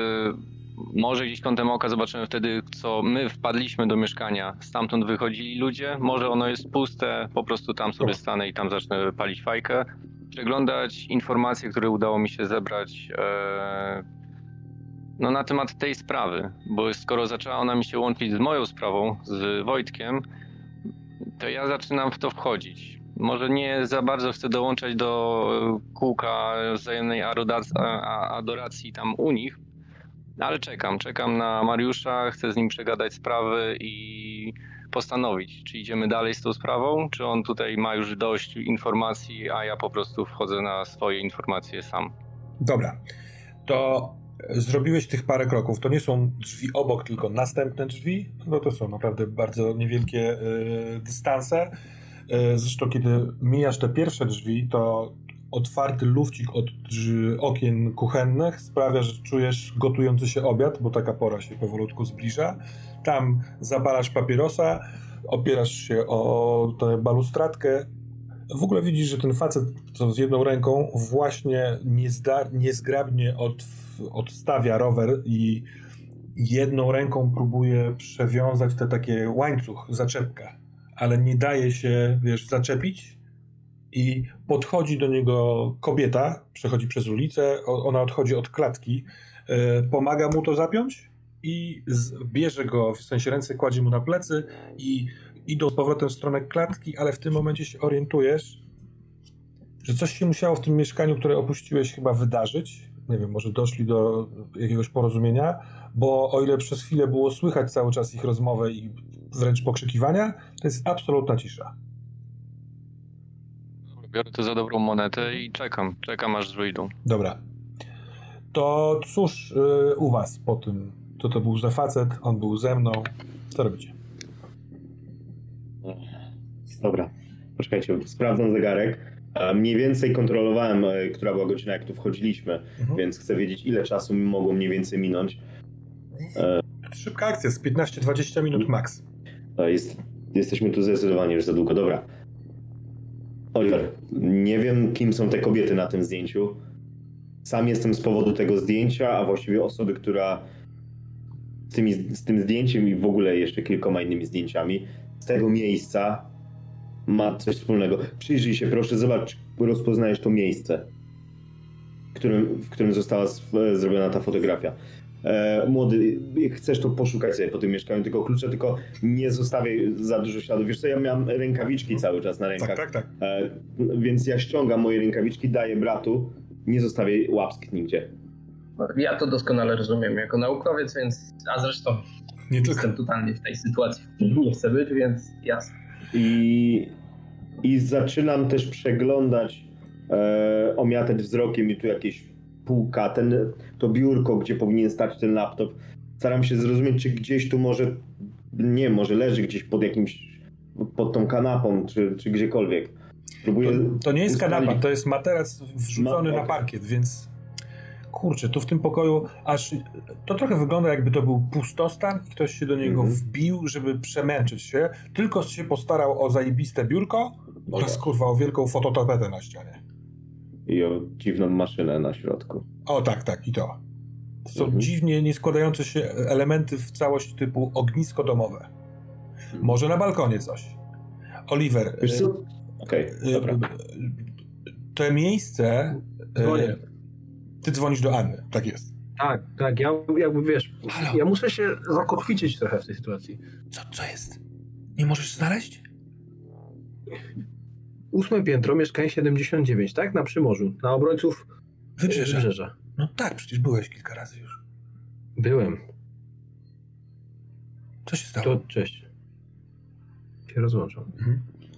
może gdzieś kątem oka zobaczymy wtedy, co my wpadliśmy do mieszkania, stamtąd wychodzili ludzie, może ono jest puste, po prostu tam sobie stanę i tam zacznę palić fajkę, przeglądać informacje, które udało mi się zebrać e, no, na temat tej sprawy, bo skoro zaczęła ona mi się łączyć z moją sprawą, z Wojtkiem, to ja zaczynam w to wchodzić. Może nie za bardzo chcę dołączać do kółka wzajemnej adoracji tam u nich, ale czekam, czekam na Mariusza, chcę z nim przegadać sprawy i postanowić, czy idziemy dalej z tą sprawą, czy on tutaj ma już dość informacji, a ja po prostu wchodzę na swoje informacje sam. Dobra, to zrobiłeś tych parę kroków, to nie są drzwi obok, tylko następne drzwi, no to są naprawdę bardzo niewielkie y, dystanse. Y, zresztą kiedy mijasz te pierwsze drzwi, to otwarty lufcik od okien kuchennych sprawia, że czujesz gotujący się obiad, bo taka pora się powolutku zbliża. Tam zapalasz papierosa, opierasz się o tę balustradkę. W ogóle widzisz, że ten facet, co z jedną ręką, właśnie niezda- niezgrabnie od, odstawia rower i jedną ręką próbuje przewiązać te takie łańcuch, zaczepkę, ale nie daje się, wiesz, zaczepić. I podchodzi do niego kobieta, przechodzi przez ulicę, ona odchodzi od klatki, yy, pomaga mu to zapiąć i z, bierze go, w sensie ręce kładzie mu na plecy i idą z powrotem w stronę klatki, ale w tym momencie się orientujesz, że coś się musiało w tym mieszkaniu, które opuściłeś, chyba wydarzyć. Nie wiem, może doszli do jakiegoś porozumienia, bo o ile przez chwilę było słychać cały czas ich rozmowę i wręcz pokrzykiwania, to jest absolutna cisza. Biorę to za dobrą monetę i czekam. Czekam, aż wyjdą. Dobra. To cóż yy, u was po tym? To to był za facet, on był ze mną. Co robicie? Dobra. Poczekajcie, sprawdzam zegarek. Mniej więcej kontrolowałem, która była godzina, jak tu wchodziliśmy, mhm. więc chcę wiedzieć, ile czasu mi mogło mniej więcej minąć. Szybka akcja, z piętnaście dwadzieścia minut max. Jest, jesteśmy tu zdecydowanie już za długo. Dobra. Oliver, nie wiem, kim są te kobiety na tym zdjęciu. Sam jestem z powodu tego zdjęcia, a właściwie osoby, która z, tymi, z tym zdjęciem i w ogóle jeszcze kilkoma innymi zdjęciami z tego miejsca ma coś wspólnego. Przyjrzyj się, proszę, zobacz, rozpoznajesz to miejsce, w którym, w którym została zrobiona ta fotografia. E, młody, chcesz to poszukać sobie po tym mieszkaniu, tylko klucze, tylko nie zostawiaj za dużo śladów. Wiesz co, ja miałem rękawiczki cały czas na rękach. Tak, tak, tak. E, więc ja ściągam moje rękawiczki, daję bratu, nie zostawiaj łapsk nigdzie. Ja to doskonale rozumiem jako naukowiec, więc, a zresztą nie jestem tylko totalnie w tej sytuacji, w której nie chcę być, więc jasne. I, i zaczynam też przeglądać, e, omiatać wzrokiem i tu jakieś półka, ten, to biurko, gdzie powinien stać ten laptop. Staram się zrozumieć, czy gdzieś tu może, nie może leży gdzieś pod jakimś, pod tą kanapą, czy, czy gdziekolwiek. Próbuję to, to nie jest ustalić. kanapa, to jest materac wrzucony Ma, na parkiet, więc kurczę, tu w tym pokoju aż to trochę wygląda, jakby to był pustostan i ktoś się do niego mm-hmm. wbił, żeby przemęczyć się, tylko się postarał o zajebiste biurko oraz kurwa o wielką fototapetę na ścianie. I o dziwną maszynę na środku. O tak, tak, i to. To są mhm. dziwnie nie składające się elementy w całość typu ognisko domowe. Mhm. Może na balkonie coś. Oliver. Wiesz co? Okej, okay, dobra. To miejsce... Dzwonię. Ty dzwonisz do Anny, tak jest. Tak, tak, ja jakby wiesz, Halo? ja muszę się zakotwiczyć trochę w tej sytuacji. Co, co jest? Nie możesz znaleźć? Ósme piętro, mieszkanie siedemdziesiąt dziewięć, tak? Na Przymorzu, na obrońców Wybrzeża. Wybrzeża. No tak, przecież byłeś kilka razy już. Byłem. Co się stało? To cześć. Się rozłączam. Mhm.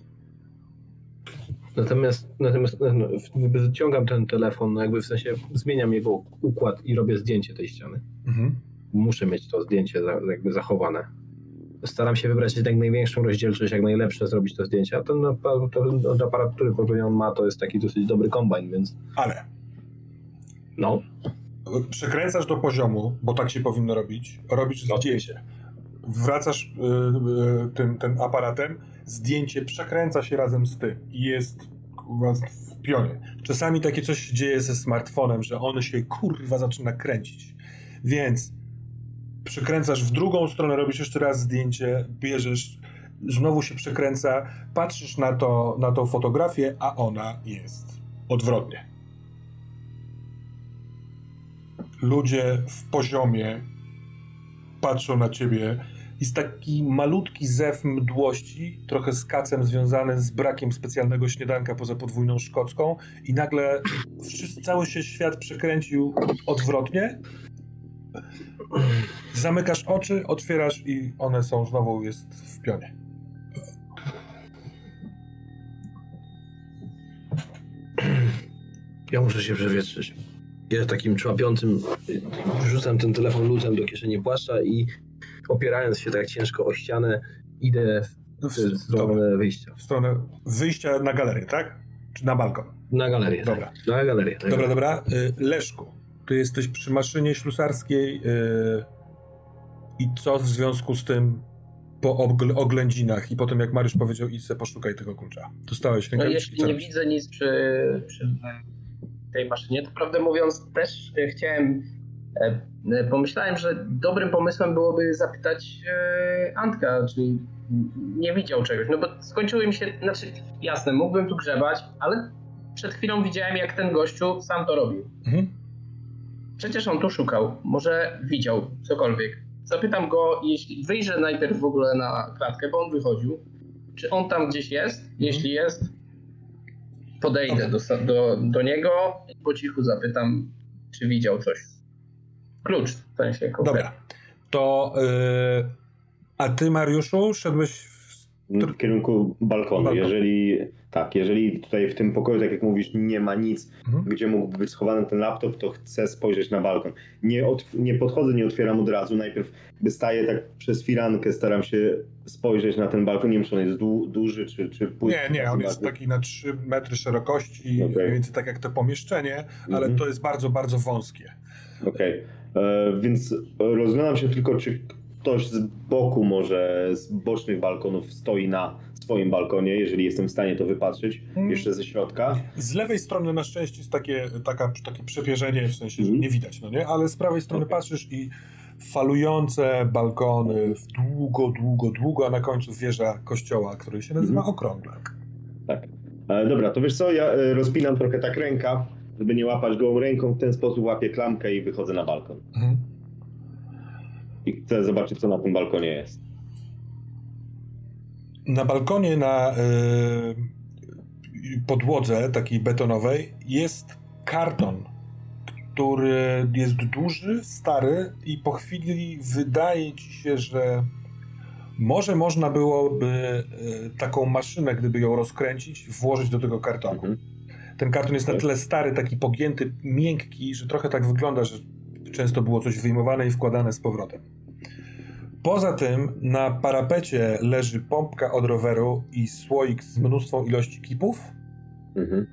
Natomiast, natomiast no, wyciągam ten telefon, no jakby w sensie zmieniam jego układ i robię zdjęcie tej ściany. Mhm. Muszę mieć to zdjęcie za, jakby zachowane. Staram się wybrać jak największą rozdzielczość, jak najlepsze zrobić te zdjęcia. Ten, ten aparat, który on ma, to jest taki dosyć dobry kombajn, więc... Ale... No. Przekręcasz do poziomu, bo tak się powinno robić. Robisz no. zdjęcie. Wracasz y, y, tym, tym aparatem, zdjęcie przekręca się razem z tym i jest kurwa w pionie. Czasami takie coś się dzieje ze smartfonem, że on się kurwa zaczyna kręcić. Więc przekręcasz w drugą stronę, robisz jeszcze raz zdjęcie, bierzesz, znowu się przekręca, patrzysz na to, na tą fotografię, a ona jest odwrotnie. Ludzie w poziomie patrzą na ciebie. Jest taki malutki zew mdłości, trochę z kacem związany z brakiem specjalnego śniadanka poza podwójną szkocką i nagle wszyscy, cały się świat przekręcił odwrotnie. Zamykasz oczy, otwierasz i one są znowu, jest w pionie. Ja muszę się przewietrzyć. Ja takim człapiącym wrzucam ten telefon luzem do kieszeni płaszcza i opierając się tak ciężko o ścianę idę w, w stronę wyjścia. W stronę wyjścia na galerię, tak? Czy na balkon? Na galerię, dobra. Tak. Na galerię. Tak. Dobra, dobra. Leszku, ty jesteś przy maszynie ślusarskiej yy, i co w związku z tym po oględzinach i po tym, jak Mariusz powiedział, idź se poszukaj tego klucza. Dostałeś rękawiczki? No, jeśli nie widzę nic przy, przy tej maszynie, to prawdę mówiąc też chciałem, pomyślałem, że dobrym pomysłem byłoby zapytać Antka, czy nie widział czegoś, no bo skończyły mi się, znaczy jasne, mógłbym tu grzebać, ale przed chwilą widziałem, jak ten gościu sam to robił. Mhm. Przecież on tu szukał, może widział cokolwiek. Zapytam go, jeśli wyjrzę najpierw w ogóle na klatkę, bo on wychodził, czy on tam gdzieś jest? Mhm. Jeśli jest, podejdę do, do, do niego i po cichu zapytam, czy widział coś. Klucz w sensie konkretnie. Dobra, to yy, a ty, Mariuszu, szedłeś w W kierunku balkonu. Balkon. Jeżeli tak, jeżeli tutaj w tym pokoju, tak jak mówisz, nie ma nic, Mhm. gdzie mógłby być schowany ten laptop, to chcę spojrzeć na balkon. Nie, od, nie podchodzę, nie otwieram od razu. Najpierw wystaję tak przez firankę, staram się spojrzeć na ten balkon. Nie wiem, czy on jest du, duży, czy, czy płytki. Nie, nie, on jest taki na trzy metry szerokości, Okay. mniej więcej tak jak to pomieszczenie, ale Mhm. to jest bardzo, bardzo wąskie. Okej, okay. Więc rozglądam się tylko, czy ktoś z boku może, z bocznych balkonów stoi na swoim balkonie, jeżeli jestem w stanie to wypatrzyć, Hmm. jeszcze ze środka. Z lewej strony na szczęście jest takie, taka, takie przepierzenie, w sensie, że Mhm. nie widać, no nie? Ale z prawej strony Okay. patrzysz i falujące balkony w długo, długo, długo, a na końcu wieża kościoła, który się nazywa Mhm. Okrąglak. Tak. E, dobra, to wiesz co, ja e, rozpinam trochę tak ręka, żeby nie łapać gołą ręką, w ten sposób łapię klamkę i wychodzę na balkon. Mhm. I chcę zobaczyć, co na tym balkonie jest. Na balkonie na y, podłodze takiej betonowej jest karton, który jest duży, stary i po chwili wydaje ci się, że może można byłoby y, taką maszynę, gdyby ją rozkręcić, włożyć do tego kartonu. Mhm. Ten karton jest na tyle stary, taki pogięty, miękki, że trochę tak wygląda, że często było coś wyjmowane i wkładane z powrotem. Poza tym na parapecie leży pompka od roweru i słoik z mnóstwą ilości kipów. Mhm.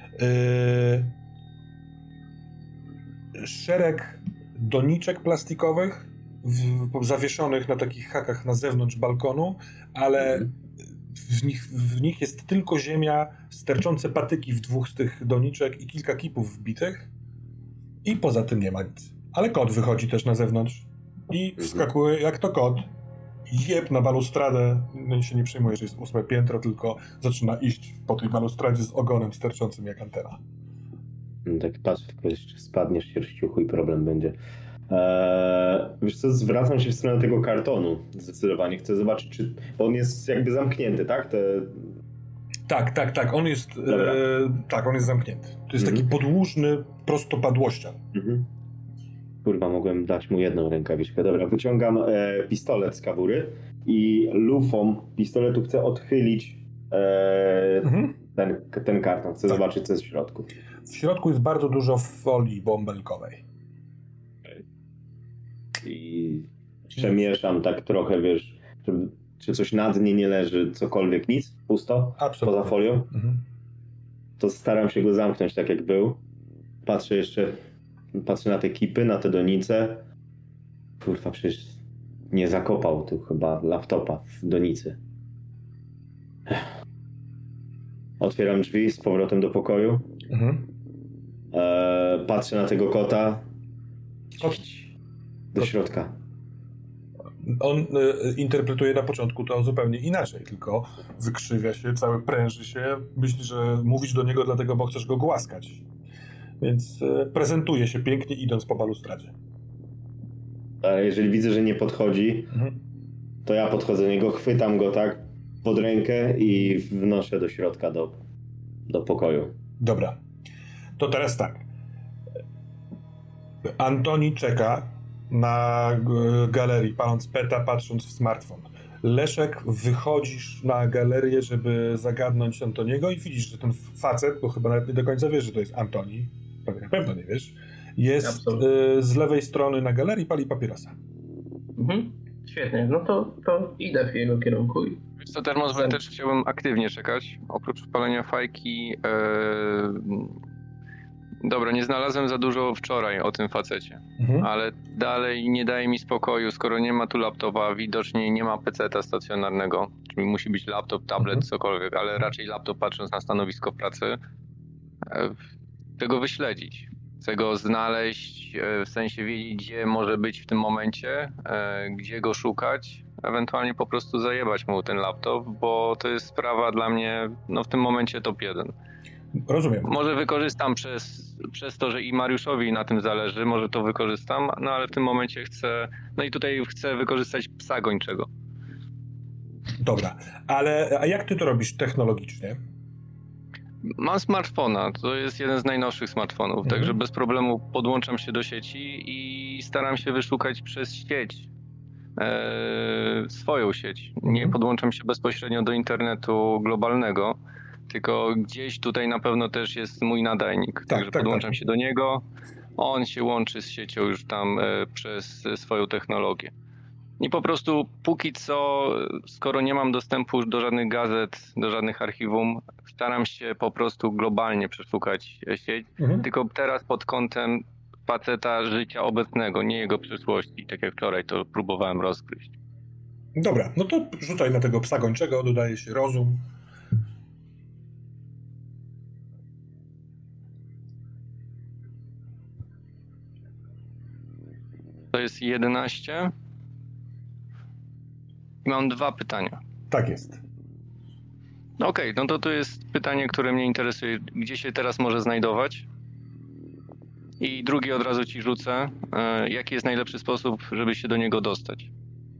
Yy, szereg doniczek plastikowych w, zawieszonych na takich hakach na zewnątrz balkonu, ale Mhm. w nich, w nich jest tylko ziemia, sterczące patyki w dwóch z tych doniczek i kilka kipów wbitych. I poza tym nie ma nic. Ale kot wychodzi też na zewnątrz i wskakuje jak to kot. Jeb na balustradę, no się nie przejmuje, że jest ósme piętro, tylko zaczyna iść po tej balustradzie z ogonem sterczącym jak antena. No tak patrz, tylko jeszcze spadniesz sierściuchu i problem będzie. Eee, wiesz co, zwracam się w stronę tego kartonu zdecydowanie. Chcę zobaczyć, czy on jest jakby zamknięty, tak? Te... Tak, tak, tak. On jest e, tak, on jest zamknięty. To jest Mhm. taki podłużny prostopadłościan. Mhm. Kurwa, mogłem dać mu jedną rękawiczkę. Dobra, wyciągam e, pistolet z kabury i lufą pistoletu chcę odchylić e, Mhm. ten, ten karton. Chcę Tak. zobaczyć, co jest w środku. W środku jest bardzo dużo folii bąbelkowej. I przemieszam tak trochę, wiesz, żeby, czy coś na dnie nie leży, cokolwiek, nic, pusto, Absolutnie. poza folią. Mhm. To staram się go zamknąć tak, jak był. Patrzę jeszcze, patrzę na te kipy, na te donice. Kurwa, przecież nie zakopał tu chyba laptopa w donicy. Otwieram drzwi z powrotem do pokoju. Mhm. Eee, patrzę na tego kota. Kot. Do Kot. środka. On y, interpretuje na początku to zupełnie inaczej, tylko wykrzywia się, cały pręży się, myśli, że mówisz do niego dlatego, bo chcesz go głaskać. Więc y, prezentuje się pięknie, idąc po balustradzie. Ale jeżeli widzę, że nie podchodzi, Mhm. to ja podchodzę do niego, chwytam go tak pod rękę i wnoszę do środka, do, do pokoju. Dobra. To teraz tak. Antoni czeka na g- galerii, paląc peta, patrząc w smartfon. Leszek, wychodzisz na galerię, żeby zagadnąć Antoniego i widzisz, że ten facet, bo chyba nawet nie do końca wiesz, że to jest Antoni, pewnie na pewno nie wiesz, jest Absolutnie. y, z lewej strony na galerii, pali papierosa. Mhm. Świetnie, no to, to idę w jego kierunku. i- Wiesz co, Termos, też chciałbym aktywnie czekać. Oprócz palenia fajki... Yy... Dobra, nie znalazłem za dużo wczoraj o tym facecie, Mhm. ale dalej nie daje mi spokoju, skoro nie ma tu laptopa, widocznie nie ma peceta stacjonarnego, czyli musi być laptop, tablet, Mhm. cokolwiek, ale raczej laptop, patrząc na stanowisko pracy, e, tego wyśledzić. Chcę go znaleźć, e, w sensie wiedzieć, gdzie może być w tym momencie, e, gdzie go szukać, ewentualnie po prostu zajebać mu ten laptop, bo to jest sprawa dla mnie, no w tym momencie top jeden. Rozumiem. Może wykorzystam przez, przez to, że i Mariuszowi na tym zależy, może to wykorzystam, no ale w tym momencie chcę, no i tutaj chcę wykorzystać psa gończego. Dobra, ale a jak ty to robisz technologicznie? Mam smartfona, to jest jeden z najnowszych smartfonów, Mhm. także bez problemu podłączam się do sieci i staram się wyszukać przez sieć e, swoją sieć. Nie podłączam się bezpośrednio do internetu globalnego, tylko gdzieś tutaj na pewno też jest mój nadajnik. Tak, Także tak, podłączam tak. się do niego, on się łączy z siecią już tam e, przez swoją technologię. I po prostu póki co, skoro nie mam dostępu do żadnych gazet, do żadnych archiwum, staram się po prostu globalnie przeszukać sieć, Mhm. tylko teraz pod kątem faceta życia obecnego, nie jego przyszłości, tak jak wczoraj to próbowałem rozgryźć. Dobra, no to rzucaj na tego psa gończego, dodaje się rozum. To jest jedenaście. I mam dwa pytania. Tak jest. No okej, okay, no to to jest pytanie, które mnie interesuje. Gdzie się teraz może znajdować? I drugie od razu ci rzucę. E, jaki jest najlepszy sposób, żeby się do niego dostać?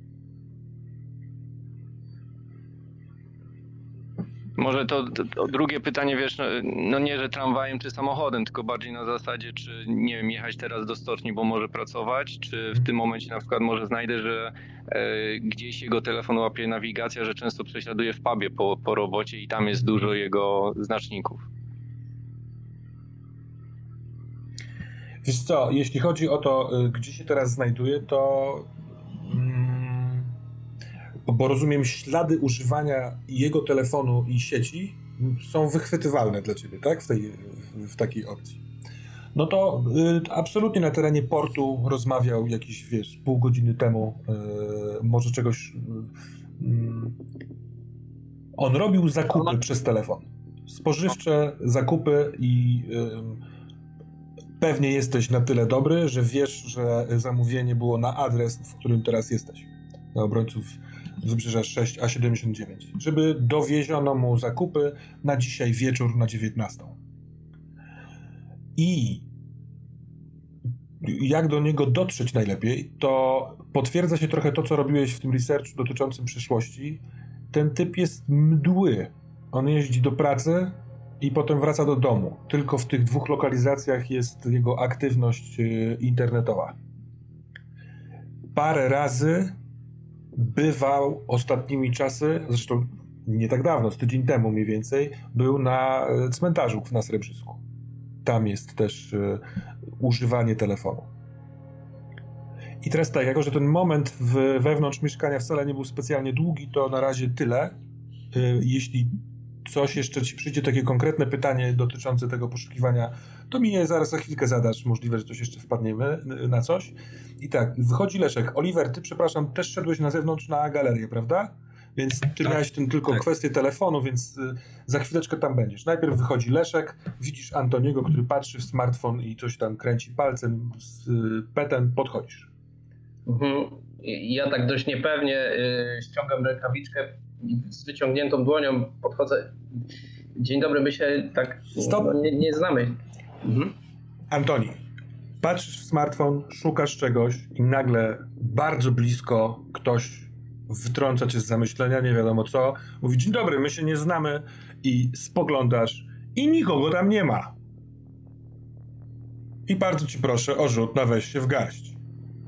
Może to, to, to drugie pytanie, wiesz, no, no nie, że tramwajem czy samochodem, tylko bardziej na zasadzie, czy, nie wiem, jechać teraz do stoczni, bo może pracować, czy w tym momencie na przykład może znajdę, że e, gdzieś jego telefon łapie nawigacja, że często prześladuje w pubie po, po robocie i tam jest dużo jego znaczników. Wiesz co, jeśli chodzi o to, gdzie się teraz znajduje, to... Mm, bo rozumiem, ślady używania jego telefonu i sieci są wychwytywalne dla ciebie, tak? W, tej, w, w takiej opcji. No to y, absolutnie na terenie portu rozmawiał jakieś, wiesz, pół godziny temu, y, może czegoś... Y, y, on robił zakupy On... przez telefon. Spożywcze zakupy i... Y, Pewnie jesteś na tyle dobry, że wiesz, że zamówienie było na adres, w którym teraz jesteś. Na obrońców Wybrzeża sześć A siedemdziesiąt dziewięć. Żeby dowieziono mu zakupy na dzisiaj wieczór na dziewiętnastą. I jak do niego dotrzeć najlepiej, to potwierdza się trochę to, co robiłeś w tym researchu dotyczącym przyszłości. Ten typ jest mdły. On jeździ do pracy i potem wraca do domu. Tylko w tych dwóch lokalizacjach jest jego aktywność internetowa. Parę razy bywał ostatnimi czasy, zresztą nie tak dawno, z tydzień temu mniej więcej, był na cmentarzu na Srebrzysku. Tam jest też y, używanie telefonu. I teraz tak, jako że ten moment w, wewnątrz mieszkania wcale nie był specjalnie długi, to na razie tyle. Y, jeśli coś jeszcze ci przyjdzie, takie konkretne pytanie dotyczące tego poszukiwania, to mi je zaraz za chwilkę zadasz. Możliwe, że coś jeszcze wpadniemy na coś. I tak, wychodzi Leszek. Oliver, ty, przepraszam, też szedłeś na zewnątrz na galerię, prawda? Więc ty tak, miałeś ten tylko tak. kwestię telefonu, więc za chwileczkę tam będziesz. Najpierw wychodzi Leszek, widzisz Antoniego, który patrzy w smartfon i coś tam kręci palcem z petem, podchodzisz. Mhm. Ja tak dość niepewnie yy, ściągam rękawiczkę i z wyciągniętą dłonią podchodzę. Dzień dobry, my się tak no, nie, nie znamy. Mhm. Antoni, patrzysz w smartfon, szukasz czegoś i nagle bardzo blisko ktoś wytrąca cię z zamyślenia, nie wiadomo co, mówi: dzień dobry, my się nie znamy, i spoglądasz i nikogo tam nie ma. I bardzo ci proszę o rzut na weź się w garść.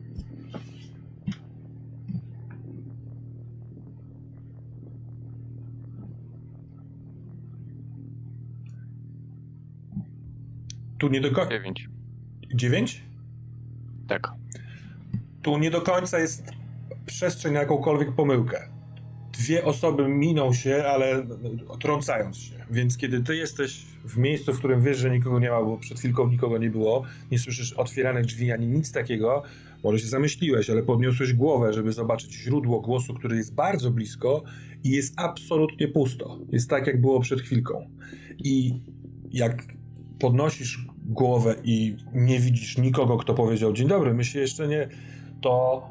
Tu nie do końca... Dziewięć. Dziewięć? Tak. Tu nie do końca jest przestrzeń na jakąkolwiek pomyłkę. Dwie osoby miną się, ale trącając się. Więc kiedy ty jesteś w miejscu, w którym wiesz, że nikogo nie ma, bo przed chwilką nikogo nie było, nie słyszysz otwieranych drzwi ani nic takiego, może się zamyśliłeś, ale podniosłeś głowę, żeby zobaczyć źródło głosu, który jest bardzo blisko i jest absolutnie pusto. Jest tak, jak było przed chwilką. I jak podnosisz głowę i nie widzisz nikogo, kto powiedział: dzień dobry, my się jeszcze nie... to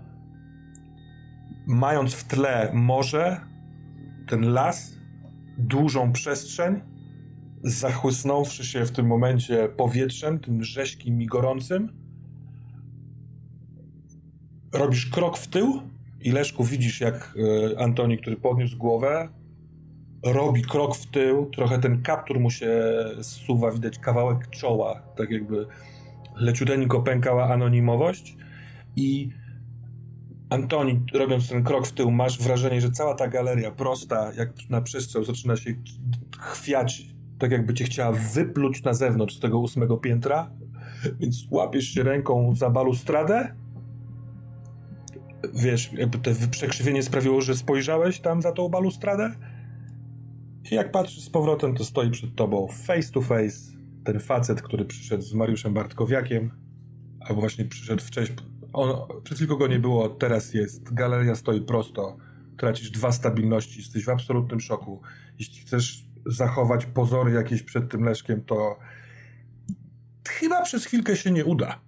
mając w tle morze, ten las, dużą przestrzeń, zachłysnąwszy się w tym momencie powietrzem, tym rześkim i gorącym, robisz krok w tył i, Leszku, widzisz, jak Antoni, który podniósł głowę, robi krok w tył, trochę ten kaptur mu się zsuwa, widać kawałek czoła, tak jakby leciuteńko pękała anonimowość, i Antoni, robiąc ten krok w tył, masz wrażenie, że cała ta galeria prosta, jak na przestrzał, zaczyna się chwiać, tak jakby cię chciała wypluć na zewnątrz z tego ósmego piętra, więc łapiesz się ręką za balustradę. Wiesz, jakby to przekrzywienie sprawiło, że spojrzałeś tam za tą balustradę i jak patrzysz z powrotem, to stoi przed tobą face to face ten facet, który przyszedł z Mariuszem Bartkowiakiem, albo właśnie przyszedł wcześniej. On, przed chwilą go nie było, teraz jest. Galeria stoi prosto. Tracisz dwa stabilności, jesteś w absolutnym szoku. Jeśli chcesz zachować pozory jakieś przed tym Leszkiem, to chyba przez chwilkę się nie uda.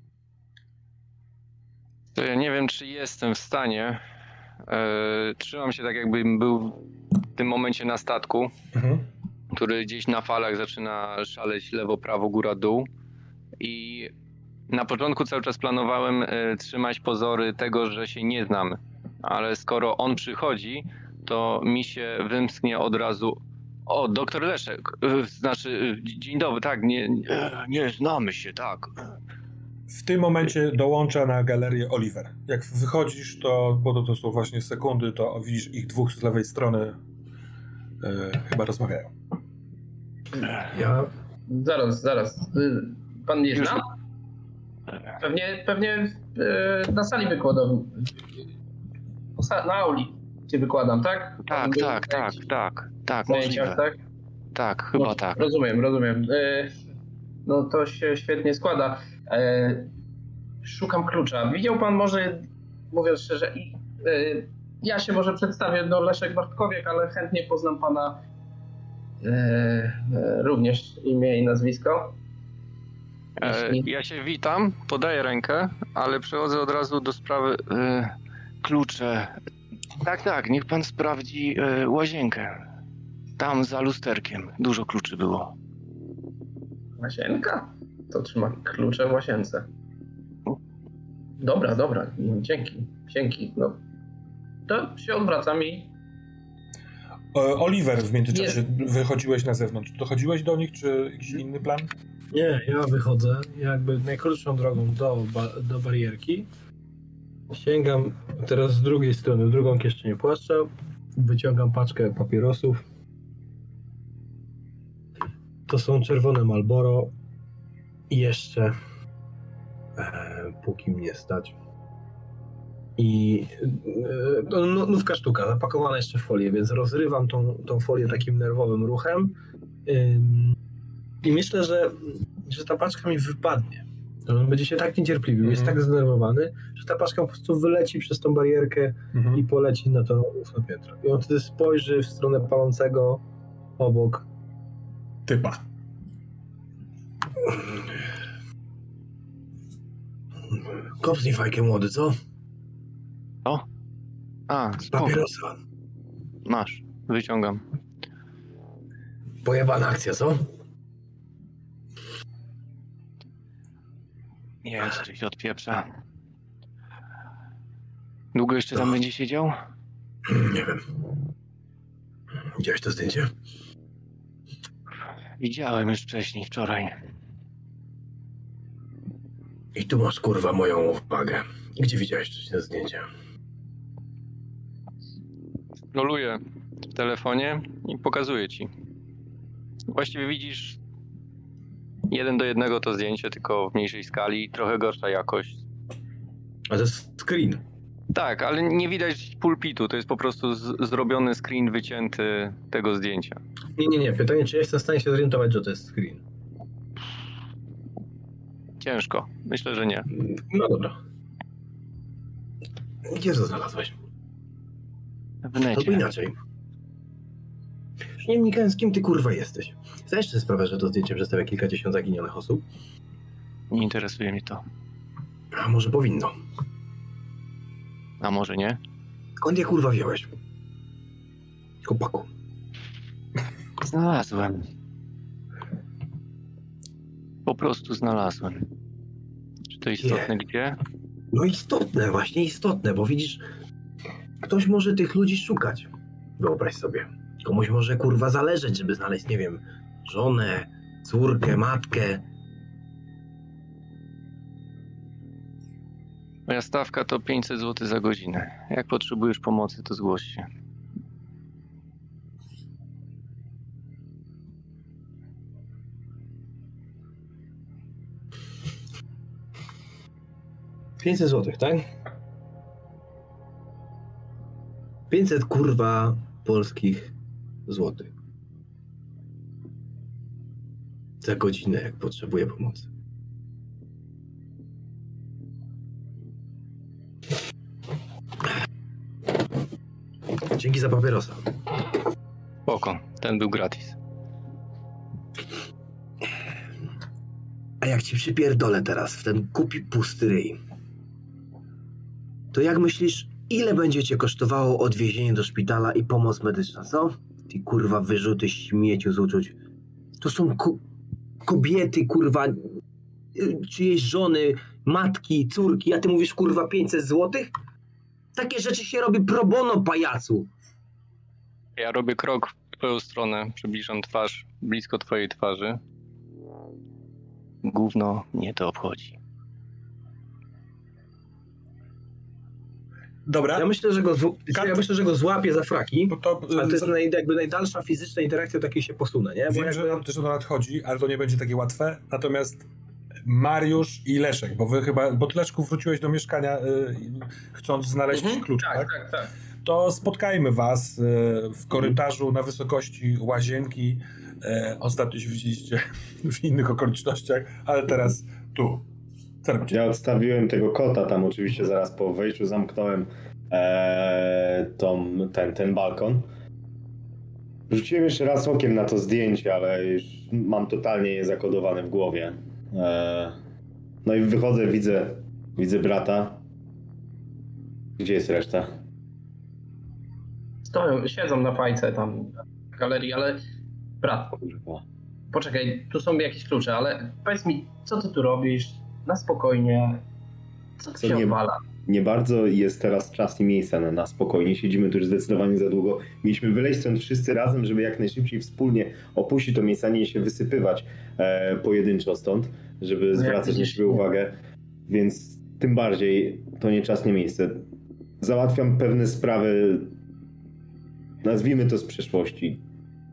To ja nie wiem, czy jestem w stanie. Eee, trzymam się tak, jakbym był w tym momencie na statku, mhm. który gdzieś na falach zaczyna szaleć lewo, prawo, góra, dół. I na początku cały czas planowałem e, trzymać pozory tego, że się nie znamy. Ale skoro on przychodzi, to mi się wymsknie od razu: o, doktor Leszek, e, znaczy, e, dzień dobry, tak, nie, nie, nie znamy się, tak. W tym momencie dołącza na galerię Oliver. Jak wychodzisz, to, bo to, to są właśnie sekundy, to widzisz ich dwóch z lewej strony, e, chyba rozmawiają. Ja... Zaraz, zaraz. Pan nie zna? Pewnie, pewnie na sali wykładowej. Na auli cię wykładam, tak? Tak, tak, tak, tak, tak, możliwe. Tak? Tak, chyba no, tak. Rozumiem, rozumiem. No to się świetnie składa. Szukam klucza. Widział pan może, mówiąc szczerze, ja się może przedstawię, no Leszek Bartkowiak, ale chętnie poznam pana również imię i nazwisko. Jeśli... Ja się witam, podaję rękę, ale przechodzę od razu do sprawy e, klucze. Tak, tak, niech pan sprawdzi e, łazienkę. Tam za lusterkiem dużo kluczy było. Łazienka? To trzyma klucze w łazience. Dobra, dobra, dzięki, dzięki. No, to się odwracam i... Oliver, w międzyczasie nie. Wychodziłeś na zewnątrz. Dochodziłeś do nich, czy jakiś inny plan? Nie, ja wychodzę jakby najkrótszą drogą do, ba- do barierki. Sięgam teraz z drugiej strony, w drugą kieszenię płaszcza. Wyciągam paczkę papierosów. To są czerwone Marlboro. I jeszcze e, póki mnie stać. I e, no, nówka sztuka, zapakowana jeszcze w folię, więc rozrywam tą, tą folię takim nerwowym ruchem. Ym, I myślę, że, że ta paczka mi wypadnie. On będzie się tak niecierpliwił, mm-hmm. jest tak zdenerwowany, że ta paczka po prostu wyleci przez tą barierkę mm-hmm. i poleci na to ósme piętro. I on wtedy spojrzy w stronę palącego obok typa. Kopnij fajkę, młody, co? O? A, spoko. Papierosa. Masz, wyciągam. Pojebana akcja, co? Nie wiem, co tu się odpieprza. Długo jeszcze tam no. będzie siedział? Nie wiem. Widziałeś to zdjęcie? Widziałem już wcześniej, wczoraj. I tu masz, kurwa, moją uwagę. Gdzie widziałeś wcześniej to zdjęcie? Scrolluję w telefonie i pokazuję ci. Właściwie widzisz jeden do jednego to zdjęcie, tylko w mniejszej skali, trochę gorsza jakość. A to jest screen. Tak, ale nie widać pulpitu, to jest po prostu z- zrobiony screen wycięty tego zdjęcia. Nie, nie, nie. Pytanie, czy jestem w stanie się zorientować, że to jest screen? Ciężko. Myślę, że nie. No dobra. Gdzie to znalazłeś? W necie. Albo inaczej. Już nie wnikałem, z kim ty kurwa jesteś. Zdajesz sobie sprawę, że to zdjęcie przedstawia kilkadziesiąt zaginionych osób? Nie interesuje mnie to. A może powinno? A może nie? Skąd je kurwa wziąłeś? Chłopaku. Znalazłem. Po prostu znalazłem. Czy to istotne nie. Gdzie? No istotne, właśnie istotne, bo widzisz, ktoś może tych ludzi szukać. Wyobraź sobie. Komuś może kurwa zależeć, żeby znaleźć, nie wiem, żonę, córkę, matkę. Moja stawka to pięćset złotych za godzinę. Jak potrzebujesz pomocy, to zgłoś się. pięćset złotych, tak? pięćset kurwa polskich złotych. Za godzinę, jak potrzebuję pomocy. Dzięki za papierosa. Spoko, ten był gratis. A jak ci przypierdolę teraz w ten głupi pusty ryj, to jak myślisz, ile będzie cię kosztowało odwiezienie do szpitala i pomoc medyczna, co? Ty kurwa wyrzuty śmieciu z uczuć. To są ko- kobiety, kurwa, czyjeś żony, matki, córki, a ty mówisz kurwa pięćset złotych? Takie rzeczy się robi pro bono, pajacu. Ja robię krok w twoją stronę, przybliżam twarz blisko twojej twarzy. Gówno mnie to obchodzi. Dobra. Ja myślę, że go, zł... ja myślę, że go złapię za fraki, Bo to, ale to jest naj, jakby najdalsza fizyczna interakcja, takiej się posunę, nie? Bo wiem, jakby... że, że to nadchodzi, ale to nie będzie takie łatwe. Natomiast Mariusz i Leszek, bo wy chyba, bo ty, Leszku, wróciłeś do mieszkania y, chcąc znaleźć mhm. klucz, tak? Tak, tak, tak. To spotkajmy was y, w korytarzu na wysokości łazienki. Y, ostatnio się widzieliście w innych okolicznościach, ale teraz tu. Ja odstawiłem tego kota tam oczywiście zaraz po wejściu, zamknąłem ee, tą, ten, ten balkon. Rzuciłem jeszcze raz okiem na to zdjęcie, ale już mam totalnie je zakodowane w głowie. E, no i wychodzę, widzę, widzę brata. Gdzie jest reszta? Stoją, siedzą na fajce tam w galerii, ale brat, Kurwa. poczekaj, tu są jakieś klucze, ale powiedz mi, co ty tu robisz? Na spokojnie. Co Co się nie- odwala? Nie bardzo jest teraz czas i miejsce na, na spokojnie. Siedzimy tu już zdecydowanie za długo. Mieliśmy wyleźć stąd wszyscy razem, żeby jak najszybciej wspólnie opuścić to miejsce, a nie się wysypywać e, pojedynczo stąd, żeby No jak zwracać na widzisz, siebie nie. uwagę. Więc tym bardziej to nie czas, nie miejsce. Załatwiam pewne sprawy, nazwijmy to z przeszłości.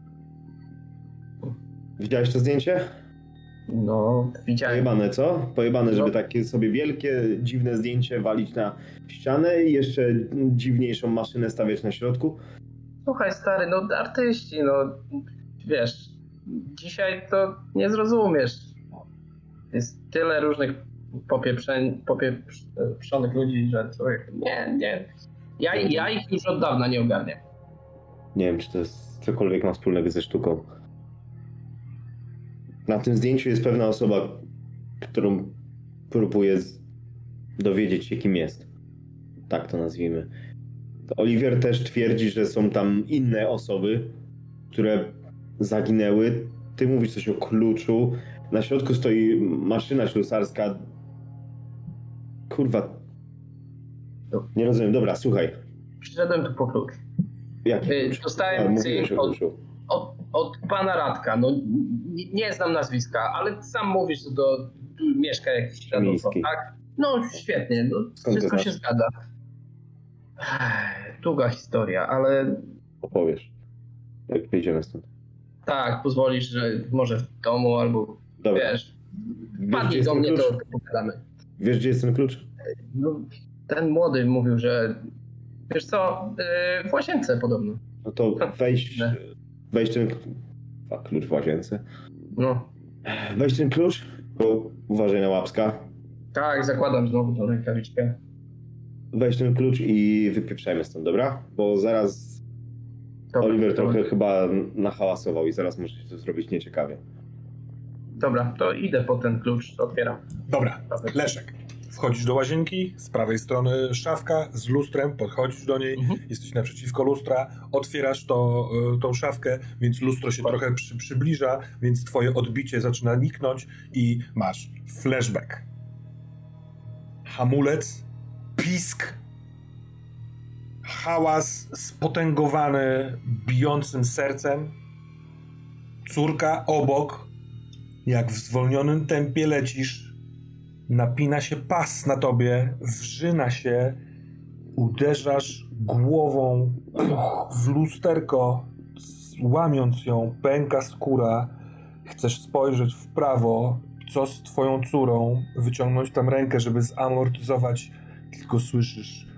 Widziałeś to zdjęcie? No, widziałem. Pojebane, co? Pojebane, żeby No. takie sobie wielkie, dziwne zdjęcie walić na ścianę i jeszcze dziwniejszą maszynę stawiać na środku. Słuchaj, stary, no artyści, no wiesz, dzisiaj to nie zrozumiesz. Jest tyle różnych popieprzeń, popieprzonych ludzi, że człowiek, nie, nie. Ja, ja ich już od dawna nie ogarniam. Nie wiem, czy to jest cokolwiek ma wspólnego ze sztuką. Na tym zdjęciu jest pewna osoba, którą próbuję z- dowiedzieć się, kim jest. Tak to nazwijmy. Oliwier też twierdzi, że są tam inne osoby, które zaginęły. Ty mówisz coś o kluczu. Na środku stoi maszyna ślusarska. Kurwa. Nie rozumiem. Dobra, słuchaj. Przyszedłem tu po klucz. Jaki Y, klucz? dostałem A, mówiłeś cynk o od, kluczu. od, od pana Radka. No, nie, nie znam nazwiska, ale sam mówisz, że do, tu mieszka jakiś świadowca, Miejski. tak? No świetnie, no, Skąd to wszystko znasz? się zgadza. Ech, Długa historia, ale Opowiesz. Jak wyjdziemy stąd. tak, pozwolisz, że może w domu albo Dobra. wiesz, Wiesz, gdzie wpadnij jest do ten mnie, klucz? to pogadamy. Wiesz, gdzie jest ten klucz? No, ten młody mówił, że wiesz co, yy, w łazience podobno. No to weź, Nie. weź ten... A, klucz w łazience. No, Weź ten klucz, bo uważaj na łapska. tak, zakładam znowu tą rękawiczkę. Weź ten klucz i wypieprzajmy stąd, dobra? Bo zaraz Dobra, Oliver dobra. trochę chyba nahałasował i zaraz może się to zrobić nieciekawie. Dobra, to idę po ten klucz, otwieram. Dobra, Leszek. Wchodzisz do łazienki, z prawej strony szafka z lustrem, podchodzisz do niej, Mhm. jesteś naprzeciwko lustra, otwierasz to, y, tą szafkę, więc lustro się trochę przy, przybliża, więc twoje odbicie zaczyna niknąć i masz flashback. Hamulec, pisk, hałas spotęgowany, bijącym sercem, córka obok, jak w zwolnionym tempie lecisz, napina się pas na tobie, wrzyna się, uderzasz głową w lusterko, łamiąc ją, pęka skóra, chcesz spojrzeć w prawo, co z twoją córą, wyciągnąć tam rękę, żeby zamortyzować, tylko słyszysz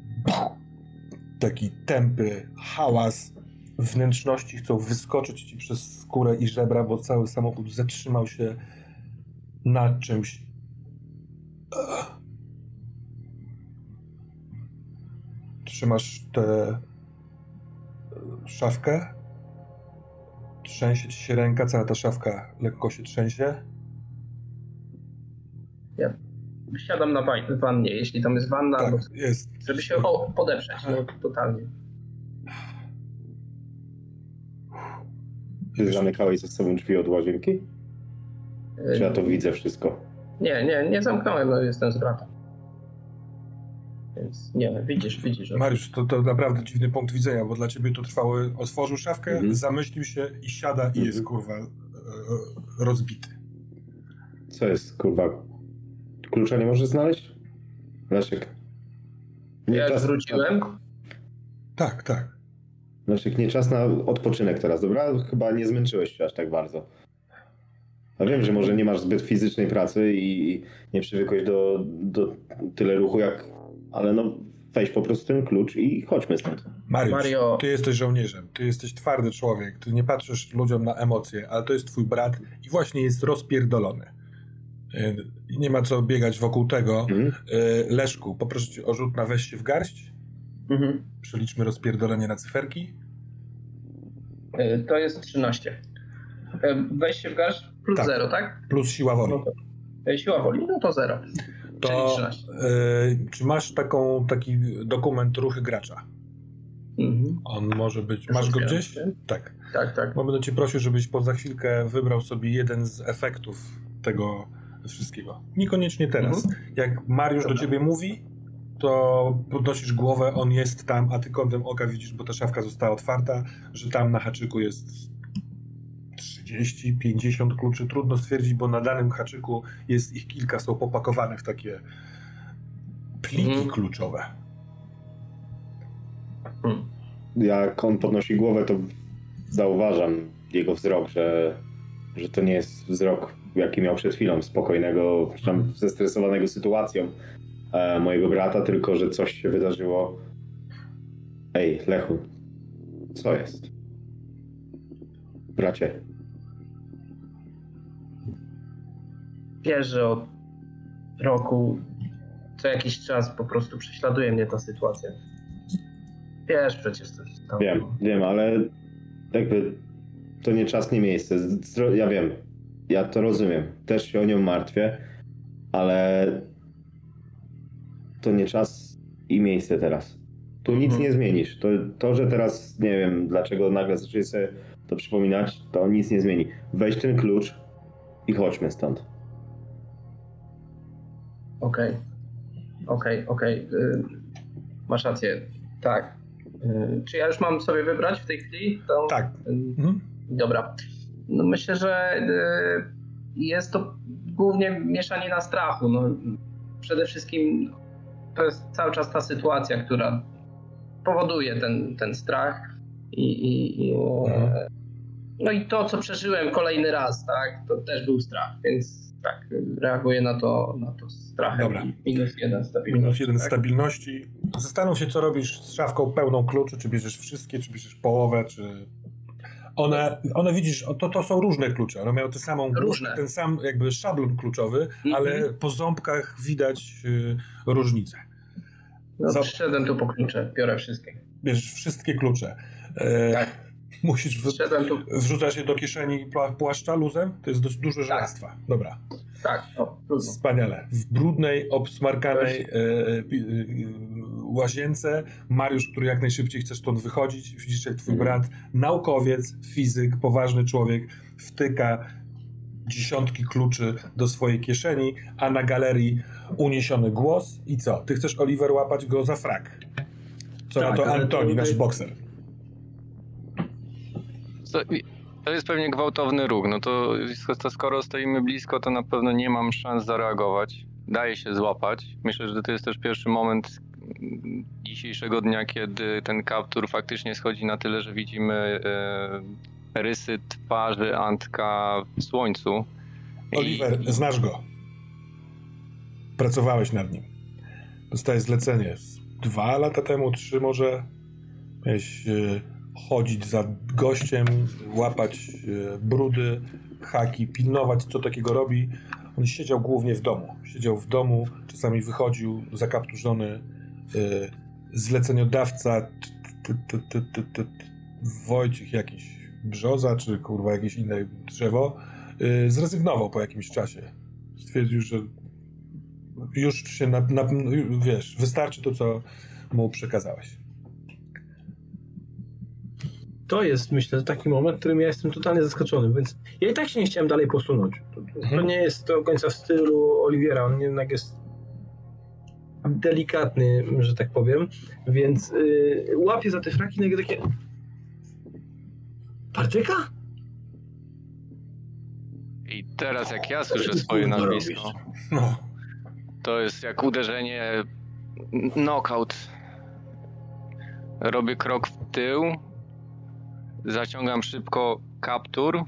taki tępy hałas, wnętrzności chcą wyskoczyć ci przez skórę i żebra, bo cały samochód zatrzymał się nad czymś. Trzymasz tę szafkę, trzęsie ci się ręka, cała ta szafka lekko się trzęsie. Ja siadam na wa- wannie, jeśli tam jest wanna, Tak, bo, jest. żeby się o, podeprzeć, no, totalnie. Ty zamykałeś ze sobą drzwi od łazienki? Czy ja to widzę wszystko? Nie, nie, nie zamknąłem, no jestem z bratem. Więc nie, widzisz, widzisz. Mariusz, to, to naprawdę dziwny punkt widzenia, bo dla ciebie to trwało, otworzył szafkę, Mhm. zamyślił się i siada i jest, kurwa, e, e, rozbity. Co jest, kurwa? Klucza nie możesz znaleźć? Leszek. Nie Ja czas... wróciłem. Tak, tak. Leszek, nie czas na odpoczynek teraz, dobra? Chyba nie zmęczyłeś się aż tak bardzo. Ja wiem, że może nie masz zbyt fizycznej pracy i nie przywykłeś do, do tyle ruchu jak... Ale no, weź po prostu ten klucz i chodźmy stąd. Mariusz, Mario. ty jesteś żołnierzem, ty jesteś twardy człowiek, ty nie patrzysz ludziom na emocje, ale to jest twój brat i właśnie jest rozpierdolony. E, Nie ma co biegać wokół tego. Mhm. E, Leszku, poproszę cię o rzut na weź się w garść. Mhm. Przeliczmy rozpierdolenie na cyferki. Y, To jest trzynaście. Y, Weź się w garść plus Tak. zero, tak? Plus siła woli. No to, y, siła woli, no to zero. Czyli To trzynaście. e, czy masz taką, taki dokument ruchy gracza? Mhm. On może być... Już Masz go otwieram gdzieś? się. Tak. Tak, tak. Bo będę cię prosił, żebyś poza chwilkę wybrał sobie jeden z efektów tego wszystkiego. Niekoniecznie teraz. Jak Mariusz Dobra. do ciebie mówi, to podnosisz głowę, on jest tam, a ty kątem oka widzisz, bo ta szafka została otwarta, że tam na haczyku jest trzydzieści pięćdziesiąt kluczy. Trudno stwierdzić, bo na danym haczyku jest ich kilka, są popakowane w takie pliki Mhm. kluczowe. Hmm. Jak on podnosi głowę, to zauważam jego wzrok, że, że to nie jest wzrok, jaki miał przed chwilą, spokojnego, czy tam zestresowanego sytuacją e, mojego brata, tylko że coś się wydarzyło. Ej, Lechu, co jest? Bracie, Wiesz, że od roku co jakiś czas po prostu prześladuje mnie ta sytuacja. Wiesz przecież co się stało. wiem, wiem, ale jakby to nie czas, nie miejsce. Zdro- Ja wiem, ja to rozumiem. Też się o nią martwię, ale to nie czas i miejsce teraz. Tu nic Mhm. nie zmienisz. To, to, że teraz nie wiem, dlaczego nagle zaczęli sobie to przypominać, to nic nie zmieni. Weź ten klucz i chodźmy stąd. Okej. Okej, okej. Y, Masz rację. Tak. Y, Czy ja już mam sobie wybrać w tej chwili? To... Tak. Y, Mhm. Dobra. No myślę, że y, jest to głównie mieszanina strachu. No, przede wszystkim to jest cały czas ta sytuacja, która powoduje ten, ten strach i, i, i Mhm. e, no i to, co przeżyłem kolejny raz, tak, to też był strach, więc tak, reaguję na to, na to strachem. Dobra. I minus jeden stabilności. Minus jeden tak? stabilności. Zastanów się, co robisz z szafką pełną kluczy, czy bierzesz wszystkie, czy bierzesz połowę, czy... One, one widzisz, to, to są różne klucze, one mają tę samą główkę, Różne. ten sam jakby szablon kluczowy, Mhm. ale po ząbkach widać y, różnicę. No, Za- przyszedłem tu po klucze, biorę wszystkie. Bierzesz wszystkie klucze. E, Tak. Musisz, w, Przyszedłem tu, wrzucasz je do kieszeni pła- płaszcza luzem, to jest dość duże żelastwa. Dobra. tak, o, trudno. Wspaniale. W brudnej, obsmarkanej e, e, pi- e, łazience Mariusz, który jak najszybciej chce stąd wychodzić, widzisz jak twój brat, naukowiec, fizyk, poważny człowiek, wtyka dziesiątki kluczy do swojej kieszeni, a na galerii uniesiony głos i co? Ty chcesz, Oliver, łapać go za frak. Co Tak, na to ale Antoni, to- nasz bokser. To, to jest pewnie gwałtowny ruch. No to, to skoro stoimy blisko, to na pewno nie mam szans zareagować. daje się złapać. Myślę, że to jest też pierwszy moment dzisiejszego dnia, kiedy ten kaptur faktycznie schodzi na tyle, że widzimy e, rysy twarzy Antka w słońcu. Oliver, I... znasz go. Pracowałeś nad nim. Dostałeś zlecenie dwa lata temu, trzy może. Miałeś e, chodzić za gościem, łapać e, brudy, haki, pilnować, co takiego robi. On siedział głównie w domu. Siedział w domu, czasami wychodził zakapturzony e, zleceniodawca t, t, t, t, t, Wojciech jakiś brzoza, czy kurwa jakieś inne drzewo, e, zrezygnował po jakimś czasie. Stwierdził, że już się, na, na, wiesz, wystarczy to, co mu przekazałeś. To jest, myślę, taki moment, w którym ja jestem totalnie zaskoczony, więc ja i tak się nie chciałem dalej posunąć. To, to, to nie jest do końca w stylu Oliwiera, on jednak jest delikatny, że tak powiem, więc yy, łapię za te fraki, no i takie... Partyka? I teraz jak ja słyszę swoje nazwisko, no. To jest jak uderzenie, knockout. Robię krok w tył, zaciągam szybko kaptur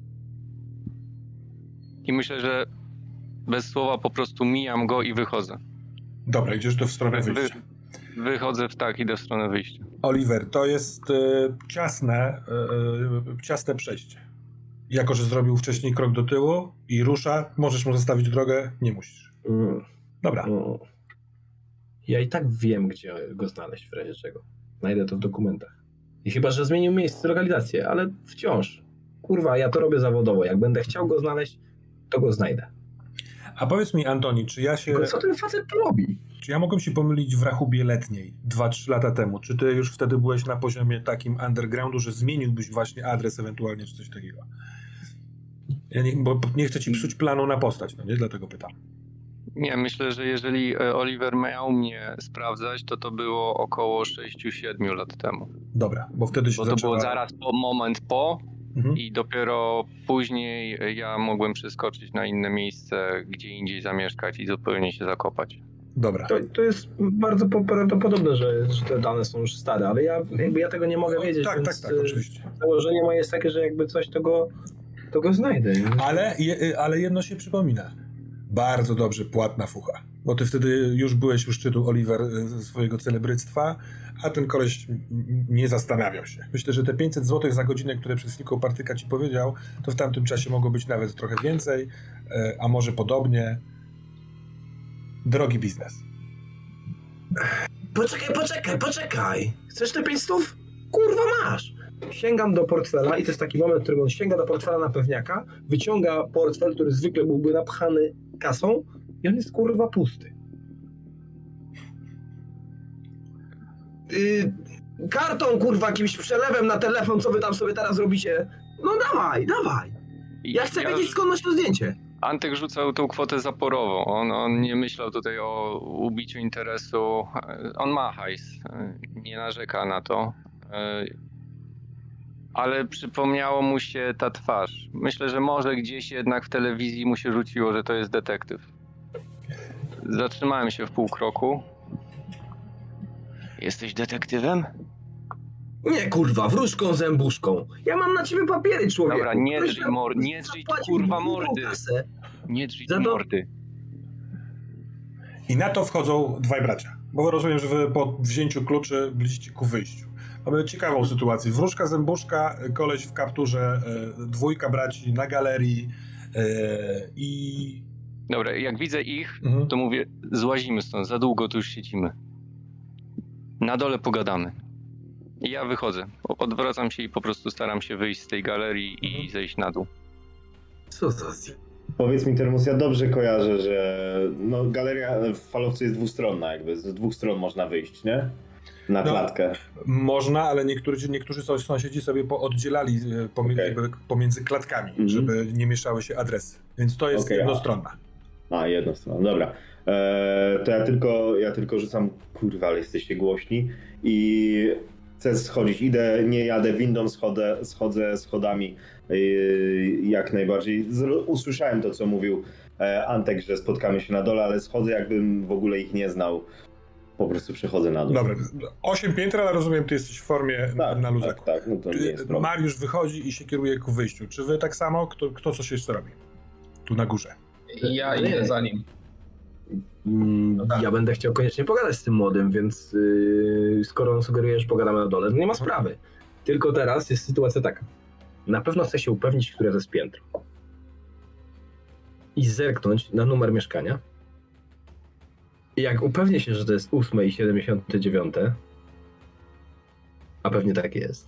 i myślę, że bez słowa po prostu mijam go i wychodzę. Dobra, idziesz do w stronę wyjścia. Wy, wychodzę w tak, idę w stronę wyjścia. Oliver, to jest y, ciasne, y, ciasne przejście. Jako że zrobił wcześniej krok do tyłu i rusza, możesz mu zostawić drogę, nie musisz. Mm. Dobra. Mm. Ja i tak wiem, gdzie go znaleźć w razie czego. Znajdę to w dokumentach. I chyba, że zmienił miejsce, lokalizację, ale wciąż. Kurwa, ja to robię zawodowo. Jak będę chciał go znaleźć, to go znajdę. A powiedz mi, Antoni, czy ja się... Tylko co ten facet robi? Czy ja mogłem się pomylić w rachubie letniej dwa trzy lata temu? Czy ty już wtedy byłeś na poziomie takim undergroundu, że zmieniłbyś właśnie adres ewentualnie, czy coś takiego? Ja nie, bo nie chcę ci psuć planu na postać, no nie? Dlatego pytam. Nie, myślę, że jeżeli Oliver miał mnie sprawdzać, to to było około sześć siedem lat temu. Dobra, bo wtedy się Bo to zaczęła... było zaraz po, moment po mhm. i dopiero później ja mogłem przeskoczyć na inne miejsce, gdzie indziej zamieszkać i zupełnie się zakopać. Dobra. To, to jest bardzo prawdopodobne, że, że te dane są już stare, ale ja, jakby ja tego nie mogę wiedzieć, tak, więc tak, tak, oczywiście. Założenie moje jest takie, że jakby coś, to go, to go znajdę. Ale, je, ale jedno się przypomina. Bardzo dobrze płatna fucha. Bo ty wtedy już byłeś u szczytu, Oliver, swojego celebryctwa, a ten koleś nie zastanawiał się. Myślę, że te pięćset złotych za godzinę, które przed chwilką Partyka ci powiedział, to w tamtym czasie mogło być nawet trochę więcej, a może podobnie. Drogi biznes. Poczekaj, poczekaj, poczekaj! Chcesz te pięć stów? Kurwa masz! Sięgam do portfela i to jest taki moment, w którym on sięga do portfela na pewniaka, wyciąga portfel, który zwykle byłby napchany kasą i on jest kurwa pusty. Yy, kartą kurwa, jakimś przelewem na telefon, co wy tam sobie teraz robicie? No dawaj, dawaj! Ja chcę ja wiedzieć, skąd masz to zdjęcie. Antek rzucał tą kwotę zaporową. On, on nie myślał tutaj o ubiciu interesu. On ma hajs. Nie narzeka na to. Ale przypomniało mu się ta twarz. Myślę, że może gdzieś jednak w telewizji mu się rzuciło, że to jest detektyw. Zatrzymałem się w pół kroku. Jesteś detektywem? Nie kurwa, wróżką zębuszką. Ja mam na ciebie papiery, człowieku. Dobra, nie drzyj mor- nie drzyj kurwa mordy. Nie drzyj to... mordy. I na to wchodzą dwaj bracia. Bo rozumiem, że wy po wzięciu kluczy byliście ku wyjściu. Mamy ciekawą sytuację. Wróżka zębuszka, koleś w kapturze, dwójka braci na galerii i... Dobra, jak widzę ich, mhm. to mówię, złazimy stąd, za długo tu już siedzimy. Na dole pogadamy. I ja wychodzę. Odwracam się i po prostu staram się wyjść z tej galerii i zejść na dół. Co to? Powiedz mi, Termus, ja dobrze kojarzę, że no, galeria w falowcu jest dwustronna, jakby z dwóch stron można wyjść, nie? Na klatkę. No, można, ale niektórzy, niektórzy sąsiedzi sobie oddzielali pomiędzy, okay. pomiędzy klatkami, mm-hmm. żeby nie mieszały się adresy. Więc to jest okay, jednostronna. A, a jednostronna, dobra. Eee, to ja tylko, ja tylko rzucam, kurwa, ale jesteście głośni i chcę schodzić. Idę, nie jadę windą, schodzę, schodzę schodami yy, jak najbardziej. Z, usłyszałem to, co mówił e, Antek, że spotkamy się na dole, ale schodzę jakbym w ogóle ich nie znał. Po prostu przechodzę na dół. Dobra, osiem pięter, ale rozumiem, ty jesteś w formie tak, na luzaku. Tak, tak, no to nie jest problem. Mariusz wychodzi i się kieruje ku wyjściu. Czy wy tak samo? Kto, kto coś jeszcze robi? Tu na górze. Ja idę za nim. No tak. Ja będę chciał koniecznie pogadać z tym młodym, więc yy, skoro on sugeruje, że pogadamy na dole, to nie ma sprawy. Tylko teraz jest sytuacja taka. Na pewno chcę się upewnić, które to jest piętro. I zerknąć na numer mieszkania. I jak upewnię się, że to jest ósme i siedemdziesiąte dziewiąte, a pewnie tak jest,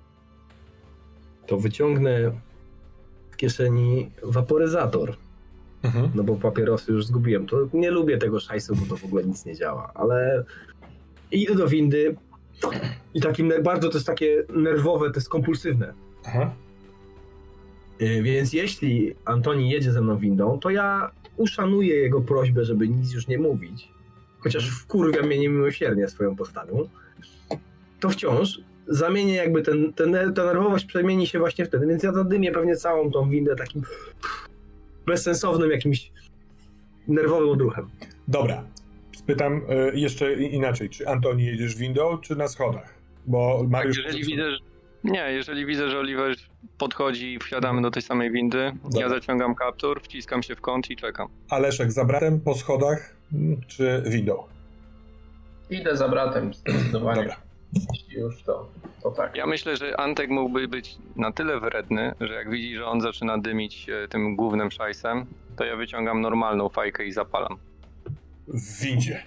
to wyciągnę z kieszeni waporyzator. Mhm. No bo papierosy już zgubiłem. To nie lubię tego szajsu, bo to w ogóle nic nie działa. Ale idę do windy i takim bardzo to jest takie nerwowe, to jest kompulsywne. Aha. Więc jeśli Antoni jedzie ze mną windą, to ja uszanuję jego prośbę, żeby nic już nie mówić. Chociaż wkurwia mnie niemiłosiernie swoją postawą. To wciąż zamienię jakby ten, ten, ta nerwowość przemieni się właśnie wtedy. Więc ja zadymię pewnie całą tą windę takim bezsensownym jakimś nerwowym odruchem. Dobra. Spytam y, jeszcze inaczej. Czy Antoni jedziesz windą, czy na schodach? Bo Mariusz... Tak, jeżeli widzę, że... Nie, jeżeli widzę, że Oliver podchodzi i wsiadamy do tej samej windy, dobra, ja zaciągam kaptur, wciskam się w kąt i czekam. A Leszek za bratem po schodach, czy windą? Idę za bratem, zdecydowanie. Dobra. Jeśli już to, to tak. Ja myślę, że Antek mógłby być na tyle wredny, że jak widzi, że on zaczyna dymić tym głównym szajsem, to ja wyciągam normalną fajkę i zapalam. W windzie.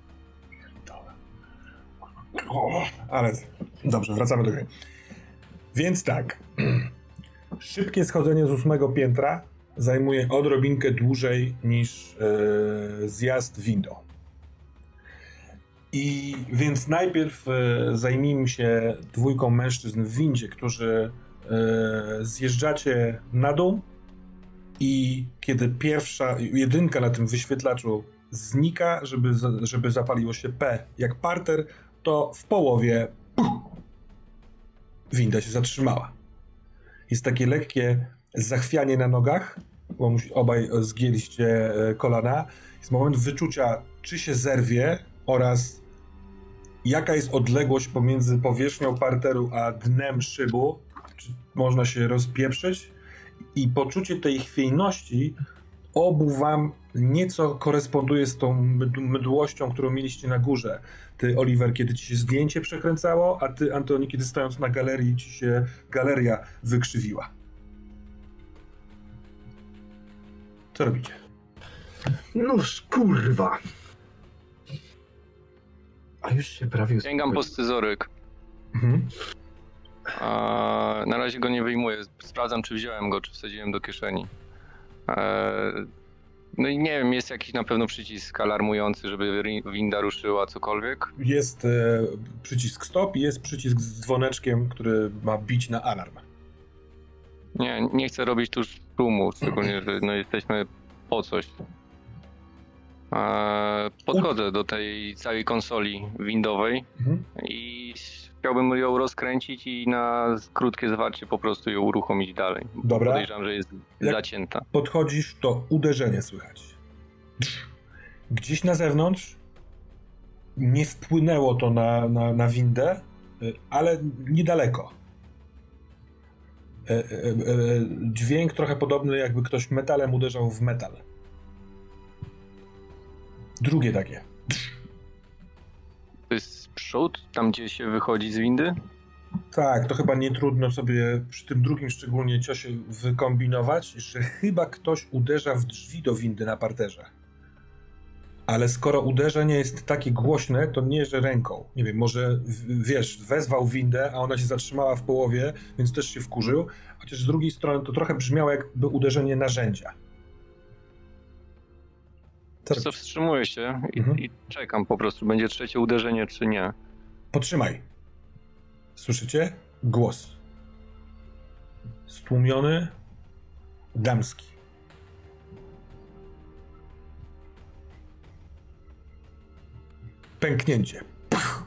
O, ale dobrze, wracamy do gry. Więc tak. Szybkie schodzenie z ósmego piętra zajmuje odrobinkę dłużej niż yy, zjazd windą. I więc najpierw y, zajmijmy się dwójką mężczyzn w windzie, którzy y, zjeżdżacie na dół i kiedy pierwsza jedynka na tym wyświetlaczu znika, żeby, żeby zapaliło się P jak parter, to w połowie puch, winda się zatrzymała. Jest takie lekkie zachwianie na nogach, bo obaj zgięliście kolana. Jest moment wyczucia, czy się zerwie, oraz jaka jest odległość pomiędzy powierzchnią parteru a dnem szybu, czy można się rozpieprzyć, i poczucie tej chwiejności obu wam nieco koresponduje z tą mydłością, którą mieliście na górze. Ty, Oliver, kiedy ci się zdjęcie przekręcało, a ty, Antoni, kiedy stojąc na galerii ci się galeria wykrzywiła. Co robicie? Noż kurwa. A już się prawie... Sięgam po scyzoryk. Mhm. A, na razie go nie wyjmuję. Sprawdzam, czy wziąłem go, czy wsadziłem do kieszeni. E, no i nie wiem, jest jakiś na pewno przycisk alarmujący, żeby winda ruszyła, cokolwiek? Jest e, przycisk stop i jest przycisk z dzwoneczkiem, który ma bić na alarm. Nie, nie chcę robić tu szumu, szczególnie, że no, jesteśmy po coś. E, podchodzę do tej całej konsoli windowej mhm. i chciałbym ją rozkręcić i na krótkie zwarcie po prostu ją uruchomić dalej. Dobra. Podejrzewam, że jest Jak zacięta. Podchodzisz, to uderzenie słychać. Gdzieś na zewnątrz nie wpłynęło to na, na, na windę, ale niedaleko. Dźwięk trochę podobny, jakby ktoś metalem uderzał w metal. Drugie takie. To jest przód, tam gdzie się wychodzi z windy? Tak, to chyba nie trudno sobie przy tym drugim szczególnie ciosie wykombinować, że chyba ktoś uderza w drzwi do windy na parterze. Ale skoro uderzenie jest takie głośne, to nie, że ręką. Nie wiem, może wiesz, wezwał windę, a ona się zatrzymała w połowie, więc też się wkurzył. Chociaż z drugiej strony to trochę brzmiało jakby uderzenie narzędzia. Co, co wstrzymuję się i, mhm. i czekam po prostu, będzie trzecie uderzenie, czy nie. Potrzymaj. Słyszycie? Głos. Stłumiony, damski. Pęknięcie. Puch.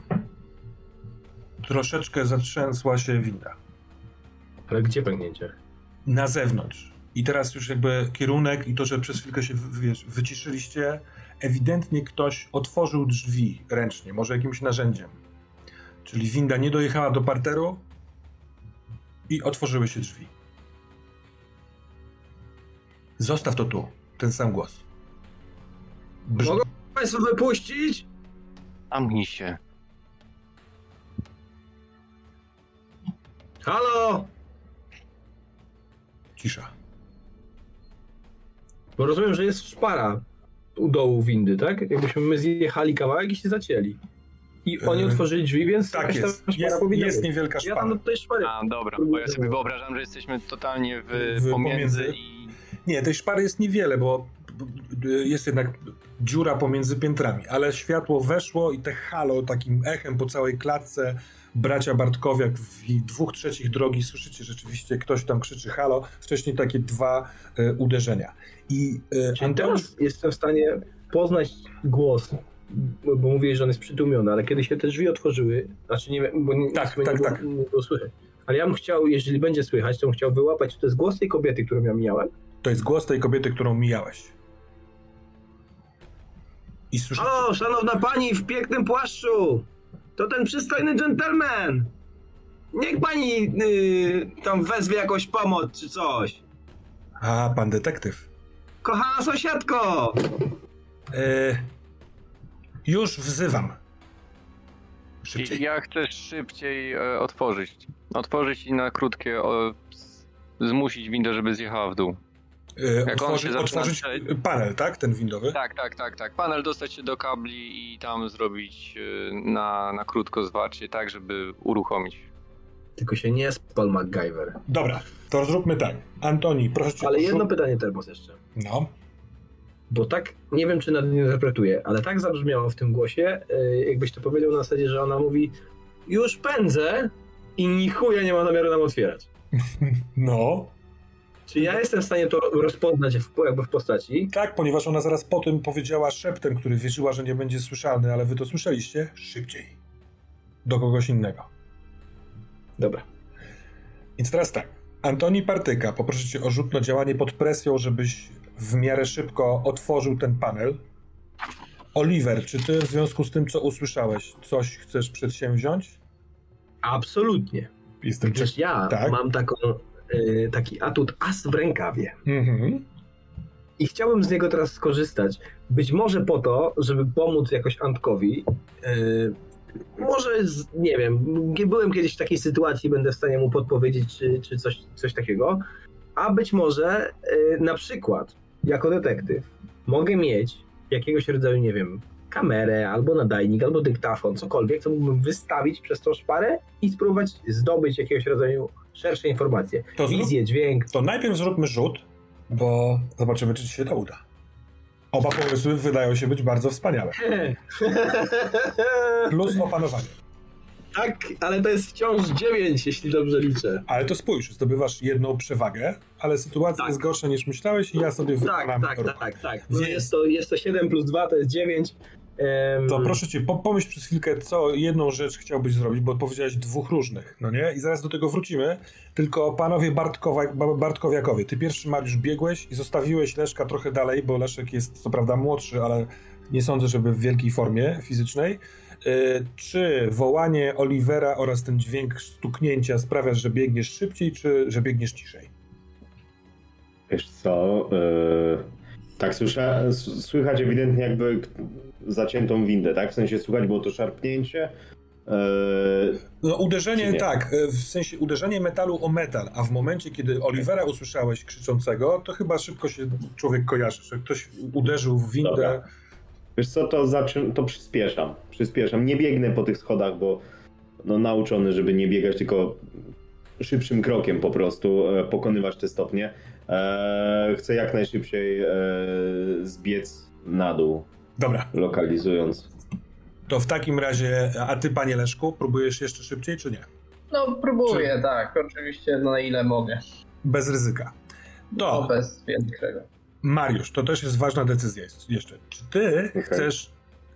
Troszeczkę zatrzęsła się winda. Ale gdzie pęknięcie? Na zewnątrz. I teraz już jakby kierunek i to, że przez chwilkę się wiesz, wyciszyliście, ewidentnie ktoś otworzył drzwi ręcznie, może jakimś narzędziem. Czyli winda nie dojechała do parteru i otworzyły się drzwi. Zostaw to tu, ten sam głos. Brz... Mogą państwo wypuścić? Zamknij się. Halo? Cisza. Bo rozumiem, że jest szpara u dołu windy, tak? Jakbyśmy my zjechali kawałek i się zacięli. I oni Yy, otworzyli drzwi, więc tak jest. Jest, jest, jest niewielka ja szpara. tam do tej szpary. A, dobra, bo ja sobie wyobrażam, że jesteśmy totalnie w, W pomiędzy, pomiędzy. i... Nie, tej szpary jest niewiele, bo jest jednak dziura pomiędzy piętrami, ale światło weszło i te halo takim echem po całej klatce. Bracia Bartkowiak w dwóch trzecich drogi słyszycie rzeczywiście, ktoś tam krzyczy halo, wcześniej takie dwa e, uderzenia. I e, Czyli Antoni... teraz jestem w stanie poznać głos, bo, bo mówiłeś, że on jest przytłumiony, ale kiedy się te drzwi otworzyły, znaczy nie wiem, bo nie, Tak, nie, tak, było, tak. nie było słychać, ale ja bym chciał, jeżeli będzie słychać, to bym chciał wyłapać, czy to jest głos tej kobiety, którą ja mijałem. To jest głos tej kobiety, którą mijałeś. I słyszycie... O, szanowna pani w pięknym płaszczu! To ten przystojny dżentelmen! Niech pani yy, tam wezwie jakąś pomoc czy coś. A, pan detektyw. Kochana sąsiadko! E, już wzywam. Szybciej. I ja chcę szybciej e, otworzyć. Otworzyć i na krótkie o, zmusić windę, żeby zjechała w dół. E, Jak on otworzy, się zaczyna otworzyć strzelić- panel, tak? Ten windowy? Tak, tak, tak, tak. Panel dostać się do kabli i tam zrobić e, na, na krótko zwarcie, tak, żeby uruchomić. Tylko się nie spal MacGyver. Dobra, to zróbmy tak. Antoni, proszę cię. Ale o jedno rzut- pytanie teraz jeszcze. No. Bo tak, nie wiem czy nadinterpretuję, ale tak zabrzmiało w tym głosie, yy, jakbyś to powiedział na zasadzie, że ona mówi już pędzę i ni chuja nie ma zamiaru nam otwierać. No. Czy ja jestem w stanie to rozpoznać w, jakby w postaci? Tak, ponieważ ona zaraz po tym powiedziała szeptem, który wierzyła, że nie będzie słyszalny, ale wy to słyszeliście? Szybciej. Do kogoś innego. Dobra. Więc teraz tak. Antoni Partyka, poproszę cię o rzut na działanie pod presją, żebyś w miarę szybko otworzył ten panel. Oliver, czy ty w związku z tym, co usłyszałeś, coś chcesz przedsięwziąć? Absolutnie. Jestem Przecież ja tak? mam taką, yy, taki atut as w rękawie. Mhm. I chciałbym z niego teraz skorzystać. Być może po to, żeby pomóc jakoś Antkowi. Yy, może, z, nie wiem, nie byłem kiedyś w takiej sytuacji, będę w stanie mu podpowiedzieć, czy, czy coś, coś takiego. A być może yy, na przykład, jako detektyw, mogę mieć jakiegoś rodzaju, nie wiem, kamerę, albo nadajnik, albo dyktafon, cokolwiek, co mógłbym wystawić przez tą szparę i spróbować zdobyć jakiegoś rodzaju szersze informacje. To zrób- Wizję, dźwięk. To najpierw zróbmy rzut, bo zobaczymy, czy ci się to uda. Oba pomysły wydają się być bardzo wspaniałe. Plus opanowanie. Tak, ale to jest wciąż dziewięć, jeśli dobrze liczę. Ale to spójrz, zdobywasz jedną przewagę, ale sytuacja Tak. jest gorsza niż myślałeś i ja sobie Tak, wykonam tak, ruch. tak, tak. No Więc- jest, to, jest to siedem plus dwa, to jest dziewięć. Ehm, To proszę cię, po, pomyśl przez chwilkę, co jedną rzecz chciałbyś zrobić, bo powiedziałeś dwóch różnych, no nie? I zaraz do tego wrócimy. Tylko panowie Bartkowa, Bartkowiakowie, ty pierwszy, Mariusz, biegłeś i zostawiłeś Leszka trochę dalej, bo Leszek jest co prawda młodszy, ale nie sądzę, żeby w wielkiej formie fizycznej. Yy, czy wołanie Olivera oraz ten dźwięk stuknięcia sprawia, że biegniesz szybciej, czy że biegniesz ciszej? Wiesz co, yy, tak słysza, s- słychać ewidentnie jakby k- zaciętą windę, tak? W sensie słychać było to szarpnięcie. Yy, No uderzenie, Czy nie? tak, e, w sensie uderzenie metalu o metal, a w momencie, kiedy Olivera usłyszałeś krzyczącego, to chyba szybko się człowiek kojarzy, że ktoś uderzył w windę. Dobra. Wiesz co, to, zaczyn- to przyspieszam, przyspieszam. Nie biegnę po tych schodach, bo no, nauczony, żeby nie biegać, tylko szybszym krokiem po prostu e, pokonywać te stopnie. E, chcę jak najszybciej e, zbiec na dół, Dobra, lokalizując. to w takim razie, a ty, panie Leszku, próbujesz jeszcze szybciej, czy nie? No próbuję, tak, oczywiście na ile mogę. Bez ryzyka. No, To, bez większego. Mariusz, to też jest ważna decyzja jest jeszcze. Czy ty Okej. chcesz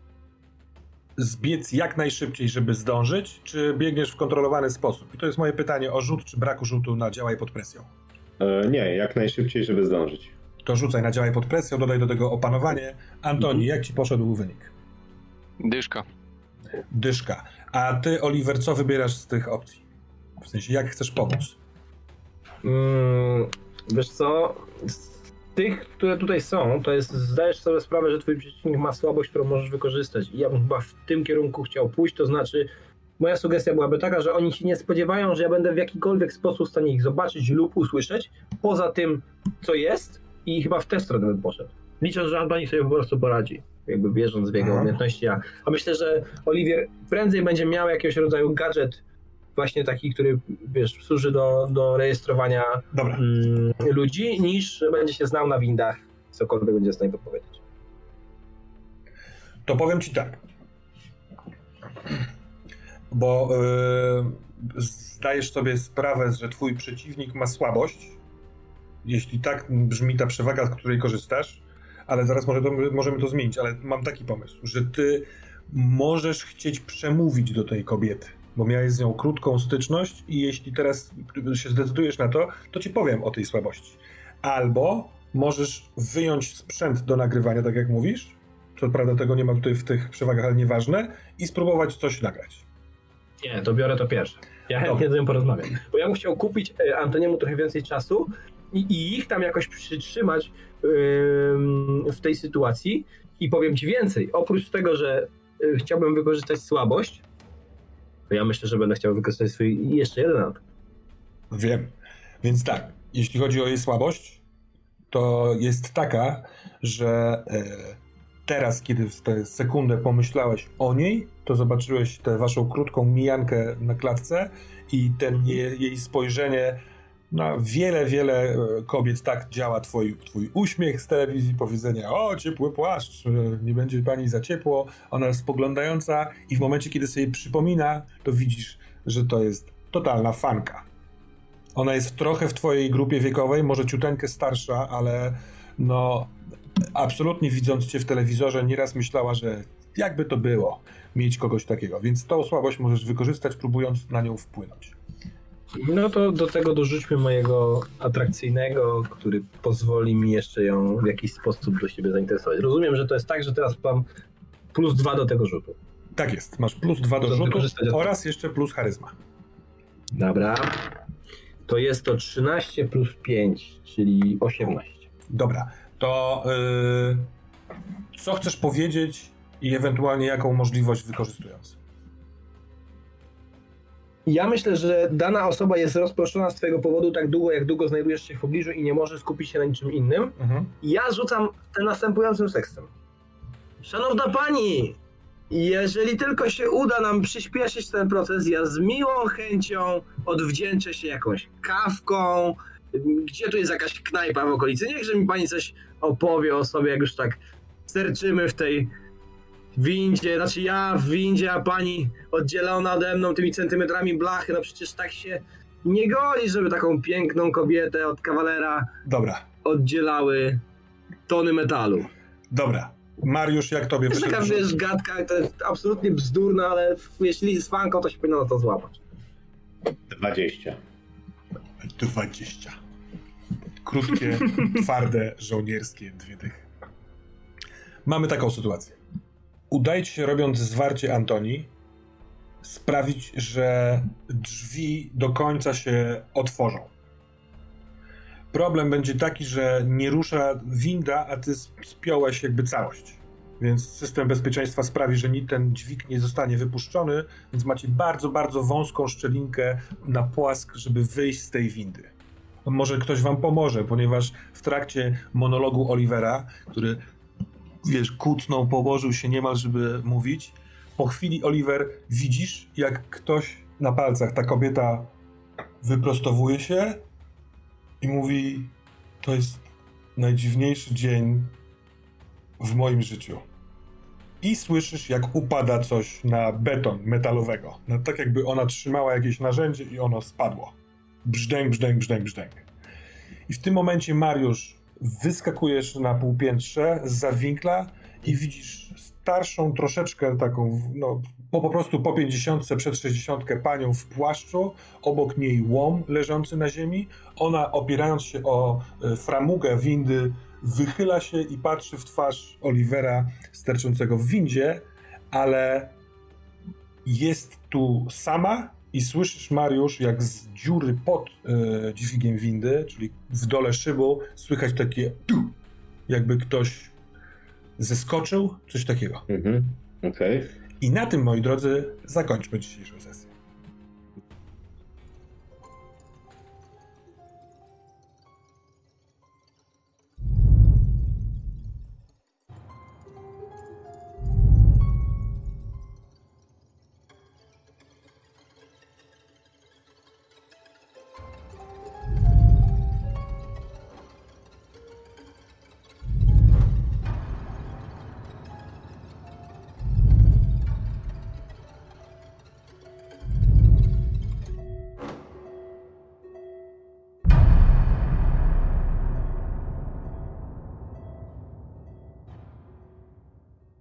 zbiec jak najszybciej, żeby zdążyć, czy biegniesz w kontrolowany sposób? I to jest moje pytanie o rzut, czy braku rzutu na działaj pod presją. E, nie, jak najszybciej, żeby zdążyć. To rzucaj na działaj pod presją, dodaj do tego opanowanie. Antoni, jak ci poszedł wynik? Dyszka. Dyszka. A ty, Oliver, co wybierasz z tych opcji? W sensie, jak chcesz pomóc? Mm, wiesz co, z tych, które tutaj są, to jest, zdajesz sobie sprawę, że twój przeciwnik ma słabość, którą możesz wykorzystać. I ja bym chyba w tym kierunku chciał pójść, to znaczy moja sugestia byłaby taka, że oni się nie spodziewają, że ja będę w jakikolwiek sposób w stanie ich zobaczyć lub usłyszeć, poza tym, co jest, i chyba w tę stronę bym poszedł. Liczę, że Antoni sobie po prostu poradzi, jakby wierząc w jego Aha. umiejętności. A, a myślę, że Oliwier prędzej będzie miał jakiegoś rodzaju gadżet, właśnie taki, który, wiesz, służy do, do rejestrowania mm, ludzi, niż będzie się znał na windach, cokolwiek będzie w stanie podpowiedzieć. To powiem ci tak. Bo yy, zdajesz sobie sprawę, że twój przeciwnik ma słabość, jeśli tak brzmi ta przewaga, z której korzystasz, ale zaraz może to, możemy to zmienić, ale mam taki pomysł, że ty możesz chcieć przemówić do tej kobiety, bo miałeś z nią krótką styczność i jeśli teraz się zdecydujesz na to, to ci powiem o tej słabości. Albo możesz wyjąć sprzęt do nagrywania, tak jak mówisz, co prawda tego nie ma tutaj w tych przewagach, ale nieważne, i spróbować coś nagrać. Nie, to biorę to pierwsze. Ja chętnie z nią porozmawiam. Bo ja bym chciał kupić Antoniemu trochę więcej czasu i, i ich tam jakoś przytrzymać yy, w tej sytuacji. I powiem ci więcej. Oprócz tego, że yy, chciałbym wykorzystać słabość, to ja myślę, że będę chciał wykorzystać swój jeszcze jeden atak. Wiem. Więc tak, jeśli chodzi o jej słabość, to jest taka, że yy, teraz, kiedy w tę sekundę pomyślałeś o niej, to zobaczyłeś tę waszą krótką mijankę na klatce i ten je, jej spojrzenie na wiele, wiele kobiet. Tak działa twój, twój uśmiech z telewizji, powiedzenie: o, ciepły płaszcz, nie będzie pani za ciepło. Ona jest spoglądająca i w momencie, kiedy sobie przypomina, to widzisz, że to jest totalna fanka. Ona jest trochę w twojej grupie wiekowej, może ciuteńkę starsza, ale no absolutnie widząc cię w telewizorze nieraz myślała, że jakby to było mieć kogoś takiego, więc tą słabość możesz wykorzystać, próbując na nią wpłynąć. No to do tego dorzućmy mojego atrakcyjnego, który pozwoli mi jeszcze ją w jakiś sposób do siebie zainteresować. Rozumiem, że to jest tak, że teraz mam plus dwa do tego rzutu. Tak jest, masz plus dwa do rzutu oraz jeszcze plus charyzma. Dobra. To jest to trzynaście plus pięć, czyli osiemnaście. Dobra, to yy, co chcesz powiedzieć i ewentualnie jaką możliwość wykorzystując? Ja myślę, że dana osoba jest rozproszona z twojego powodu tak długo, jak długo znajdujesz się w pobliżu i nie może skupić się na niczym innym. Mhm. Ja rzucam ten następującym seksem. Szanowna pani, jeżeli tylko się uda nam przyspieszyć ten proces, ja z miłą chęcią odwdzięczę się jakąś kawką. Gdzie tu jest jakaś knajpa w okolicy? Niechże mi pani coś opowie o sobie, jak już tak sterczymy w tej windzie, znaczy ja w windzie, a pani oddzielona ode mną tymi centymetrami blachy, no przecież tak się nie godzi, żeby taką piękną kobietę od kawalera Dobra. oddzielały tony metalu. Dobra. Mariusz, jak tobie wyszedł? Taka, wiesz, gadka, to jest absolutnie bzdurna, ale jeśli jest fanką, to się powinno na to złapać. dwadzieścia. dwadzieścia. Krótkie, twarde, żołnierskie dwie dychy. Mamy taką sytuację. Udajcie się, robiąc zwarcie Antoni, sprawić, że drzwi do końca się otworzą. Problem będzie taki, że nie rusza winda, a ty spiąłeś jakby całość. Więc system bezpieczeństwa sprawi, że ten dźwig nie zostanie wypuszczony, więc macie bardzo, bardzo wąską szczelinkę na płask, żeby wyjść z tej windy. Może ktoś wam pomoże, ponieważ w trakcie monologu Olivera, który, wiesz, kucnął, położył się niemal, żeby mówić, po chwili, Oliver, widzisz, jak ktoś na palcach, ta kobieta wyprostowuje się i mówi: to jest najdziwniejszy dzień w moim życiu. I słyszysz, jak upada coś na beton metalowego. No, tak jakby ona trzymała jakieś narzędzie i ono spadło. Brzdęk, brzdęk, brzdęk, brzdęk. I w tym momencie, Mariusz, wyskakujesz na półpiętrze zza winkla i widzisz starszą troszeczkę taką, no po, po prostu po pięćdziesiątce, przed sześćdziesiątkę panią w płaszczu, obok niej łom leżący na ziemi. Ona, opierając się o framugę windy, wychyla się i patrzy w twarz Olivera sterczącego w windzie, ale jest tu sama i słyszysz, Mariusz, jak z dziury pod e, dźwigiem windy, czyli w dole szybu, słychać takie tu, jakby ktoś zeskoczył, coś takiego. Mhm, okej. Okay. I na tym, moi drodzy, zakończmy dzisiejszą sesję.